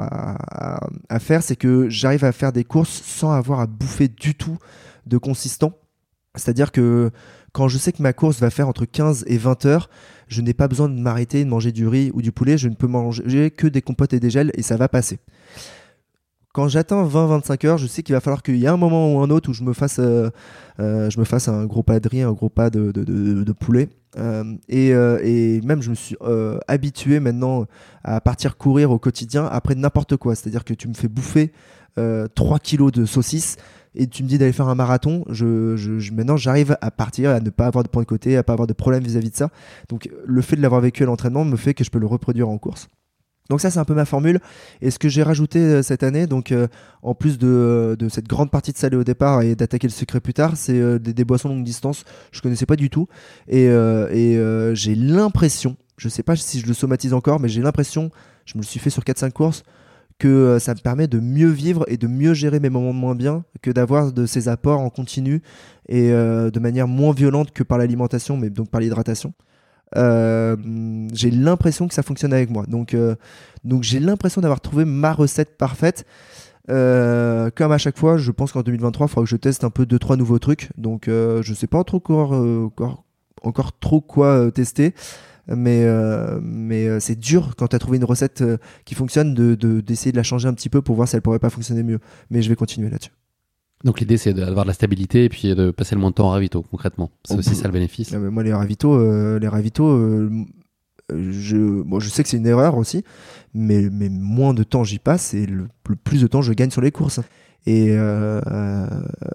à, à, à faire, c'est que j'arrive à faire des courses sans avoir à bouffer du tout de consistant. C'est-à-dire que quand je sais que ma course va faire entre quinze et vingt heures, je n'ai pas besoin de m'arrêter, de manger du riz ou du poulet. Je ne peux manger que des compotes et des gels et ça va passer. Quand j'atteins vingt à vingt-cinq heures, je sais qu'il va falloir qu'il y ait un moment ou un autre où je me fasse, euh, euh, je me fasse un gros pas de riz, un gros pas de, de, de, de poulet. Euh, et, euh, et même, je me suis euh, habitué maintenant à partir courir au quotidien après n'importe quoi. C'est-à-dire que tu me fais bouffer euh, trois kilos de saucisses et tu me dis d'aller faire un marathon. Je, je, je, maintenant, j'arrive à partir, à ne pas avoir de point de côté, à ne pas avoir de problème vis-à-vis de ça. Donc, le fait de l'avoir vécu à l'entraînement me fait que je peux le reproduire en course. Donc ça, c'est un peu ma formule. Et ce que j'ai rajouté euh, cette année, donc euh, en plus de, de cette grande partie de salé au départ et d'attaquer le sucré plus tard, c'est euh, des, des boissons longue distance. Je connaissais pas du tout. Et, euh, et euh, j'ai l'impression, je sais pas si je le somatise encore, mais j'ai l'impression, je me le suis fait sur quatre cinq courses, que euh, ça me permet de mieux vivre et de mieux gérer mes moments de moins bien, que d'avoir de ces apports en continu et euh, de manière moins violente que par l'alimentation, mais donc par l'hydratation. Euh, j'ai l'impression que ça fonctionne avec moi, donc, euh, donc j'ai l'impression d'avoir trouvé ma recette parfaite. Euh, comme à chaque fois, je pense qu'en deux mille vingt-trois, il faudra que je teste un peu deux trois nouveaux trucs, donc euh, je sais pas trop encore, euh, encore, encore trop quoi euh, tester, mais, euh, mais euh, c'est dur quand tu as trouvé une recette euh, qui fonctionne de, de, d'essayer de la changer un petit peu pour voir si elle pourrait pas fonctionner mieux, mais je vais continuer là-dessus. Donc l'idée, c'est d'avoir de la stabilité et puis de passer le moins de temps en ravito, concrètement. C'est oh, aussi ça le bénéfice. Ah, mais moi, les ravitaux, euh, les ravitaux euh, je, bon, je sais que c'est une erreur aussi, mais, mais moins de temps j'y passe et le, le plus de temps je gagne sur les courses. Et euh, euh,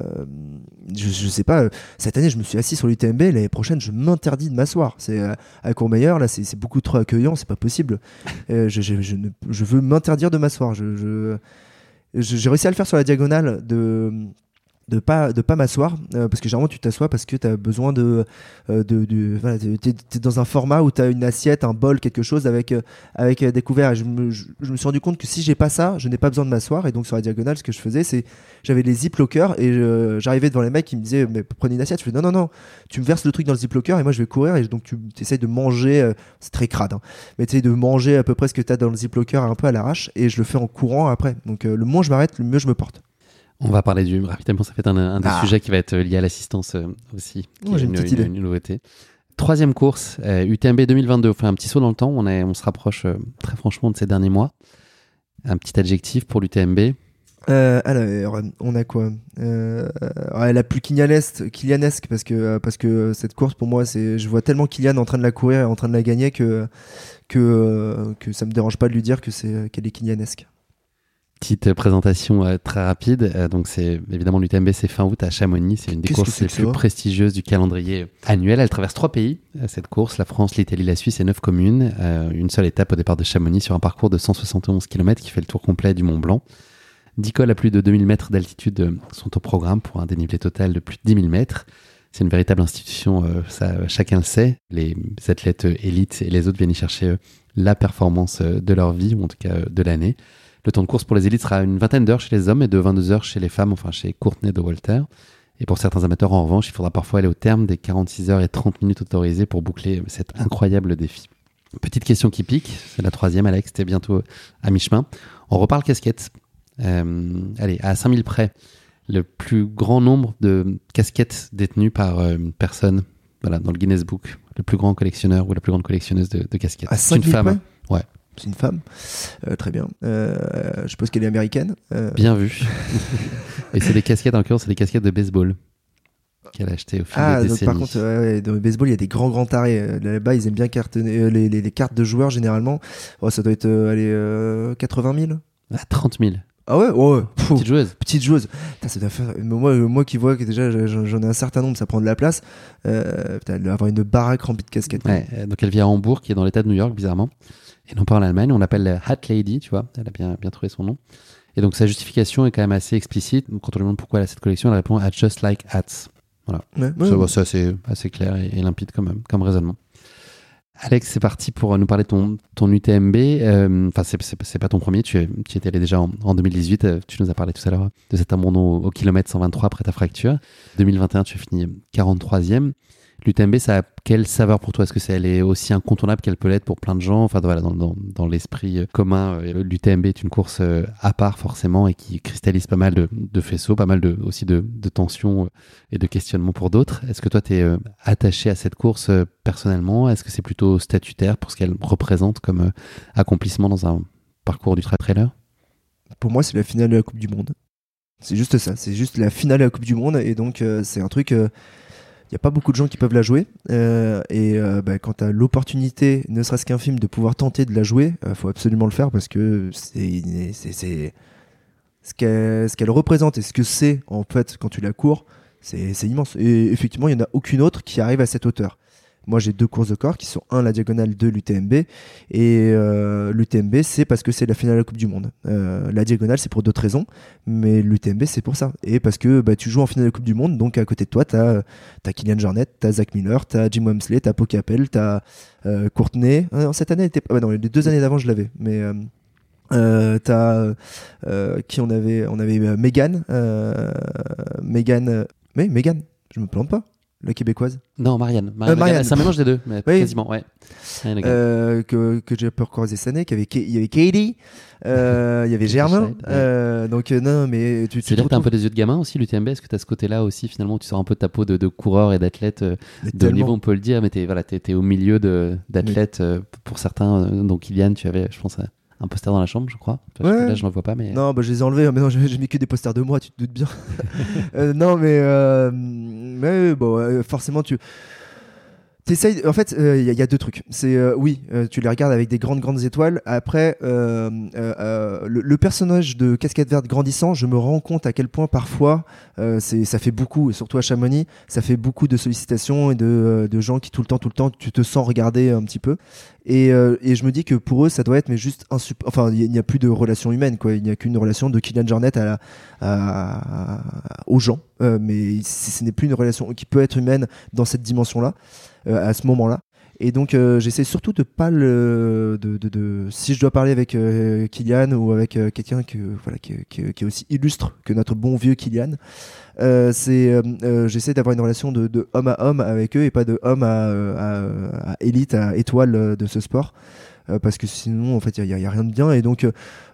je, je sais pas, cette année je me suis assis sur l'U T M B, l'année prochaine je m'interdis de m'asseoir. C'est euh, à Courmayeur, là c'est, c'est beaucoup trop accueillant, c'est pas possible. Euh, je, je, je, ne, je veux m'interdire de m'asseoir. Je, je, j'ai réussi à le faire sur la diagonale de de pas de pas m'asseoir euh, parce que généralement tu t'assois parce que tu as besoin de euh, de, de voilà, t'es, t'es dans un format où tu as une assiette, un bol, quelque chose avec euh, avec euh, des couverts. Et je me je, je me suis rendu compte que si j'ai pas ça, je n'ai pas besoin de m'asseoir. Et donc sur la diagonale, ce que je faisais, c'est j'avais les ziplockers et je, j'arrivais devant les mecs qui me disaient mais prenez une assiette. Je fais non non non, tu me verses le truc dans le ziplocker et moi je vais courir et donc tu essayes de manger, euh, c'est très crade hein, mais tu essayes de manger à peu près ce que tu as dans le ziplocker un peu à l'arrache et je le fais en courant après. Donc euh, le moins je m'arrête, le mieux je me porte. On va parler du ravitaillement, ça fait un, un des ah. sujets qui va être lié à l'assistance euh, aussi, qui ouais, est une, une, une, une, une nouveauté. Troisième course, euh, U T M B deux mille vingt-deux, on fait un petit saut dans le temps, on, est, on se rapproche euh, très franchement de ces derniers mois. Un petit adjectif pour l'U T M B euh, alors, on a quoi euh, la plus Kylianesque, Kylianesque parce que, parce que cette course pour moi, c'est, je vois tellement Kylian en train de la courir et en train de la gagner que, que, que ça me dérange pas de lui dire que c'est, qu'elle est Kylianesque. Petite présentation euh, très rapide. Euh, donc, c'est évidemment l'U T M B, c'est fin août à Chamonix. C'est une des Qu'est-ce courses les plus ça prestigieuses du calendrier annuel. Elle traverse trois pays, euh, cette course, la France, l'Italie, la Suisse et neuf communes. Euh, une seule étape au départ de Chamonix sur un parcours de cent soixante et onze kilomètres qui fait le tour complet du Mont Blanc. dix cols à plus de deux mille mètres d'altitude euh, sont au programme pour un dénivelé total de plus de dix mille mètres. C'est une véritable institution, euh, ça, chacun le sait. Les athlètes euh, élites et les autres viennent y chercher euh, la performance euh, de leur vie, ou en tout cas euh, de l'année. Le temps de course pour les élites sera une vingtaine d'heures chez les hommes et de vingt-deux heures chez les femmes, enfin chez Courtney de Walter. Et pour certains amateurs, en revanche, il faudra parfois aller au terme des quarante-six heures et trente minutes autorisées pour boucler cet incroyable défi. Petite question qui pique, c'est la troisième, Alex, t'es bientôt à mi-chemin. On reparle casquettes. Euh, allez, à cinq mille près, le plus grand nombre de casquettes détenues par euh, une personne, voilà, dans le Guinness Book, le plus grand collectionneur ou la plus grande collectionneuse de, de casquettes. À cinq mille c'est une femme. Près ouais. C'est une femme, euh, très bien. Euh, je suppose qu'elle est américaine. Euh... Bien vu. Et c'est des casquettes, en l'occurrence, c'est des casquettes de baseball. qu'elle a acheté au fil Ah, des donc décennies. par contre, ouais, ouais, dans le baseball, il y a des grands grands tarés. Euh, Là-bas, ils aiment bien cartonner euh, les, les, les cartes de joueurs généralement. Oh, ça doit être euh, allez, euh, quatre-vingt mille. Ah, trente mille. Ah ouais, ouais. Pfff. Petite joueuse. Petite joueuse. Putain, ça doit faire... moi, euh, moi qui vois que déjà j'en j'en ai un certain nombre, ça prend de la place. Euh, putain, elle doit avoir une baraque remplie de casquettes. Ouais, euh, donc elle vit à Hambourg, qui est dans l'état de New York, bizarrement, et non pas en Allemagne. On l'appelle euh, Hat Lady, tu vois. Elle a bien, bien trouvé son nom. Et donc sa justification est quand même assez explicite. Donc, quand on lui demande pourquoi elle a cette collection, elle répond I just like hats. Voilà. Ouais, Ça, ouais. bon, c'est assez, assez clair et, et limpide comme, comme raisonnement. Alex, c'est parti pour nous parler de ton, ton U T M B. Euh, Enfin, c'est, c'est, c'est pas ton premier, tu, es, tu étais allé déjà en, en deux mille dix-huit. Euh, tu nous as parlé tout à l'heure de cet abandon au, au kilomètre cent vingt-trois après ta fracture. deux mille vingt et un, tu as fini quarante-troisième. L'U T M B, ça a quelle saveur pour toi? Est-ce que c'est, elle est aussi incontournable qu'elle peut l'être pour plein de gens? Enfin, voilà, dans, dans, dans l'esprit commun, euh, l'U T M B est une course euh, à part forcément et qui cristallise pas mal de, de faisceaux, pas mal de, aussi de, de tensions euh, et de questionnements pour d'autres. Est-ce que toi, tu es euh, attaché à cette course euh, personnellement? Est-ce que c'est plutôt statutaire pour ce qu'elle représente comme euh, accomplissement dans un parcours du trailer? Pour moi, c'est la finale de la Coupe du Monde. C'est juste ça. C'est juste la finale de la Coupe du Monde. Et donc, euh, c'est un truc... euh, il n'y a pas beaucoup de gens qui peuvent la jouer. Euh, et euh, bah, quand tu as l'opportunité, ne serait-ce qu'un film, de pouvoir tenter de la jouer, il euh, faut absolument le faire parce que c'est, c'est, c'est ce, qu'elle, ce qu'elle représente et ce que c'est en fait quand tu la cours, c'est, c'est immense. Et effectivement, il n'y en a aucune autre qui arrive à cette hauteur. Moi, j'ai deux courses de corps qui sont un la diagonale, deux l'U T M B. Et euh, l'U T M B, c'est parce que c'est la finale de la Coupe du Monde. Euh, la diagonale, c'est pour d'autres raisons, mais l'U T M B, c'est pour ça. Et parce que bah, tu joues en finale de la Coupe du Monde, donc à côté de toi, t'as as Kylian Jornet, t'as Zach Miller, t'as Jim Wamsley, t'as Pau Capel, t'as euh, Courtenay. Euh, cette année, elle était... ouais, non, les deux années d'avant, je l'avais, mais. Euh, Euh, t'as euh, qui on avait on avait euh, Megan euh, Megan euh, mais Megan je me plante pas, la québécoise. Non, Marianne. Marianne, Euh, Marianne. C'est un mélange des deux, mais Oui. quasiment, ouais. Marianne Hagan. Euh, que, que j'ai pu recroiser cette année, qu'il y avait, Ka- il y avait Katie, euh, il y avait Germain, Scheid, ouais. euh, donc euh, non, mais tu, tu C'est-à-dire te que t'as un peu retrouves des yeux de gamin aussi, l'U T M B. Est-ce que t'as ce côté-là aussi, finalement, où tu sors un peu de ta peau de, de coureur et d'athlète euh, mais de haut tellement. niveau, on peut le dire, mais t'es, voilà, t'es, t'es au milieu de, d'athlètes euh, pour certains. Euh, donc, Kylian, tu avais, je pense, un poster dans la chambre, je crois. Enfin, Ouais. Là, je ne le vois pas, mais. Non, bah, je les ai enlevés, mais non, j'ai, j'ai mis que des posters de moi, tu te doutes bien. Euh, non, mais, euh, mais bon, euh, forcément, tu. T'essayes, en fait, il euh, y, y a deux trucs. C'est euh, oui, euh, tu les regardes avec des grandes grandes étoiles. Après, euh, euh, euh, le, le personnage de Casquette Verte grandissant, je me rends compte à quel point parfois, euh, c'est, ça fait beaucoup, et surtout à Chamonix, ça fait beaucoup de sollicitations et de, euh, de gens qui tout le temps, tout le temps, tu te sens regarder un petit peu. Et, euh, et je me dis que pour eux, ça doit être mais juste insup... enfin, il n'y a plus de relation humaine, quoi. Il n'y a qu'une relation de Kylian Jornet à la, à, à, aux gens, euh, mais c- ce n'est plus une relation qui peut être humaine dans cette dimension-là. Euh, à ce moment-là. Et donc euh, j'essaie surtout de pas le de, de, de si je dois parler avec euh, Kylian ou avec euh, quelqu'un que voilà qui, qui, qui est aussi illustre que notre bon vieux Kylian, euh, c'est euh, euh, j'essaie d'avoir une relation de, de homme à homme avec eux et pas de homme à, à, à élite, à étoile de ce sport. Euh, parce que sinon en fait il y, y a rien de bien. Et donc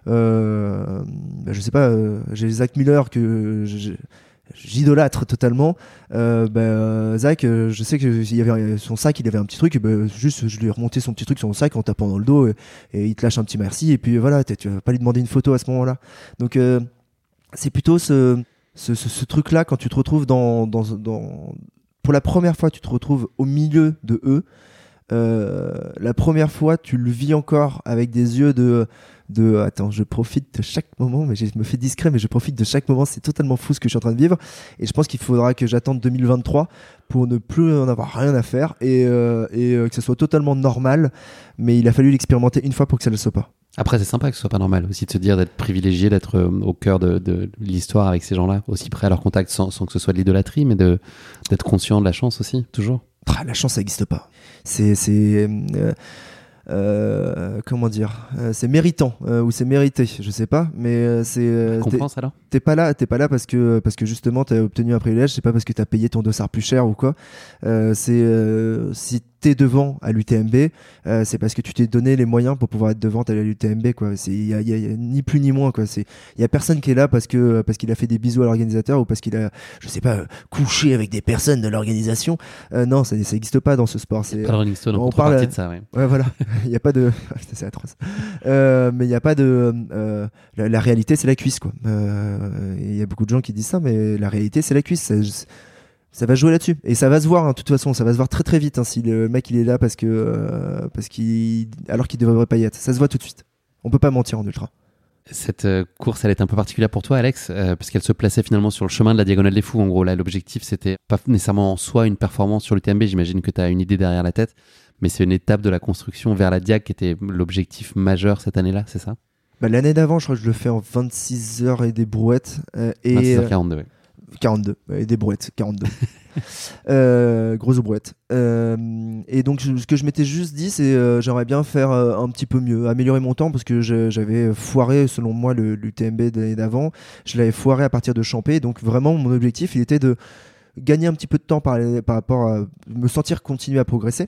euh, bah, je sais pas, euh, j'ai Zach Miller que je, j'idolâtre totalement. Euh, bah, Zach, euh, je sais que il y avait son sac, il avait un petit truc, bah, juste je lui ai remonté son petit truc sur son sac en tapant dans le dos et, et il te lâche un petit merci et puis voilà, tu vas pas lui demander une photo à ce moment-là. Donc euh, c'est plutôt ce, ce, ce, ce truc-là quand tu te retrouves dans, dans, dans pour la première fois, tu te retrouves au milieu de eux. Euh, la première fois, tu le vis encore avec des yeux de de attends, je profite de chaque moment, mais je me fais discret, mais je profite de chaque moment. C'est totalement fou ce que je suis en train de vivre, et je pense qu'il faudra que j'attende deux mille vingt-trois pour ne plus en avoir rien à faire et euh, et euh, que ce soit totalement normal. Mais il a fallu l'expérimenter une fois pour que ça ne le soit pas. Après, c'est sympa que ce soit pas normal aussi de se dire d'être privilégié, d'être euh, au cœur de, de l'histoire avec ces gens-là, aussi près à leur contact sans, sans que ce soit de l'idolâtrie, mais de, d'être conscient de la chance aussi, toujours. Ah, la chance, ça n'existe pas. C'est, c'est euh, euh, comment dire, euh, c'est méritant euh, ou c'est mérité, je sais pas, mais euh, c'est. Euh, Compense alors. T'es pas là, t'es pas là parce que parce que justement t'as obtenu un privilège. C'est pas parce que t'as payé ton dossard plus cher ou quoi. Euh, c'est euh, si t'es devant à l'U T M B, euh, c'est parce que tu t'es donné les moyens pour pouvoir être devant à l'U T M B, quoi. C'est il y a, y a, y a ni plus ni moins, quoi. C'est il y a personne qui est là parce que parce qu'il a fait des bisous à l'organisateur ou parce qu'il a, je sais pas, couché avec des personnes de l'organisation. Euh, non, ça ça existe pas dans ce sport. C'est Pas de Rolling Stone en on contrepartie parle- de ça, ouais. Ouais, voilà. Il y a pas de. C'est atroce. Euh, mais il y a pas de. Euh, la, la réalité, c'est la cuisse, quoi. Euh, Il y a beaucoup de gens qui disent ça, mais la réalité, c'est la cuisse. C'est- Ça va jouer là-dessus et ça va se voir. Hein, de toute façon, ça va se voir très très vite hein, si le mec il est là parce que euh, parce qu'il alors qu'il devrait pas y être. Ça se voit tout de suite. On peut pas mentir en ultra. Cette euh, course, elle est un peu particulière pour toi, Alex, euh, parce qu'elle se plaçait finalement sur le chemin de la Diagonale des Fous. En gros, là, l'objectif, c'était pas nécessairement en soi une performance sur l'U T M B. J'imagine que tu as une idée derrière la tête, mais c'est une étape de la construction vers la Diag qui était l'objectif majeur cette année-là, c'est ça? Bah, l'année d'avant, je crois que je le fais en vingt-six heures et des brouettes. Euh, et vingt-six heures quarante-deux, oui. quarante-deux, et des brouettes, quarante-deux. euh, grosse brouette. Euh, et donc, je, ce que je m'étais juste dit, c'est euh, j'aimerais bien faire euh, un petit peu mieux, améliorer mon temps, parce que je, j'avais foiré, selon moi, le, l'U T M B de l'année d'avant. Je l'avais foiré à partir de Champé. Donc, vraiment, mon objectif, il était de gagner un petit peu de temps par, par rapport à me sentir continuer à progresser.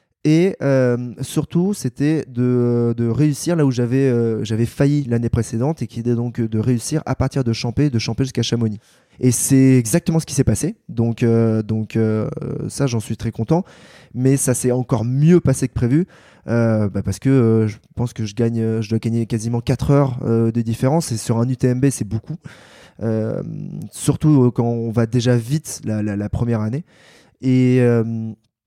Et euh, surtout, c'était de, de réussir là où j'avais, euh, j'avais failli l'année précédente et qui était donc de réussir à partir de Champé, de Champé jusqu'à Chamonix. Et c'est exactement ce qui s'est passé. Donc, euh, donc euh, ça, j'en suis très content. Mais ça s'est encore mieux passé que prévu euh, bah parce que euh, je pense que je, gagne, je dois gagner quasiment quatre heures euh, de différence. Et sur un U T M B, c'est beaucoup. Euh, surtout quand on va déjà vite la, la, la première année. Et... Euh,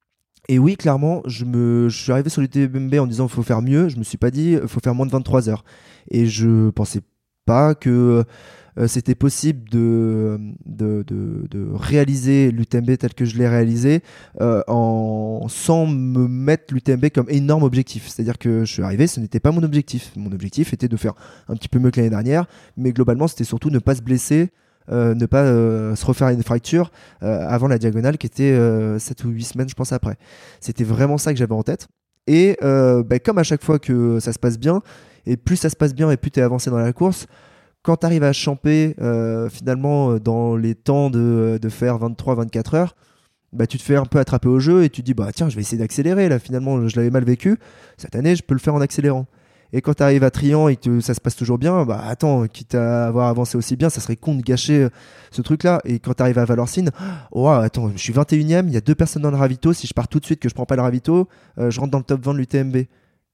Et oui, clairement, je, me, je suis arrivé sur l'U T M B en disant qu'il faut faire mieux. Je me suis pas dit il faut faire moins de vingt-trois heures. Et je pensais pas que euh, c'était possible de, de, de, de réaliser l'U T M B tel que je l'ai réalisé euh, en, sans me mettre l'U T M B comme énorme objectif. C'est-à-dire que je suis arrivé, ce n'était pas mon objectif. Mon objectif était de faire un petit peu mieux que l'année dernière, mais globalement, c'était surtout ne pas se blesser. Euh, ne pas euh, se refaire une fracture euh, avant la diagonale qui était euh, sept ou huit semaines je pense après. C'était vraiment ça que j'avais en tête et euh, bah, comme à chaque fois que ça se passe bien et plus ça se passe bien et plus tu es avancé dans la course, quand tu arrives à champer euh, finalement dans les temps de, de faire vingt-trois vingt-quatre heures, bah, tu te fais un peu attraper au jeu et tu te dis bah tiens je vais essayer d'accélérer là, finalement je l'avais mal vécu, cette année je peux le faire en accélérant. Et quand tu arrives à Trian et que ça se passe toujours bien, bah attends, quitte à avoir avancé aussi bien, ça serait con de gâcher ce truc-là. Et quand tu arrives à Valorcine, oh attends, je suis vingt et unième, il y a deux personnes dans le ravito, si je pars tout de suite que je prends pas le ravito, euh, je rentre dans le top vingt de l'U T M B.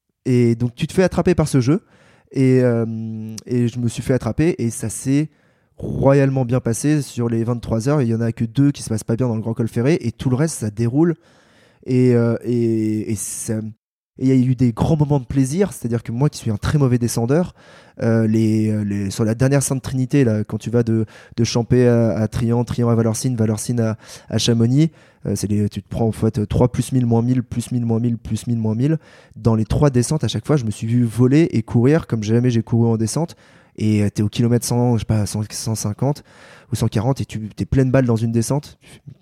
Et donc tu te fais attraper par ce jeu. Et, euh, et je me suis fait attraper et ça s'est royalement bien passé sur les vingt-trois heures. Il y en a que deux qui se passent pas bien dans le Grand Col Ferré et tout le reste ça déroule. Et, euh, et, et ça... Et il y a eu des grands moments de plaisir, c'est-à-dire que moi qui suis un très mauvais descendeur, euh, les, les, sur la dernière Sainte Trinité, là, quand tu vas de, de Champé à, à Trian, Trian à Valorcine, Valorcine à, à Chamonix, euh, c'est les, tu te prends en fait trois plus mille, moins mille, plus mille, moins mille, plus mille, moins mille. Dans les trois descentes, à chaque fois, je me suis vu voler et courir comme jamais j'ai couru en descente. Et t'es au kilomètre cent, je sais pas, cent, cent cinquante ou cent quarante et tu t'es pleine balle dans une descente.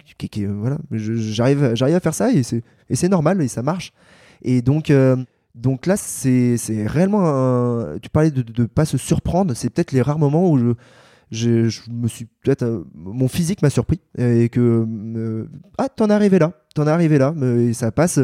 Voilà, j'arrive, j'arrive à faire ça et c'est, et c'est normal et ça marche. Et donc, euh, donc là, c'est, c'est réellement un... Tu parlais de ne pas se surprendre. C'est peut-être les rares moments où je, je, je me suis peut-être... Euh, mon physique m'a surpris. Et que... Euh, ah, t'en es arrivé là. T'en es arrivé là. Et ça passe...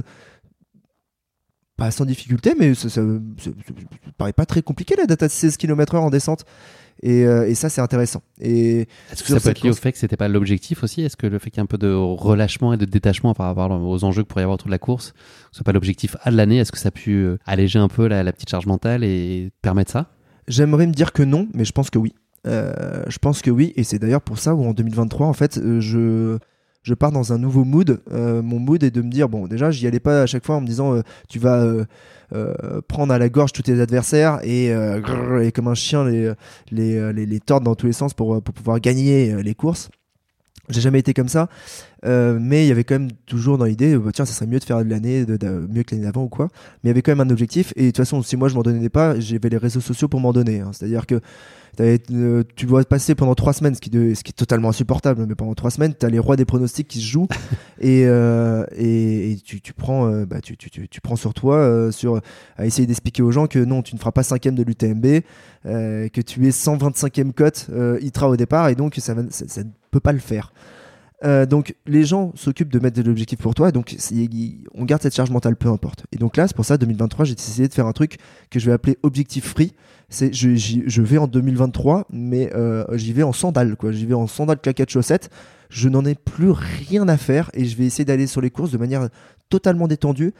Pas sans difficulté, mais ça, ça, ça, ça, ça paraît pas très compliqué, la date à seize kilomètres heure en descente. Et, euh, et ça, c'est intéressant. Et est-ce que ça peut être lié au fait que c'était pas l'objectif aussi? Est-ce que le fait qu'il y ait un peu de relâchement et de détachement par rapport aux enjeux que pourrait y avoir autour de la course, que ce soit pas l'objectif A de l'année, est-ce que ça a pu alléger un peu la, la petite charge mentale et permettre ça? J'aimerais me dire que non, mais je pense que oui. Euh, je pense que oui, et c'est d'ailleurs pour ça où en deux mille vingt-trois, en fait, je... je pars dans un nouveau mood. Euh, mon mood est de me dire, bon, déjà, j'y allais pas à chaque fois en me disant, euh, tu vas euh, euh, prendre à la gorge tous tes adversaires et, euh, grrr, et comme un chien les, les, les, les tordre dans tous les sens pour, pour pouvoir gagner les courses. J'ai jamais été comme ça, euh, mais il y avait quand même toujours dans l'idée, bah, tiens, ça serait mieux de faire de l'année, de, de, mieux que l'année d'avant ou quoi. Mais il y avait quand même un objectif, et de toute façon, si moi je m'en donnais pas, j'avais les réseaux sociaux pour m'en donner. Hein. C'est-à-dire que euh, tu dois passer pendant trois semaines, ce qui, de, ce qui est totalement insupportable, mais pendant trois semaines, tu as les rois des pronostics qui se jouent, et, euh, et, et tu, tu, prends, euh, bah, tu, tu, tu, tu prends sur toi, euh, sur, à essayer d'expliquer aux gens que non, tu ne feras pas cinquième de l'U T M B, euh, que tu es cent vingt-cinquième cote euh, I T R A au départ, et donc ça ne ça, ça peut pas le faire. Euh, donc les gens s'occupent de mettre de l'objectif pour toi, donc on garde cette charge mentale peu importe. Et donc là c'est pour ça deux mille vingt-trois j'ai décidé de faire un truc que je vais appeler objectif free. C'est je, je vais en deux mille vingt-trois mais euh, j'y vais en sandales quoi, j'y vais en sandales claquettes chaussettes. Je n'en ai plus rien à faire et je vais essayer d'aller sur les courses de manière totalement détendue,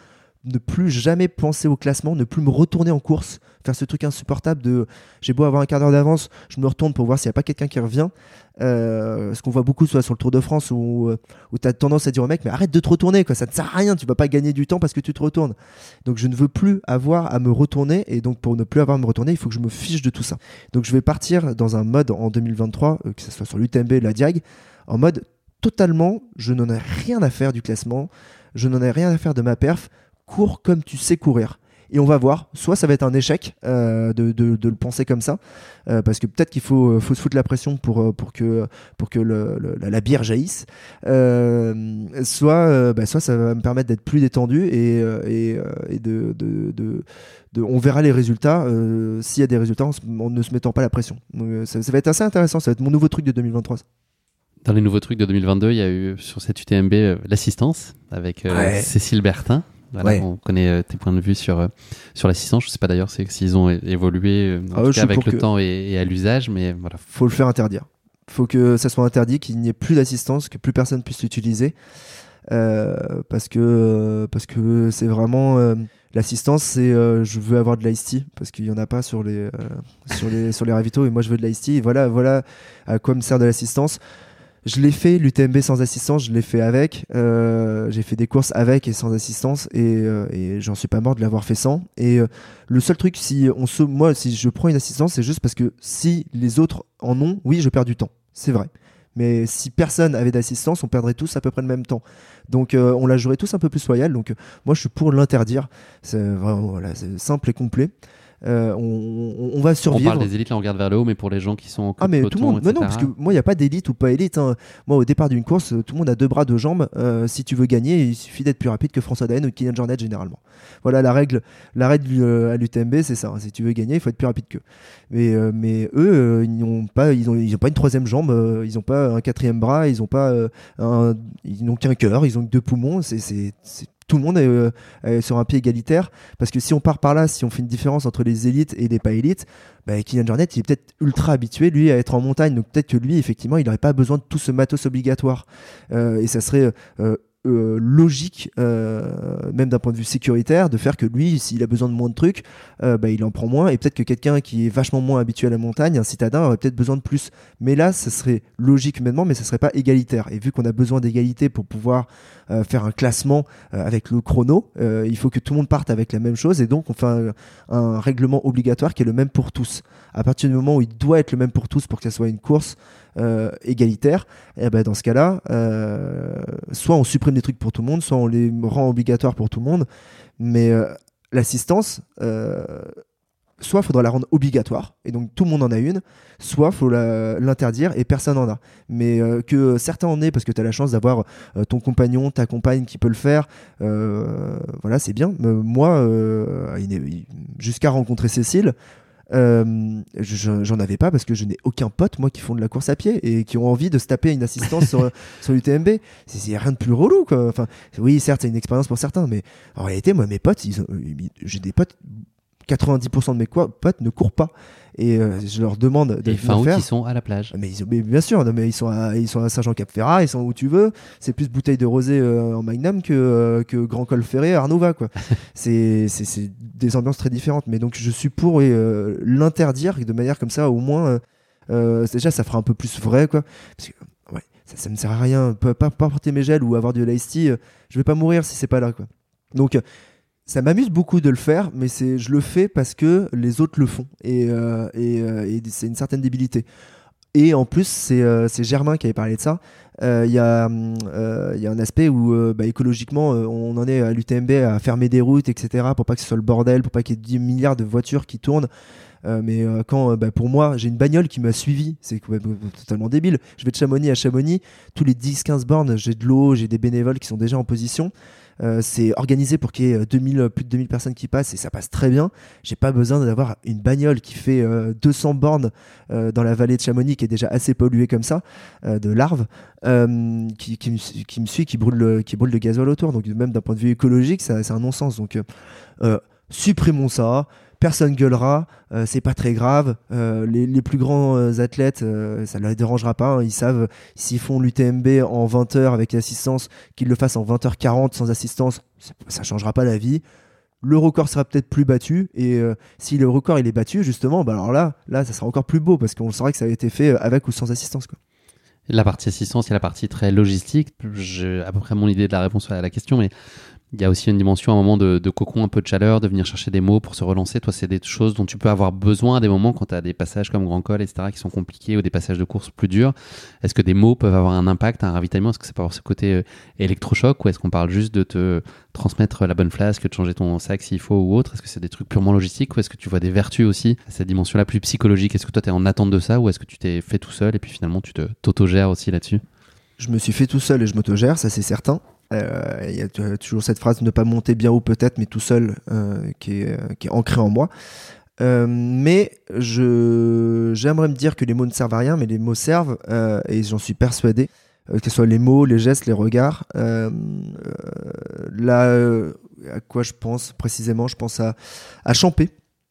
ne plus jamais penser au classement, ne plus me retourner en course, faire ce truc insupportable de j'ai beau avoir un quart d'heure d'avance, je me retourne pour voir s'il n'y a pas quelqu'un qui revient. Euh, ce qu'on voit beaucoup soit sur le Tour de France où, où tu as tendance à dire au mec mais arrête de te retourner, quoi, ça ne sert à rien, tu vas pas gagner du temps parce que tu te retournes. Donc je ne veux plus avoir à me retourner, et donc pour ne plus avoir à me retourner, il faut que je me fiche de tout ça. Donc je vais partir dans un mode en deux mille vingt-trois, euh, que ce soit sur l'U T M B, la Diag, en mode totalement, je n'en ai rien à faire du classement, je n'en ai rien à faire de ma perf, cours comme tu sais courir. Et on va voir, soit ça va être un échec euh, de, de, de le penser comme ça, euh, parce que peut-être qu'il faut, faut se foutre la pression pour, pour que, pour que le, le, la, la bière jaillisse, euh, soit, euh, bah, soit ça va me permettre d'être plus détendu et, et, et de, de, de, de, on verra les résultats, euh, s'il y a des résultats en, en ne se mettant pas la pression. Donc, ça, ça va être assez intéressant, ça va être mon nouveau truc de deux mille vingt-trois. Dans les nouveaux trucs de deux mille vingt-deux, il y a eu sur cette U T M B euh, l'assistance avec euh, ouais. Cécile Bertin. Voilà, ouais. On connaît euh, tes points de vue sur, euh, sur l'assistance. Je ne sais pas d'ailleurs c'est, s'ils ont é- évolué euh, en ah, tout cas avec le que... temps et, et à l'usage, mais voilà. Faut le faire interdire. Faut que ça soit interdit, qu'il n'y ait plus d'assistance, que plus personne puisse l'utiliser, euh, parce que parce que c'est vraiment euh, l'assistance, c'est euh, je veux avoir de l'ice tea parce qu'il y en a pas sur les euh, sur les sur les ravitaux et moi je veux de l'ice tea. Et voilà voilà à quoi me sert de l'assistance. Je l'ai fait, l'U T M B sans assistance, je l'ai fait avec. Euh, j'ai fait des courses avec et sans assistance et, euh, et j'en suis pas mort de l'avoir fait sans. Et euh, le seul truc, si on se, moi, si je prends une assistance, c'est juste parce que si les autres en ont, oui, je perds du temps. C'est vrai. Mais si personne avait d'assistance, on perdrait tous à peu près le même temps. Donc euh, on la jouerait tous un peu plus loyal. Donc euh, moi, je suis pour l'interdire. C'est vraiment voilà, c'est simple et complet. Euh, on, on va survivre. On parle des élites, là on regarde vers le haut, mais pour les gens qui sont en ah mais peloton, tout le monde, mais non, parce que moi il n'y a pas d'élite ou pas élite, hein. Moi au départ d'une course, tout le monde a deux bras, deux jambes. Euh, si tu veux gagner, il suffit d'être plus rapide que François Daen ou Kylian Jornet généralement. Voilà la règle, la règle euh, à l'U T M B, c'est ça, hein. Si tu veux gagner, il faut être plus rapide qu'eux. Mais, euh, mais eux, euh, ils n'ont pas, ils ont, ils ont pas une troisième jambe, euh, ils n'ont pas un quatrième bras, ils n'ont pas euh, un, ils n'ont qu'un cœur, ils ont que deux poumons. C'est, c'est, c'est tout le monde est, euh, est sur un pied égalitaire, parce que si on part par là, si on fait une différence entre les élites et les pas élites, bah, Kylian Jornet il est peut-être ultra habitué lui à être en montagne, donc peut-être que lui effectivement il n'aurait pas besoin de tout ce matos obligatoire, euh, et ça serait euh, Euh, logique, euh, même d'un point de vue sécuritaire, de faire que lui, s'il a besoin de moins de trucs, euh, bah, il en prend moins, et peut-être que quelqu'un qui est vachement moins habitué à la montagne, un citadin, aurait peut-être besoin de plus. Mais là, ça serait logique humainement, mais ça serait pas égalitaire. Et vu qu'on a besoin d'égalité pour pouvoir euh, faire un classement euh, avec le chrono, euh, il faut que tout le monde parte avec la même chose, et donc on fait un, un règlement obligatoire qui est le même pour tous. À partir du moment où il doit être le même pour tous pour que ça soit une course Euh, égalitaire, et ben dans ce cas-là, euh, soit on supprime des trucs pour tout le monde, soit on les rend obligatoires pour tout le monde. Mais euh, l'assistance, euh, soit il faudra la rendre obligatoire, et donc tout le monde en a une, soit il faut la, l'interdire et personne n'en a. Mais euh, que certains en aient parce que tu as la chance d'avoir euh, ton compagnon, ta compagne qui peut le faire, euh, voilà, c'est bien. Euh, moi, euh, jusqu'à rencontrer Cécile, Euh, je, j'en avais pas parce que je n'ai aucun pote moi qui font de la course à pied et qui ont envie de se taper une assistance sur, sur l'U T M B. Il n'y a rien de plus relou, quoi. Enfin, oui, certes c'est une expérience pour certains, mais en réalité moi mes potes, ils ont, j'ai des potes, quatre-vingt-dix pour cent de mes potes ne courent pas, et euh, je leur demande de et fin août faire. Ils sont à la plage, mais, ils, mais bien sûr, non, mais ils sont à, ils sont à Saint-Jean-Cap-Ferrat, ils sont où tu veux, c'est plus bouteille de rosé euh, en Magnum que, euh, que Grand Col Ferré à Arnova, quoi. c'est, c'est, c'est des ambiances très différentes, mais donc je suis pour euh, l'interdire de manière comme ça, au moins euh, euh, déjà ça fera un peu plus vrai, quoi, parce que ouais, ça, ça me sert à rien, pas, pas, pas porter mes gels ou avoir du l'ice tea, euh, je vais pas mourir si c'est pas là, quoi. Donc ça m'amuse beaucoup de le faire, mais c'est, je le fais parce que les autres le font, et, euh, et, euh, et c'est une certaine débilité. Et en plus, c'est, euh, c'est Germain qui avait parlé de ça. Il euh, y, euh, y a un aspect où euh, bah, écologiquement, euh, on en est à l'U T M B à fermer des routes, et cetera, pour pas que ce soit le bordel, pour pas qu'il y ait dix milliards de voitures qui tournent. Euh, mais euh, quand, euh, bah, pour moi, j'ai une bagnole qui m'a suivi, c'est ouais, totalement débile. Je vais de Chamonix à Chamonix, tous les dix quinze bornes, j'ai de l'eau, j'ai des bénévoles qui sont déjà en position. Euh, c'est organisé pour qu'il y ait deux mille, plus de deux mille personnes qui passent, et ça passe très bien. J'ai pas besoin d'avoir une bagnole qui fait euh, deux cents bornes euh, dans la vallée de Chamonix, qui est déjà assez polluée comme ça, euh, de larves, euh, qui, qui, me, qui me suit, qui brûle, le, qui brûle le gasoil autour. Donc même d'un point de vue écologique, ça, c'est un non-sens. Donc euh, euh, supprimons ça. personne gueulera, euh, c'est pas très grave. Euh, les, les plus grands euh, athlètes, euh, ça ne les dérangera pas. Hein, ils savent s'ils font l'U T M B en vingt heures avec assistance, qu'ils le fassent en vingt heures quarante sans assistance, ça ne changera pas la vie. Le record sera peut-être plus battu, et euh, si le record il est battu justement, bah alors là, là ça sera encore plus beau parce qu'on saura que ça a été fait avec ou sans assistance, quoi. La partie assistance, il y a la partie très logistique. J'ai à peu près mon idée de la réponse à la question, mais il y a aussi une dimension, un moment de, de cocon, un peu de chaleur, de venir chercher des mots pour se relancer. Toi, c'est des choses dont tu peux avoir besoin à des moments quand tu as des passages comme Grand Col, et cetera, qui sont compliqués, ou des passages de course plus durs. Est-ce que des mots peuvent avoir un impact, un ravitaillement? Est-ce que ça peut avoir ce côté euh, électrochoc, ou est-ce qu'on parle juste de te transmettre la bonne flasque, de changer ton sac s'il faut ou autre? Est-ce que c'est des trucs purement logistiques, ou est-ce que tu vois des vertus aussi à cette dimension-là plus psychologique? Est-ce que toi, tu es en attente de ça, ou est-ce que tu t'es fait tout seul et puis finalement tu te, t'autogères aussi là-dessus? Je me suis fait tout seul et je m'autogère, ça c'est certain. Il euh, y a toujours cette phrase ne pas monter bien haut peut-être, mais tout seul, euh, qui, est, euh, qui est ancrée en moi. Euh, mais je, j'aimerais me dire que les mots ne servent à rien, mais les mots servent, euh, et j'en suis persuadé, euh, que ce soit les mots, les gestes, les regards. Euh, euh, là, euh, à quoi je pense précisément? Je pense à, à Champé.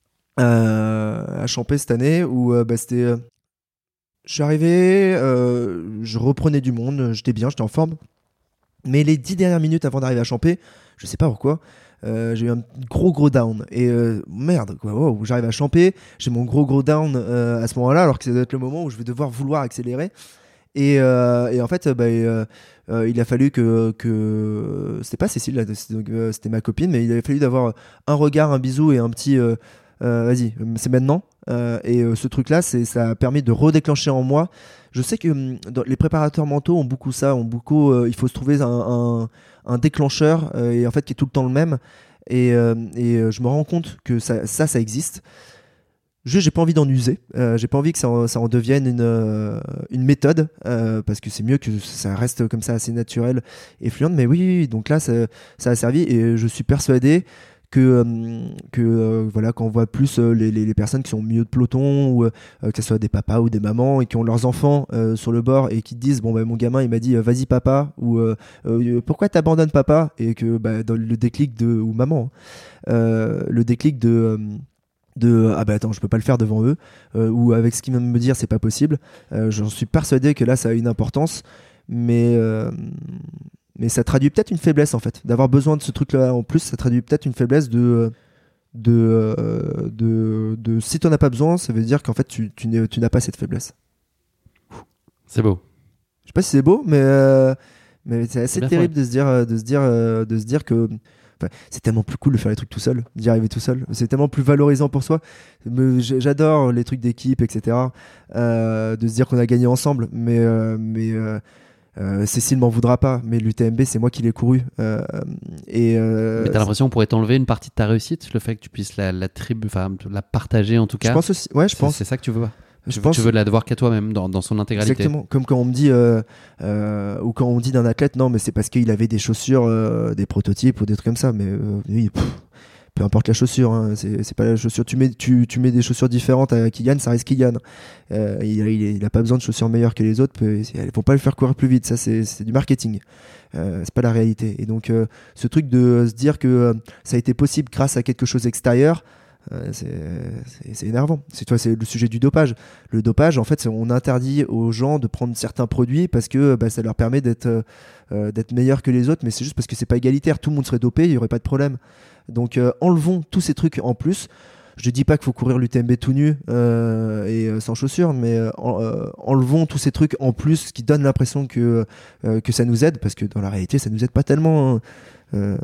Euh, à Champé cette année, où euh, bah, c'était... Euh, je suis arrivé, euh, je reprenais du monde, j'étais bien, j'étais en forme. Mais les dix dernières minutes avant d'arriver à Champé, je sais pas pourquoi, euh, j'ai eu un gros gros down. Et euh, merde, quoi, wow, j'arrive à Champé, j'ai mon gros gros down euh, à ce moment-là, alors que ça doit être le moment où je vais devoir vouloir accélérer. Et, euh, et en fait, bah, euh, euh, il a fallu que, que... C'était pas Cécile, là, c'était, c'était ma copine, mais il a fallu d'avoir un regard, un bisou et un petit... Euh, euh, vas-y, c'est maintenant. Euh, et euh, ce truc-là, c'est, ça a permis de redéclencher en moi. Je sais que hum, dans, les préparateurs mentaux ont beaucoup ça, ont beaucoup. Euh, il faut se trouver un, un, un déclencheur euh, et en fait qui est tout le temps le même. Et, euh, et euh, je me rends compte que ça, ça, ça existe. Je, j'ai pas envie d'en user. Euh, j'ai pas envie que ça en, ça en devienne une, euh, une méthode euh, parce que c'est mieux que ça reste comme ça assez naturel et fluent. Mais oui, oui, donc là, ça, ça a servi et je suis persuadé que, euh, que euh, voilà, quand on voit plus euh, les, les, les personnes qui sont au milieu de peloton, ou euh, que ce soit des papas ou des mamans et qui ont leurs enfants euh, sur le bord et qui te disent bon bah, mon gamin il m'a dit euh, vas-y papa, ou euh, euh, pourquoi t'abandonnes papa, et que bah, dans le déclic de, ou maman, euh, le déclic de euh, de ah bah attends, je peux pas le faire devant eux, euh, ou avec ce qu'ils viennent de me dire c'est pas possible, euh, j'en suis persuadé que là ça a une importance, mais euh, mais ça traduit peut-être une faiblesse en fait, d'avoir besoin de ce truc là en plus. Ça traduit peut-être une faiblesse de de de, de, de si t'en as pas besoin, ça veut dire qu'en fait tu, tu, n'es, tu n'as pas cette faiblesse. C'est beau. Je sais pas si c'est beau, mais euh, mais c'est assez c'est terrible fait. de se dire de se dire de se dire que enfin, c'est tellement plus cool de faire les trucs tout seul, d'y arriver tout seul. C'est tellement plus valorisant pour soi. J'adore les trucs d'équipe, et cetera. Euh, de se dire qu'on a gagné ensemble, mais euh, mais euh, Euh, Cécile m'en voudra pas, mais l'U T M B c'est moi qui l'ai couru. Euh, et euh, mais t'as l'impression qu'on pourrait t'enlever une partie de ta réussite, le fait que tu puisses la, la tribu, enfin la partager en tout cas. Je pense aussi. Ouais, je c'est, pense. C'est ça que tu veux. Je tu, pense. Tu veux la devoir qu'à toi-même dans, dans son intégralité. Exactement. Comme quand on me dit, euh, euh, ou quand on dit d'un athlète, non, mais c'est parce qu'il avait des chaussures, euh, des prototypes ou des trucs comme ça. Mais euh, oui, pff, peu importe la chaussure, hein, c'est, c'est pas la chaussure. Tu mets, tu, tu mets des chaussures différentes à Kylian, ça reste Kylian. Euh, il, il, il a pas besoin de chaussures meilleures que les autres. Elles vont pas le faire courir plus vite. Ça, c'est, c'est du marketing. Euh, c'est pas la réalité. Et donc, euh, ce truc de se dire que euh, ça a été possible grâce à quelque chose extérieur, euh, c'est, c'est, c'est énervant. C'est, toi, c'est le sujet du dopage. Le dopage, en fait, c'est, on interdit aux gens de prendre certains produits parce que bah, ça leur permet d'être, euh, d'être meilleurs que les autres. Mais c'est juste parce que c'est pas égalitaire. Tout le monde serait dopé, il y aurait pas de problème. Donc euh, enlevons tous ces trucs en plus. Je dis pas qu'il faut courir l'U T M B tout nu euh, et euh, sans chaussures, mais euh, en, euh, enlevons tous ces trucs en plus qui donnent l'impression que, euh, que ça nous aide, parce que dans la réalité ça nous aide pas tellement. Hein. Euh,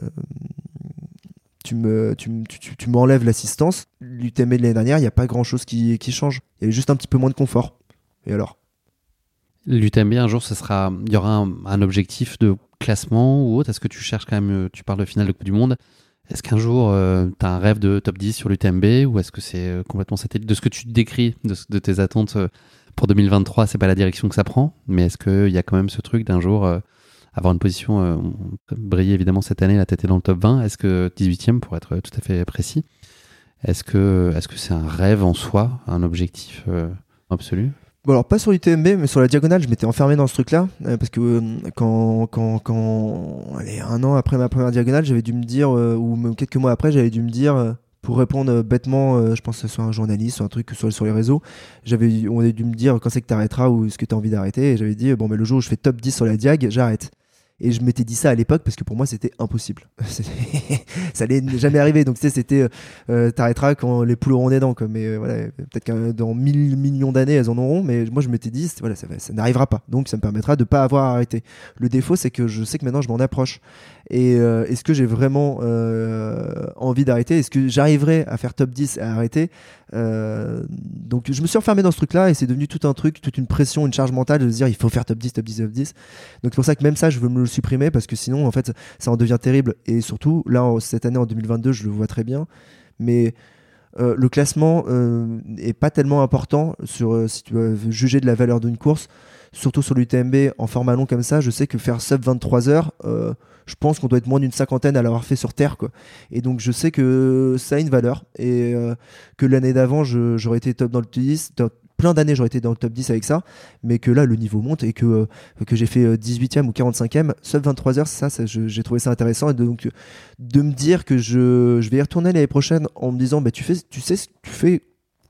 tu, me, tu, tu, tu m'enlèves l'assistance. L'U T M B de l'année dernière, il n'y a pas grand chose qui, qui change. Il y a juste un petit peu moins de confort. Et alors ? L'U T M B, un jour, ce sera, il y aura un, un objectif de classement ou autre. Est-ce que tu cherches quand même, tu parles de finale de Coupe du Monde, est-ce qu'un jour euh, tu as un rêve de top dix sur l'U T M B, ou est-ce que c'est euh, complètement satellite de ce que tu décris, de, de tes attentes euh, pour deux mille vingt-trois? C'est pas la direction que ça prend, mais est-ce qu'il y a quand même ce truc d'un jour euh, avoir une position, euh, briller évidemment cette année, là tu étais dans le top vingt, est-ce que dix-huitième pour être tout à fait précis, est-ce que, est-ce que c'est un rêve en soi, un objectif euh, absolu? Bon, alors pas sur l'U T M B, mais sur la diagonale, je m'étais enfermé dans ce truc-là, euh, parce que euh, quand, quand, quand allez, un an après ma première diagonale, j'avais dû me dire, euh, ou même quelques mois après, j'avais dû me dire, euh, pour répondre euh, bêtement, euh, je pense que ce soit un journaliste, soit un truc sur, sur les réseaux, j'avais, on a dû me dire quand c'est que tu arrêteras ou est-ce que tu as envie d'arrêter. Et j'avais dit, bon, mais le jour où je fais top dix sur la Diag, j'arrête. Et je m'étais dit ça à l'époque parce que pour moi c'était impossible. Ça allait jamais arriver. Donc tu sais, c'était euh, t'arrêteras quand les poules auront des dents. Quoi. Mais euh, voilà, peut-être que dans mille millions d'années elles en auront. Mais moi je m'étais dit voilà, ça, ça n'arrivera pas. Donc ça me permettra de pas avoir arrêté. Le défaut c'est que je sais que maintenant je m'en approche. Et euh, est-ce que j'ai vraiment euh, envie d'arrêter? Est-ce que j'arriverai à faire top dix et à arrêter? euh, Donc je me suis enfermé dans ce truc-là et c'est devenu tout un truc, toute une pression, une charge mentale de se dire il faut faire top dix, top dix, top dix. Donc c'est pour ça que même ça je veux me le supprimer parce que sinon en fait ça en devient terrible. Et surtout là en, cette année en deux mille vingt-deux je le vois très bien, mais euh, le classement euh, est pas tellement important sur euh, si tu veux juger de la valeur d'une course, surtout sur l'U T M B en format long comme ça. Je sais que faire sub vingt-trois heures, euh, je pense qu'on doit être moins d'une cinquantaine à l'avoir fait sur Terre, quoi. Et donc je sais que ça a une valeur et euh, que l'année d'avant je, j'aurais été top dans le top dix, top, plein d'années j'aurais été dans le top dix avec ça, mais que là le niveau monte et que, euh, que j'ai fait dix-huitième ou quarante-cinquième sub vingt-trois heures, ça, ça je, j'ai trouvé ça intéressant. Et donc de me dire que je, je vais y retourner l'année prochaine en me disant bah, tu, fais, tu sais ce que tu fais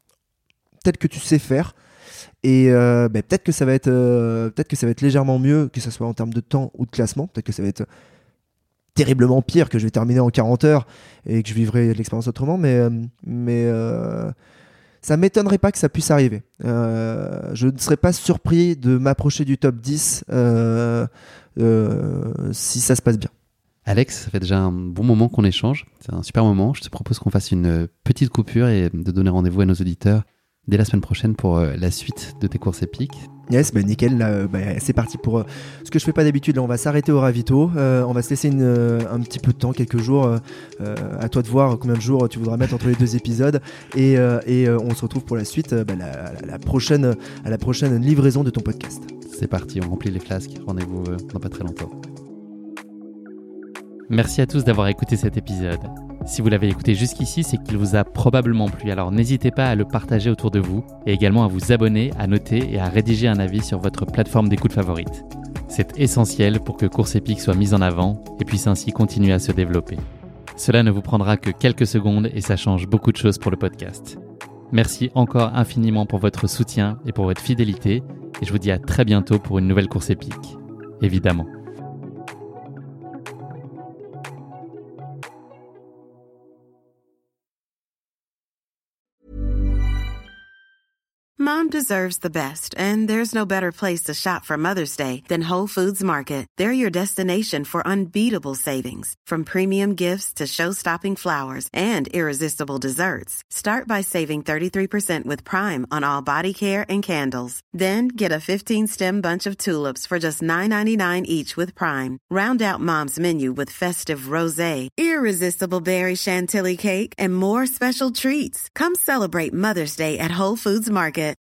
tel que tu sais faire. Et euh, bah, peut-être que ça va être euh, peut-être que ça va être légèrement mieux, que ce soit en termes de temps ou de classement. Peut-être que ça va être terriblement pire, que je vais terminer en quarante heures et que je vivrai l'expérience autrement, mais mais euh, ça m'étonnerait pas que ça puisse arriver. Euh, je ne serais pas surpris de m'approcher du top dix euh, euh, si ça se passe bien. Alex, ça fait déjà un bon moment qu'on échange. C'est un super moment. Je te propose qu'on fasse une petite coupure et de donner rendez-vous à nos auditeurs dès la semaine prochaine pour euh, la suite de tes courses épiques. Yes, bah nickel, là, euh, bah, c'est parti pour euh, ce que je fais pas d'habitude. Là, on va s'arrêter au ravito, euh, on va se laisser une, euh, un petit peu de temps, quelques jours. Euh, euh, à toi de voir combien de jours tu voudras mettre entre les deux épisodes, et, euh, et euh, on se retrouve pour la suite, euh, bah, la, la, la prochaine, à la prochaine livraison de ton podcast. C'est parti, on remplit les flasques. Rendez-vous euh, dans pas très longtemps. Merci à tous d'avoir écouté cet épisode. Si vous l'avez écouté jusqu'ici, c'est qu'il vous a probablement plu, alors n'hésitez pas à le partager autour de vous et également à vous abonner, à noter et à rédiger un avis sur votre plateforme d'écoute favorite. C'est essentiel pour que Course Épique soit mise en avant et puisse ainsi continuer à se développer. Cela ne vous prendra que quelques secondes et ça change beaucoup de choses pour le podcast. Merci encore infiniment pour votre soutien et pour votre fidélité et je vous dis à très bientôt pour une nouvelle Course Épique. Évidemment. Mom deserves the best, and there's no better place to shop for Mother's Day than Whole Foods Market. They're your destination for unbeatable savings, from premium gifts to show-stopping flowers and irresistible desserts. Start by saving thirty-three percent with Prime on all body care and candles. Then get a fifteen-stem bunch of tulips for just nine ninety-nine each with Prime. Round out Mom's menu with festive rosé, irresistible berry chantilly cake, and more special treats. Come celebrate Mother's Day at Whole Foods Market.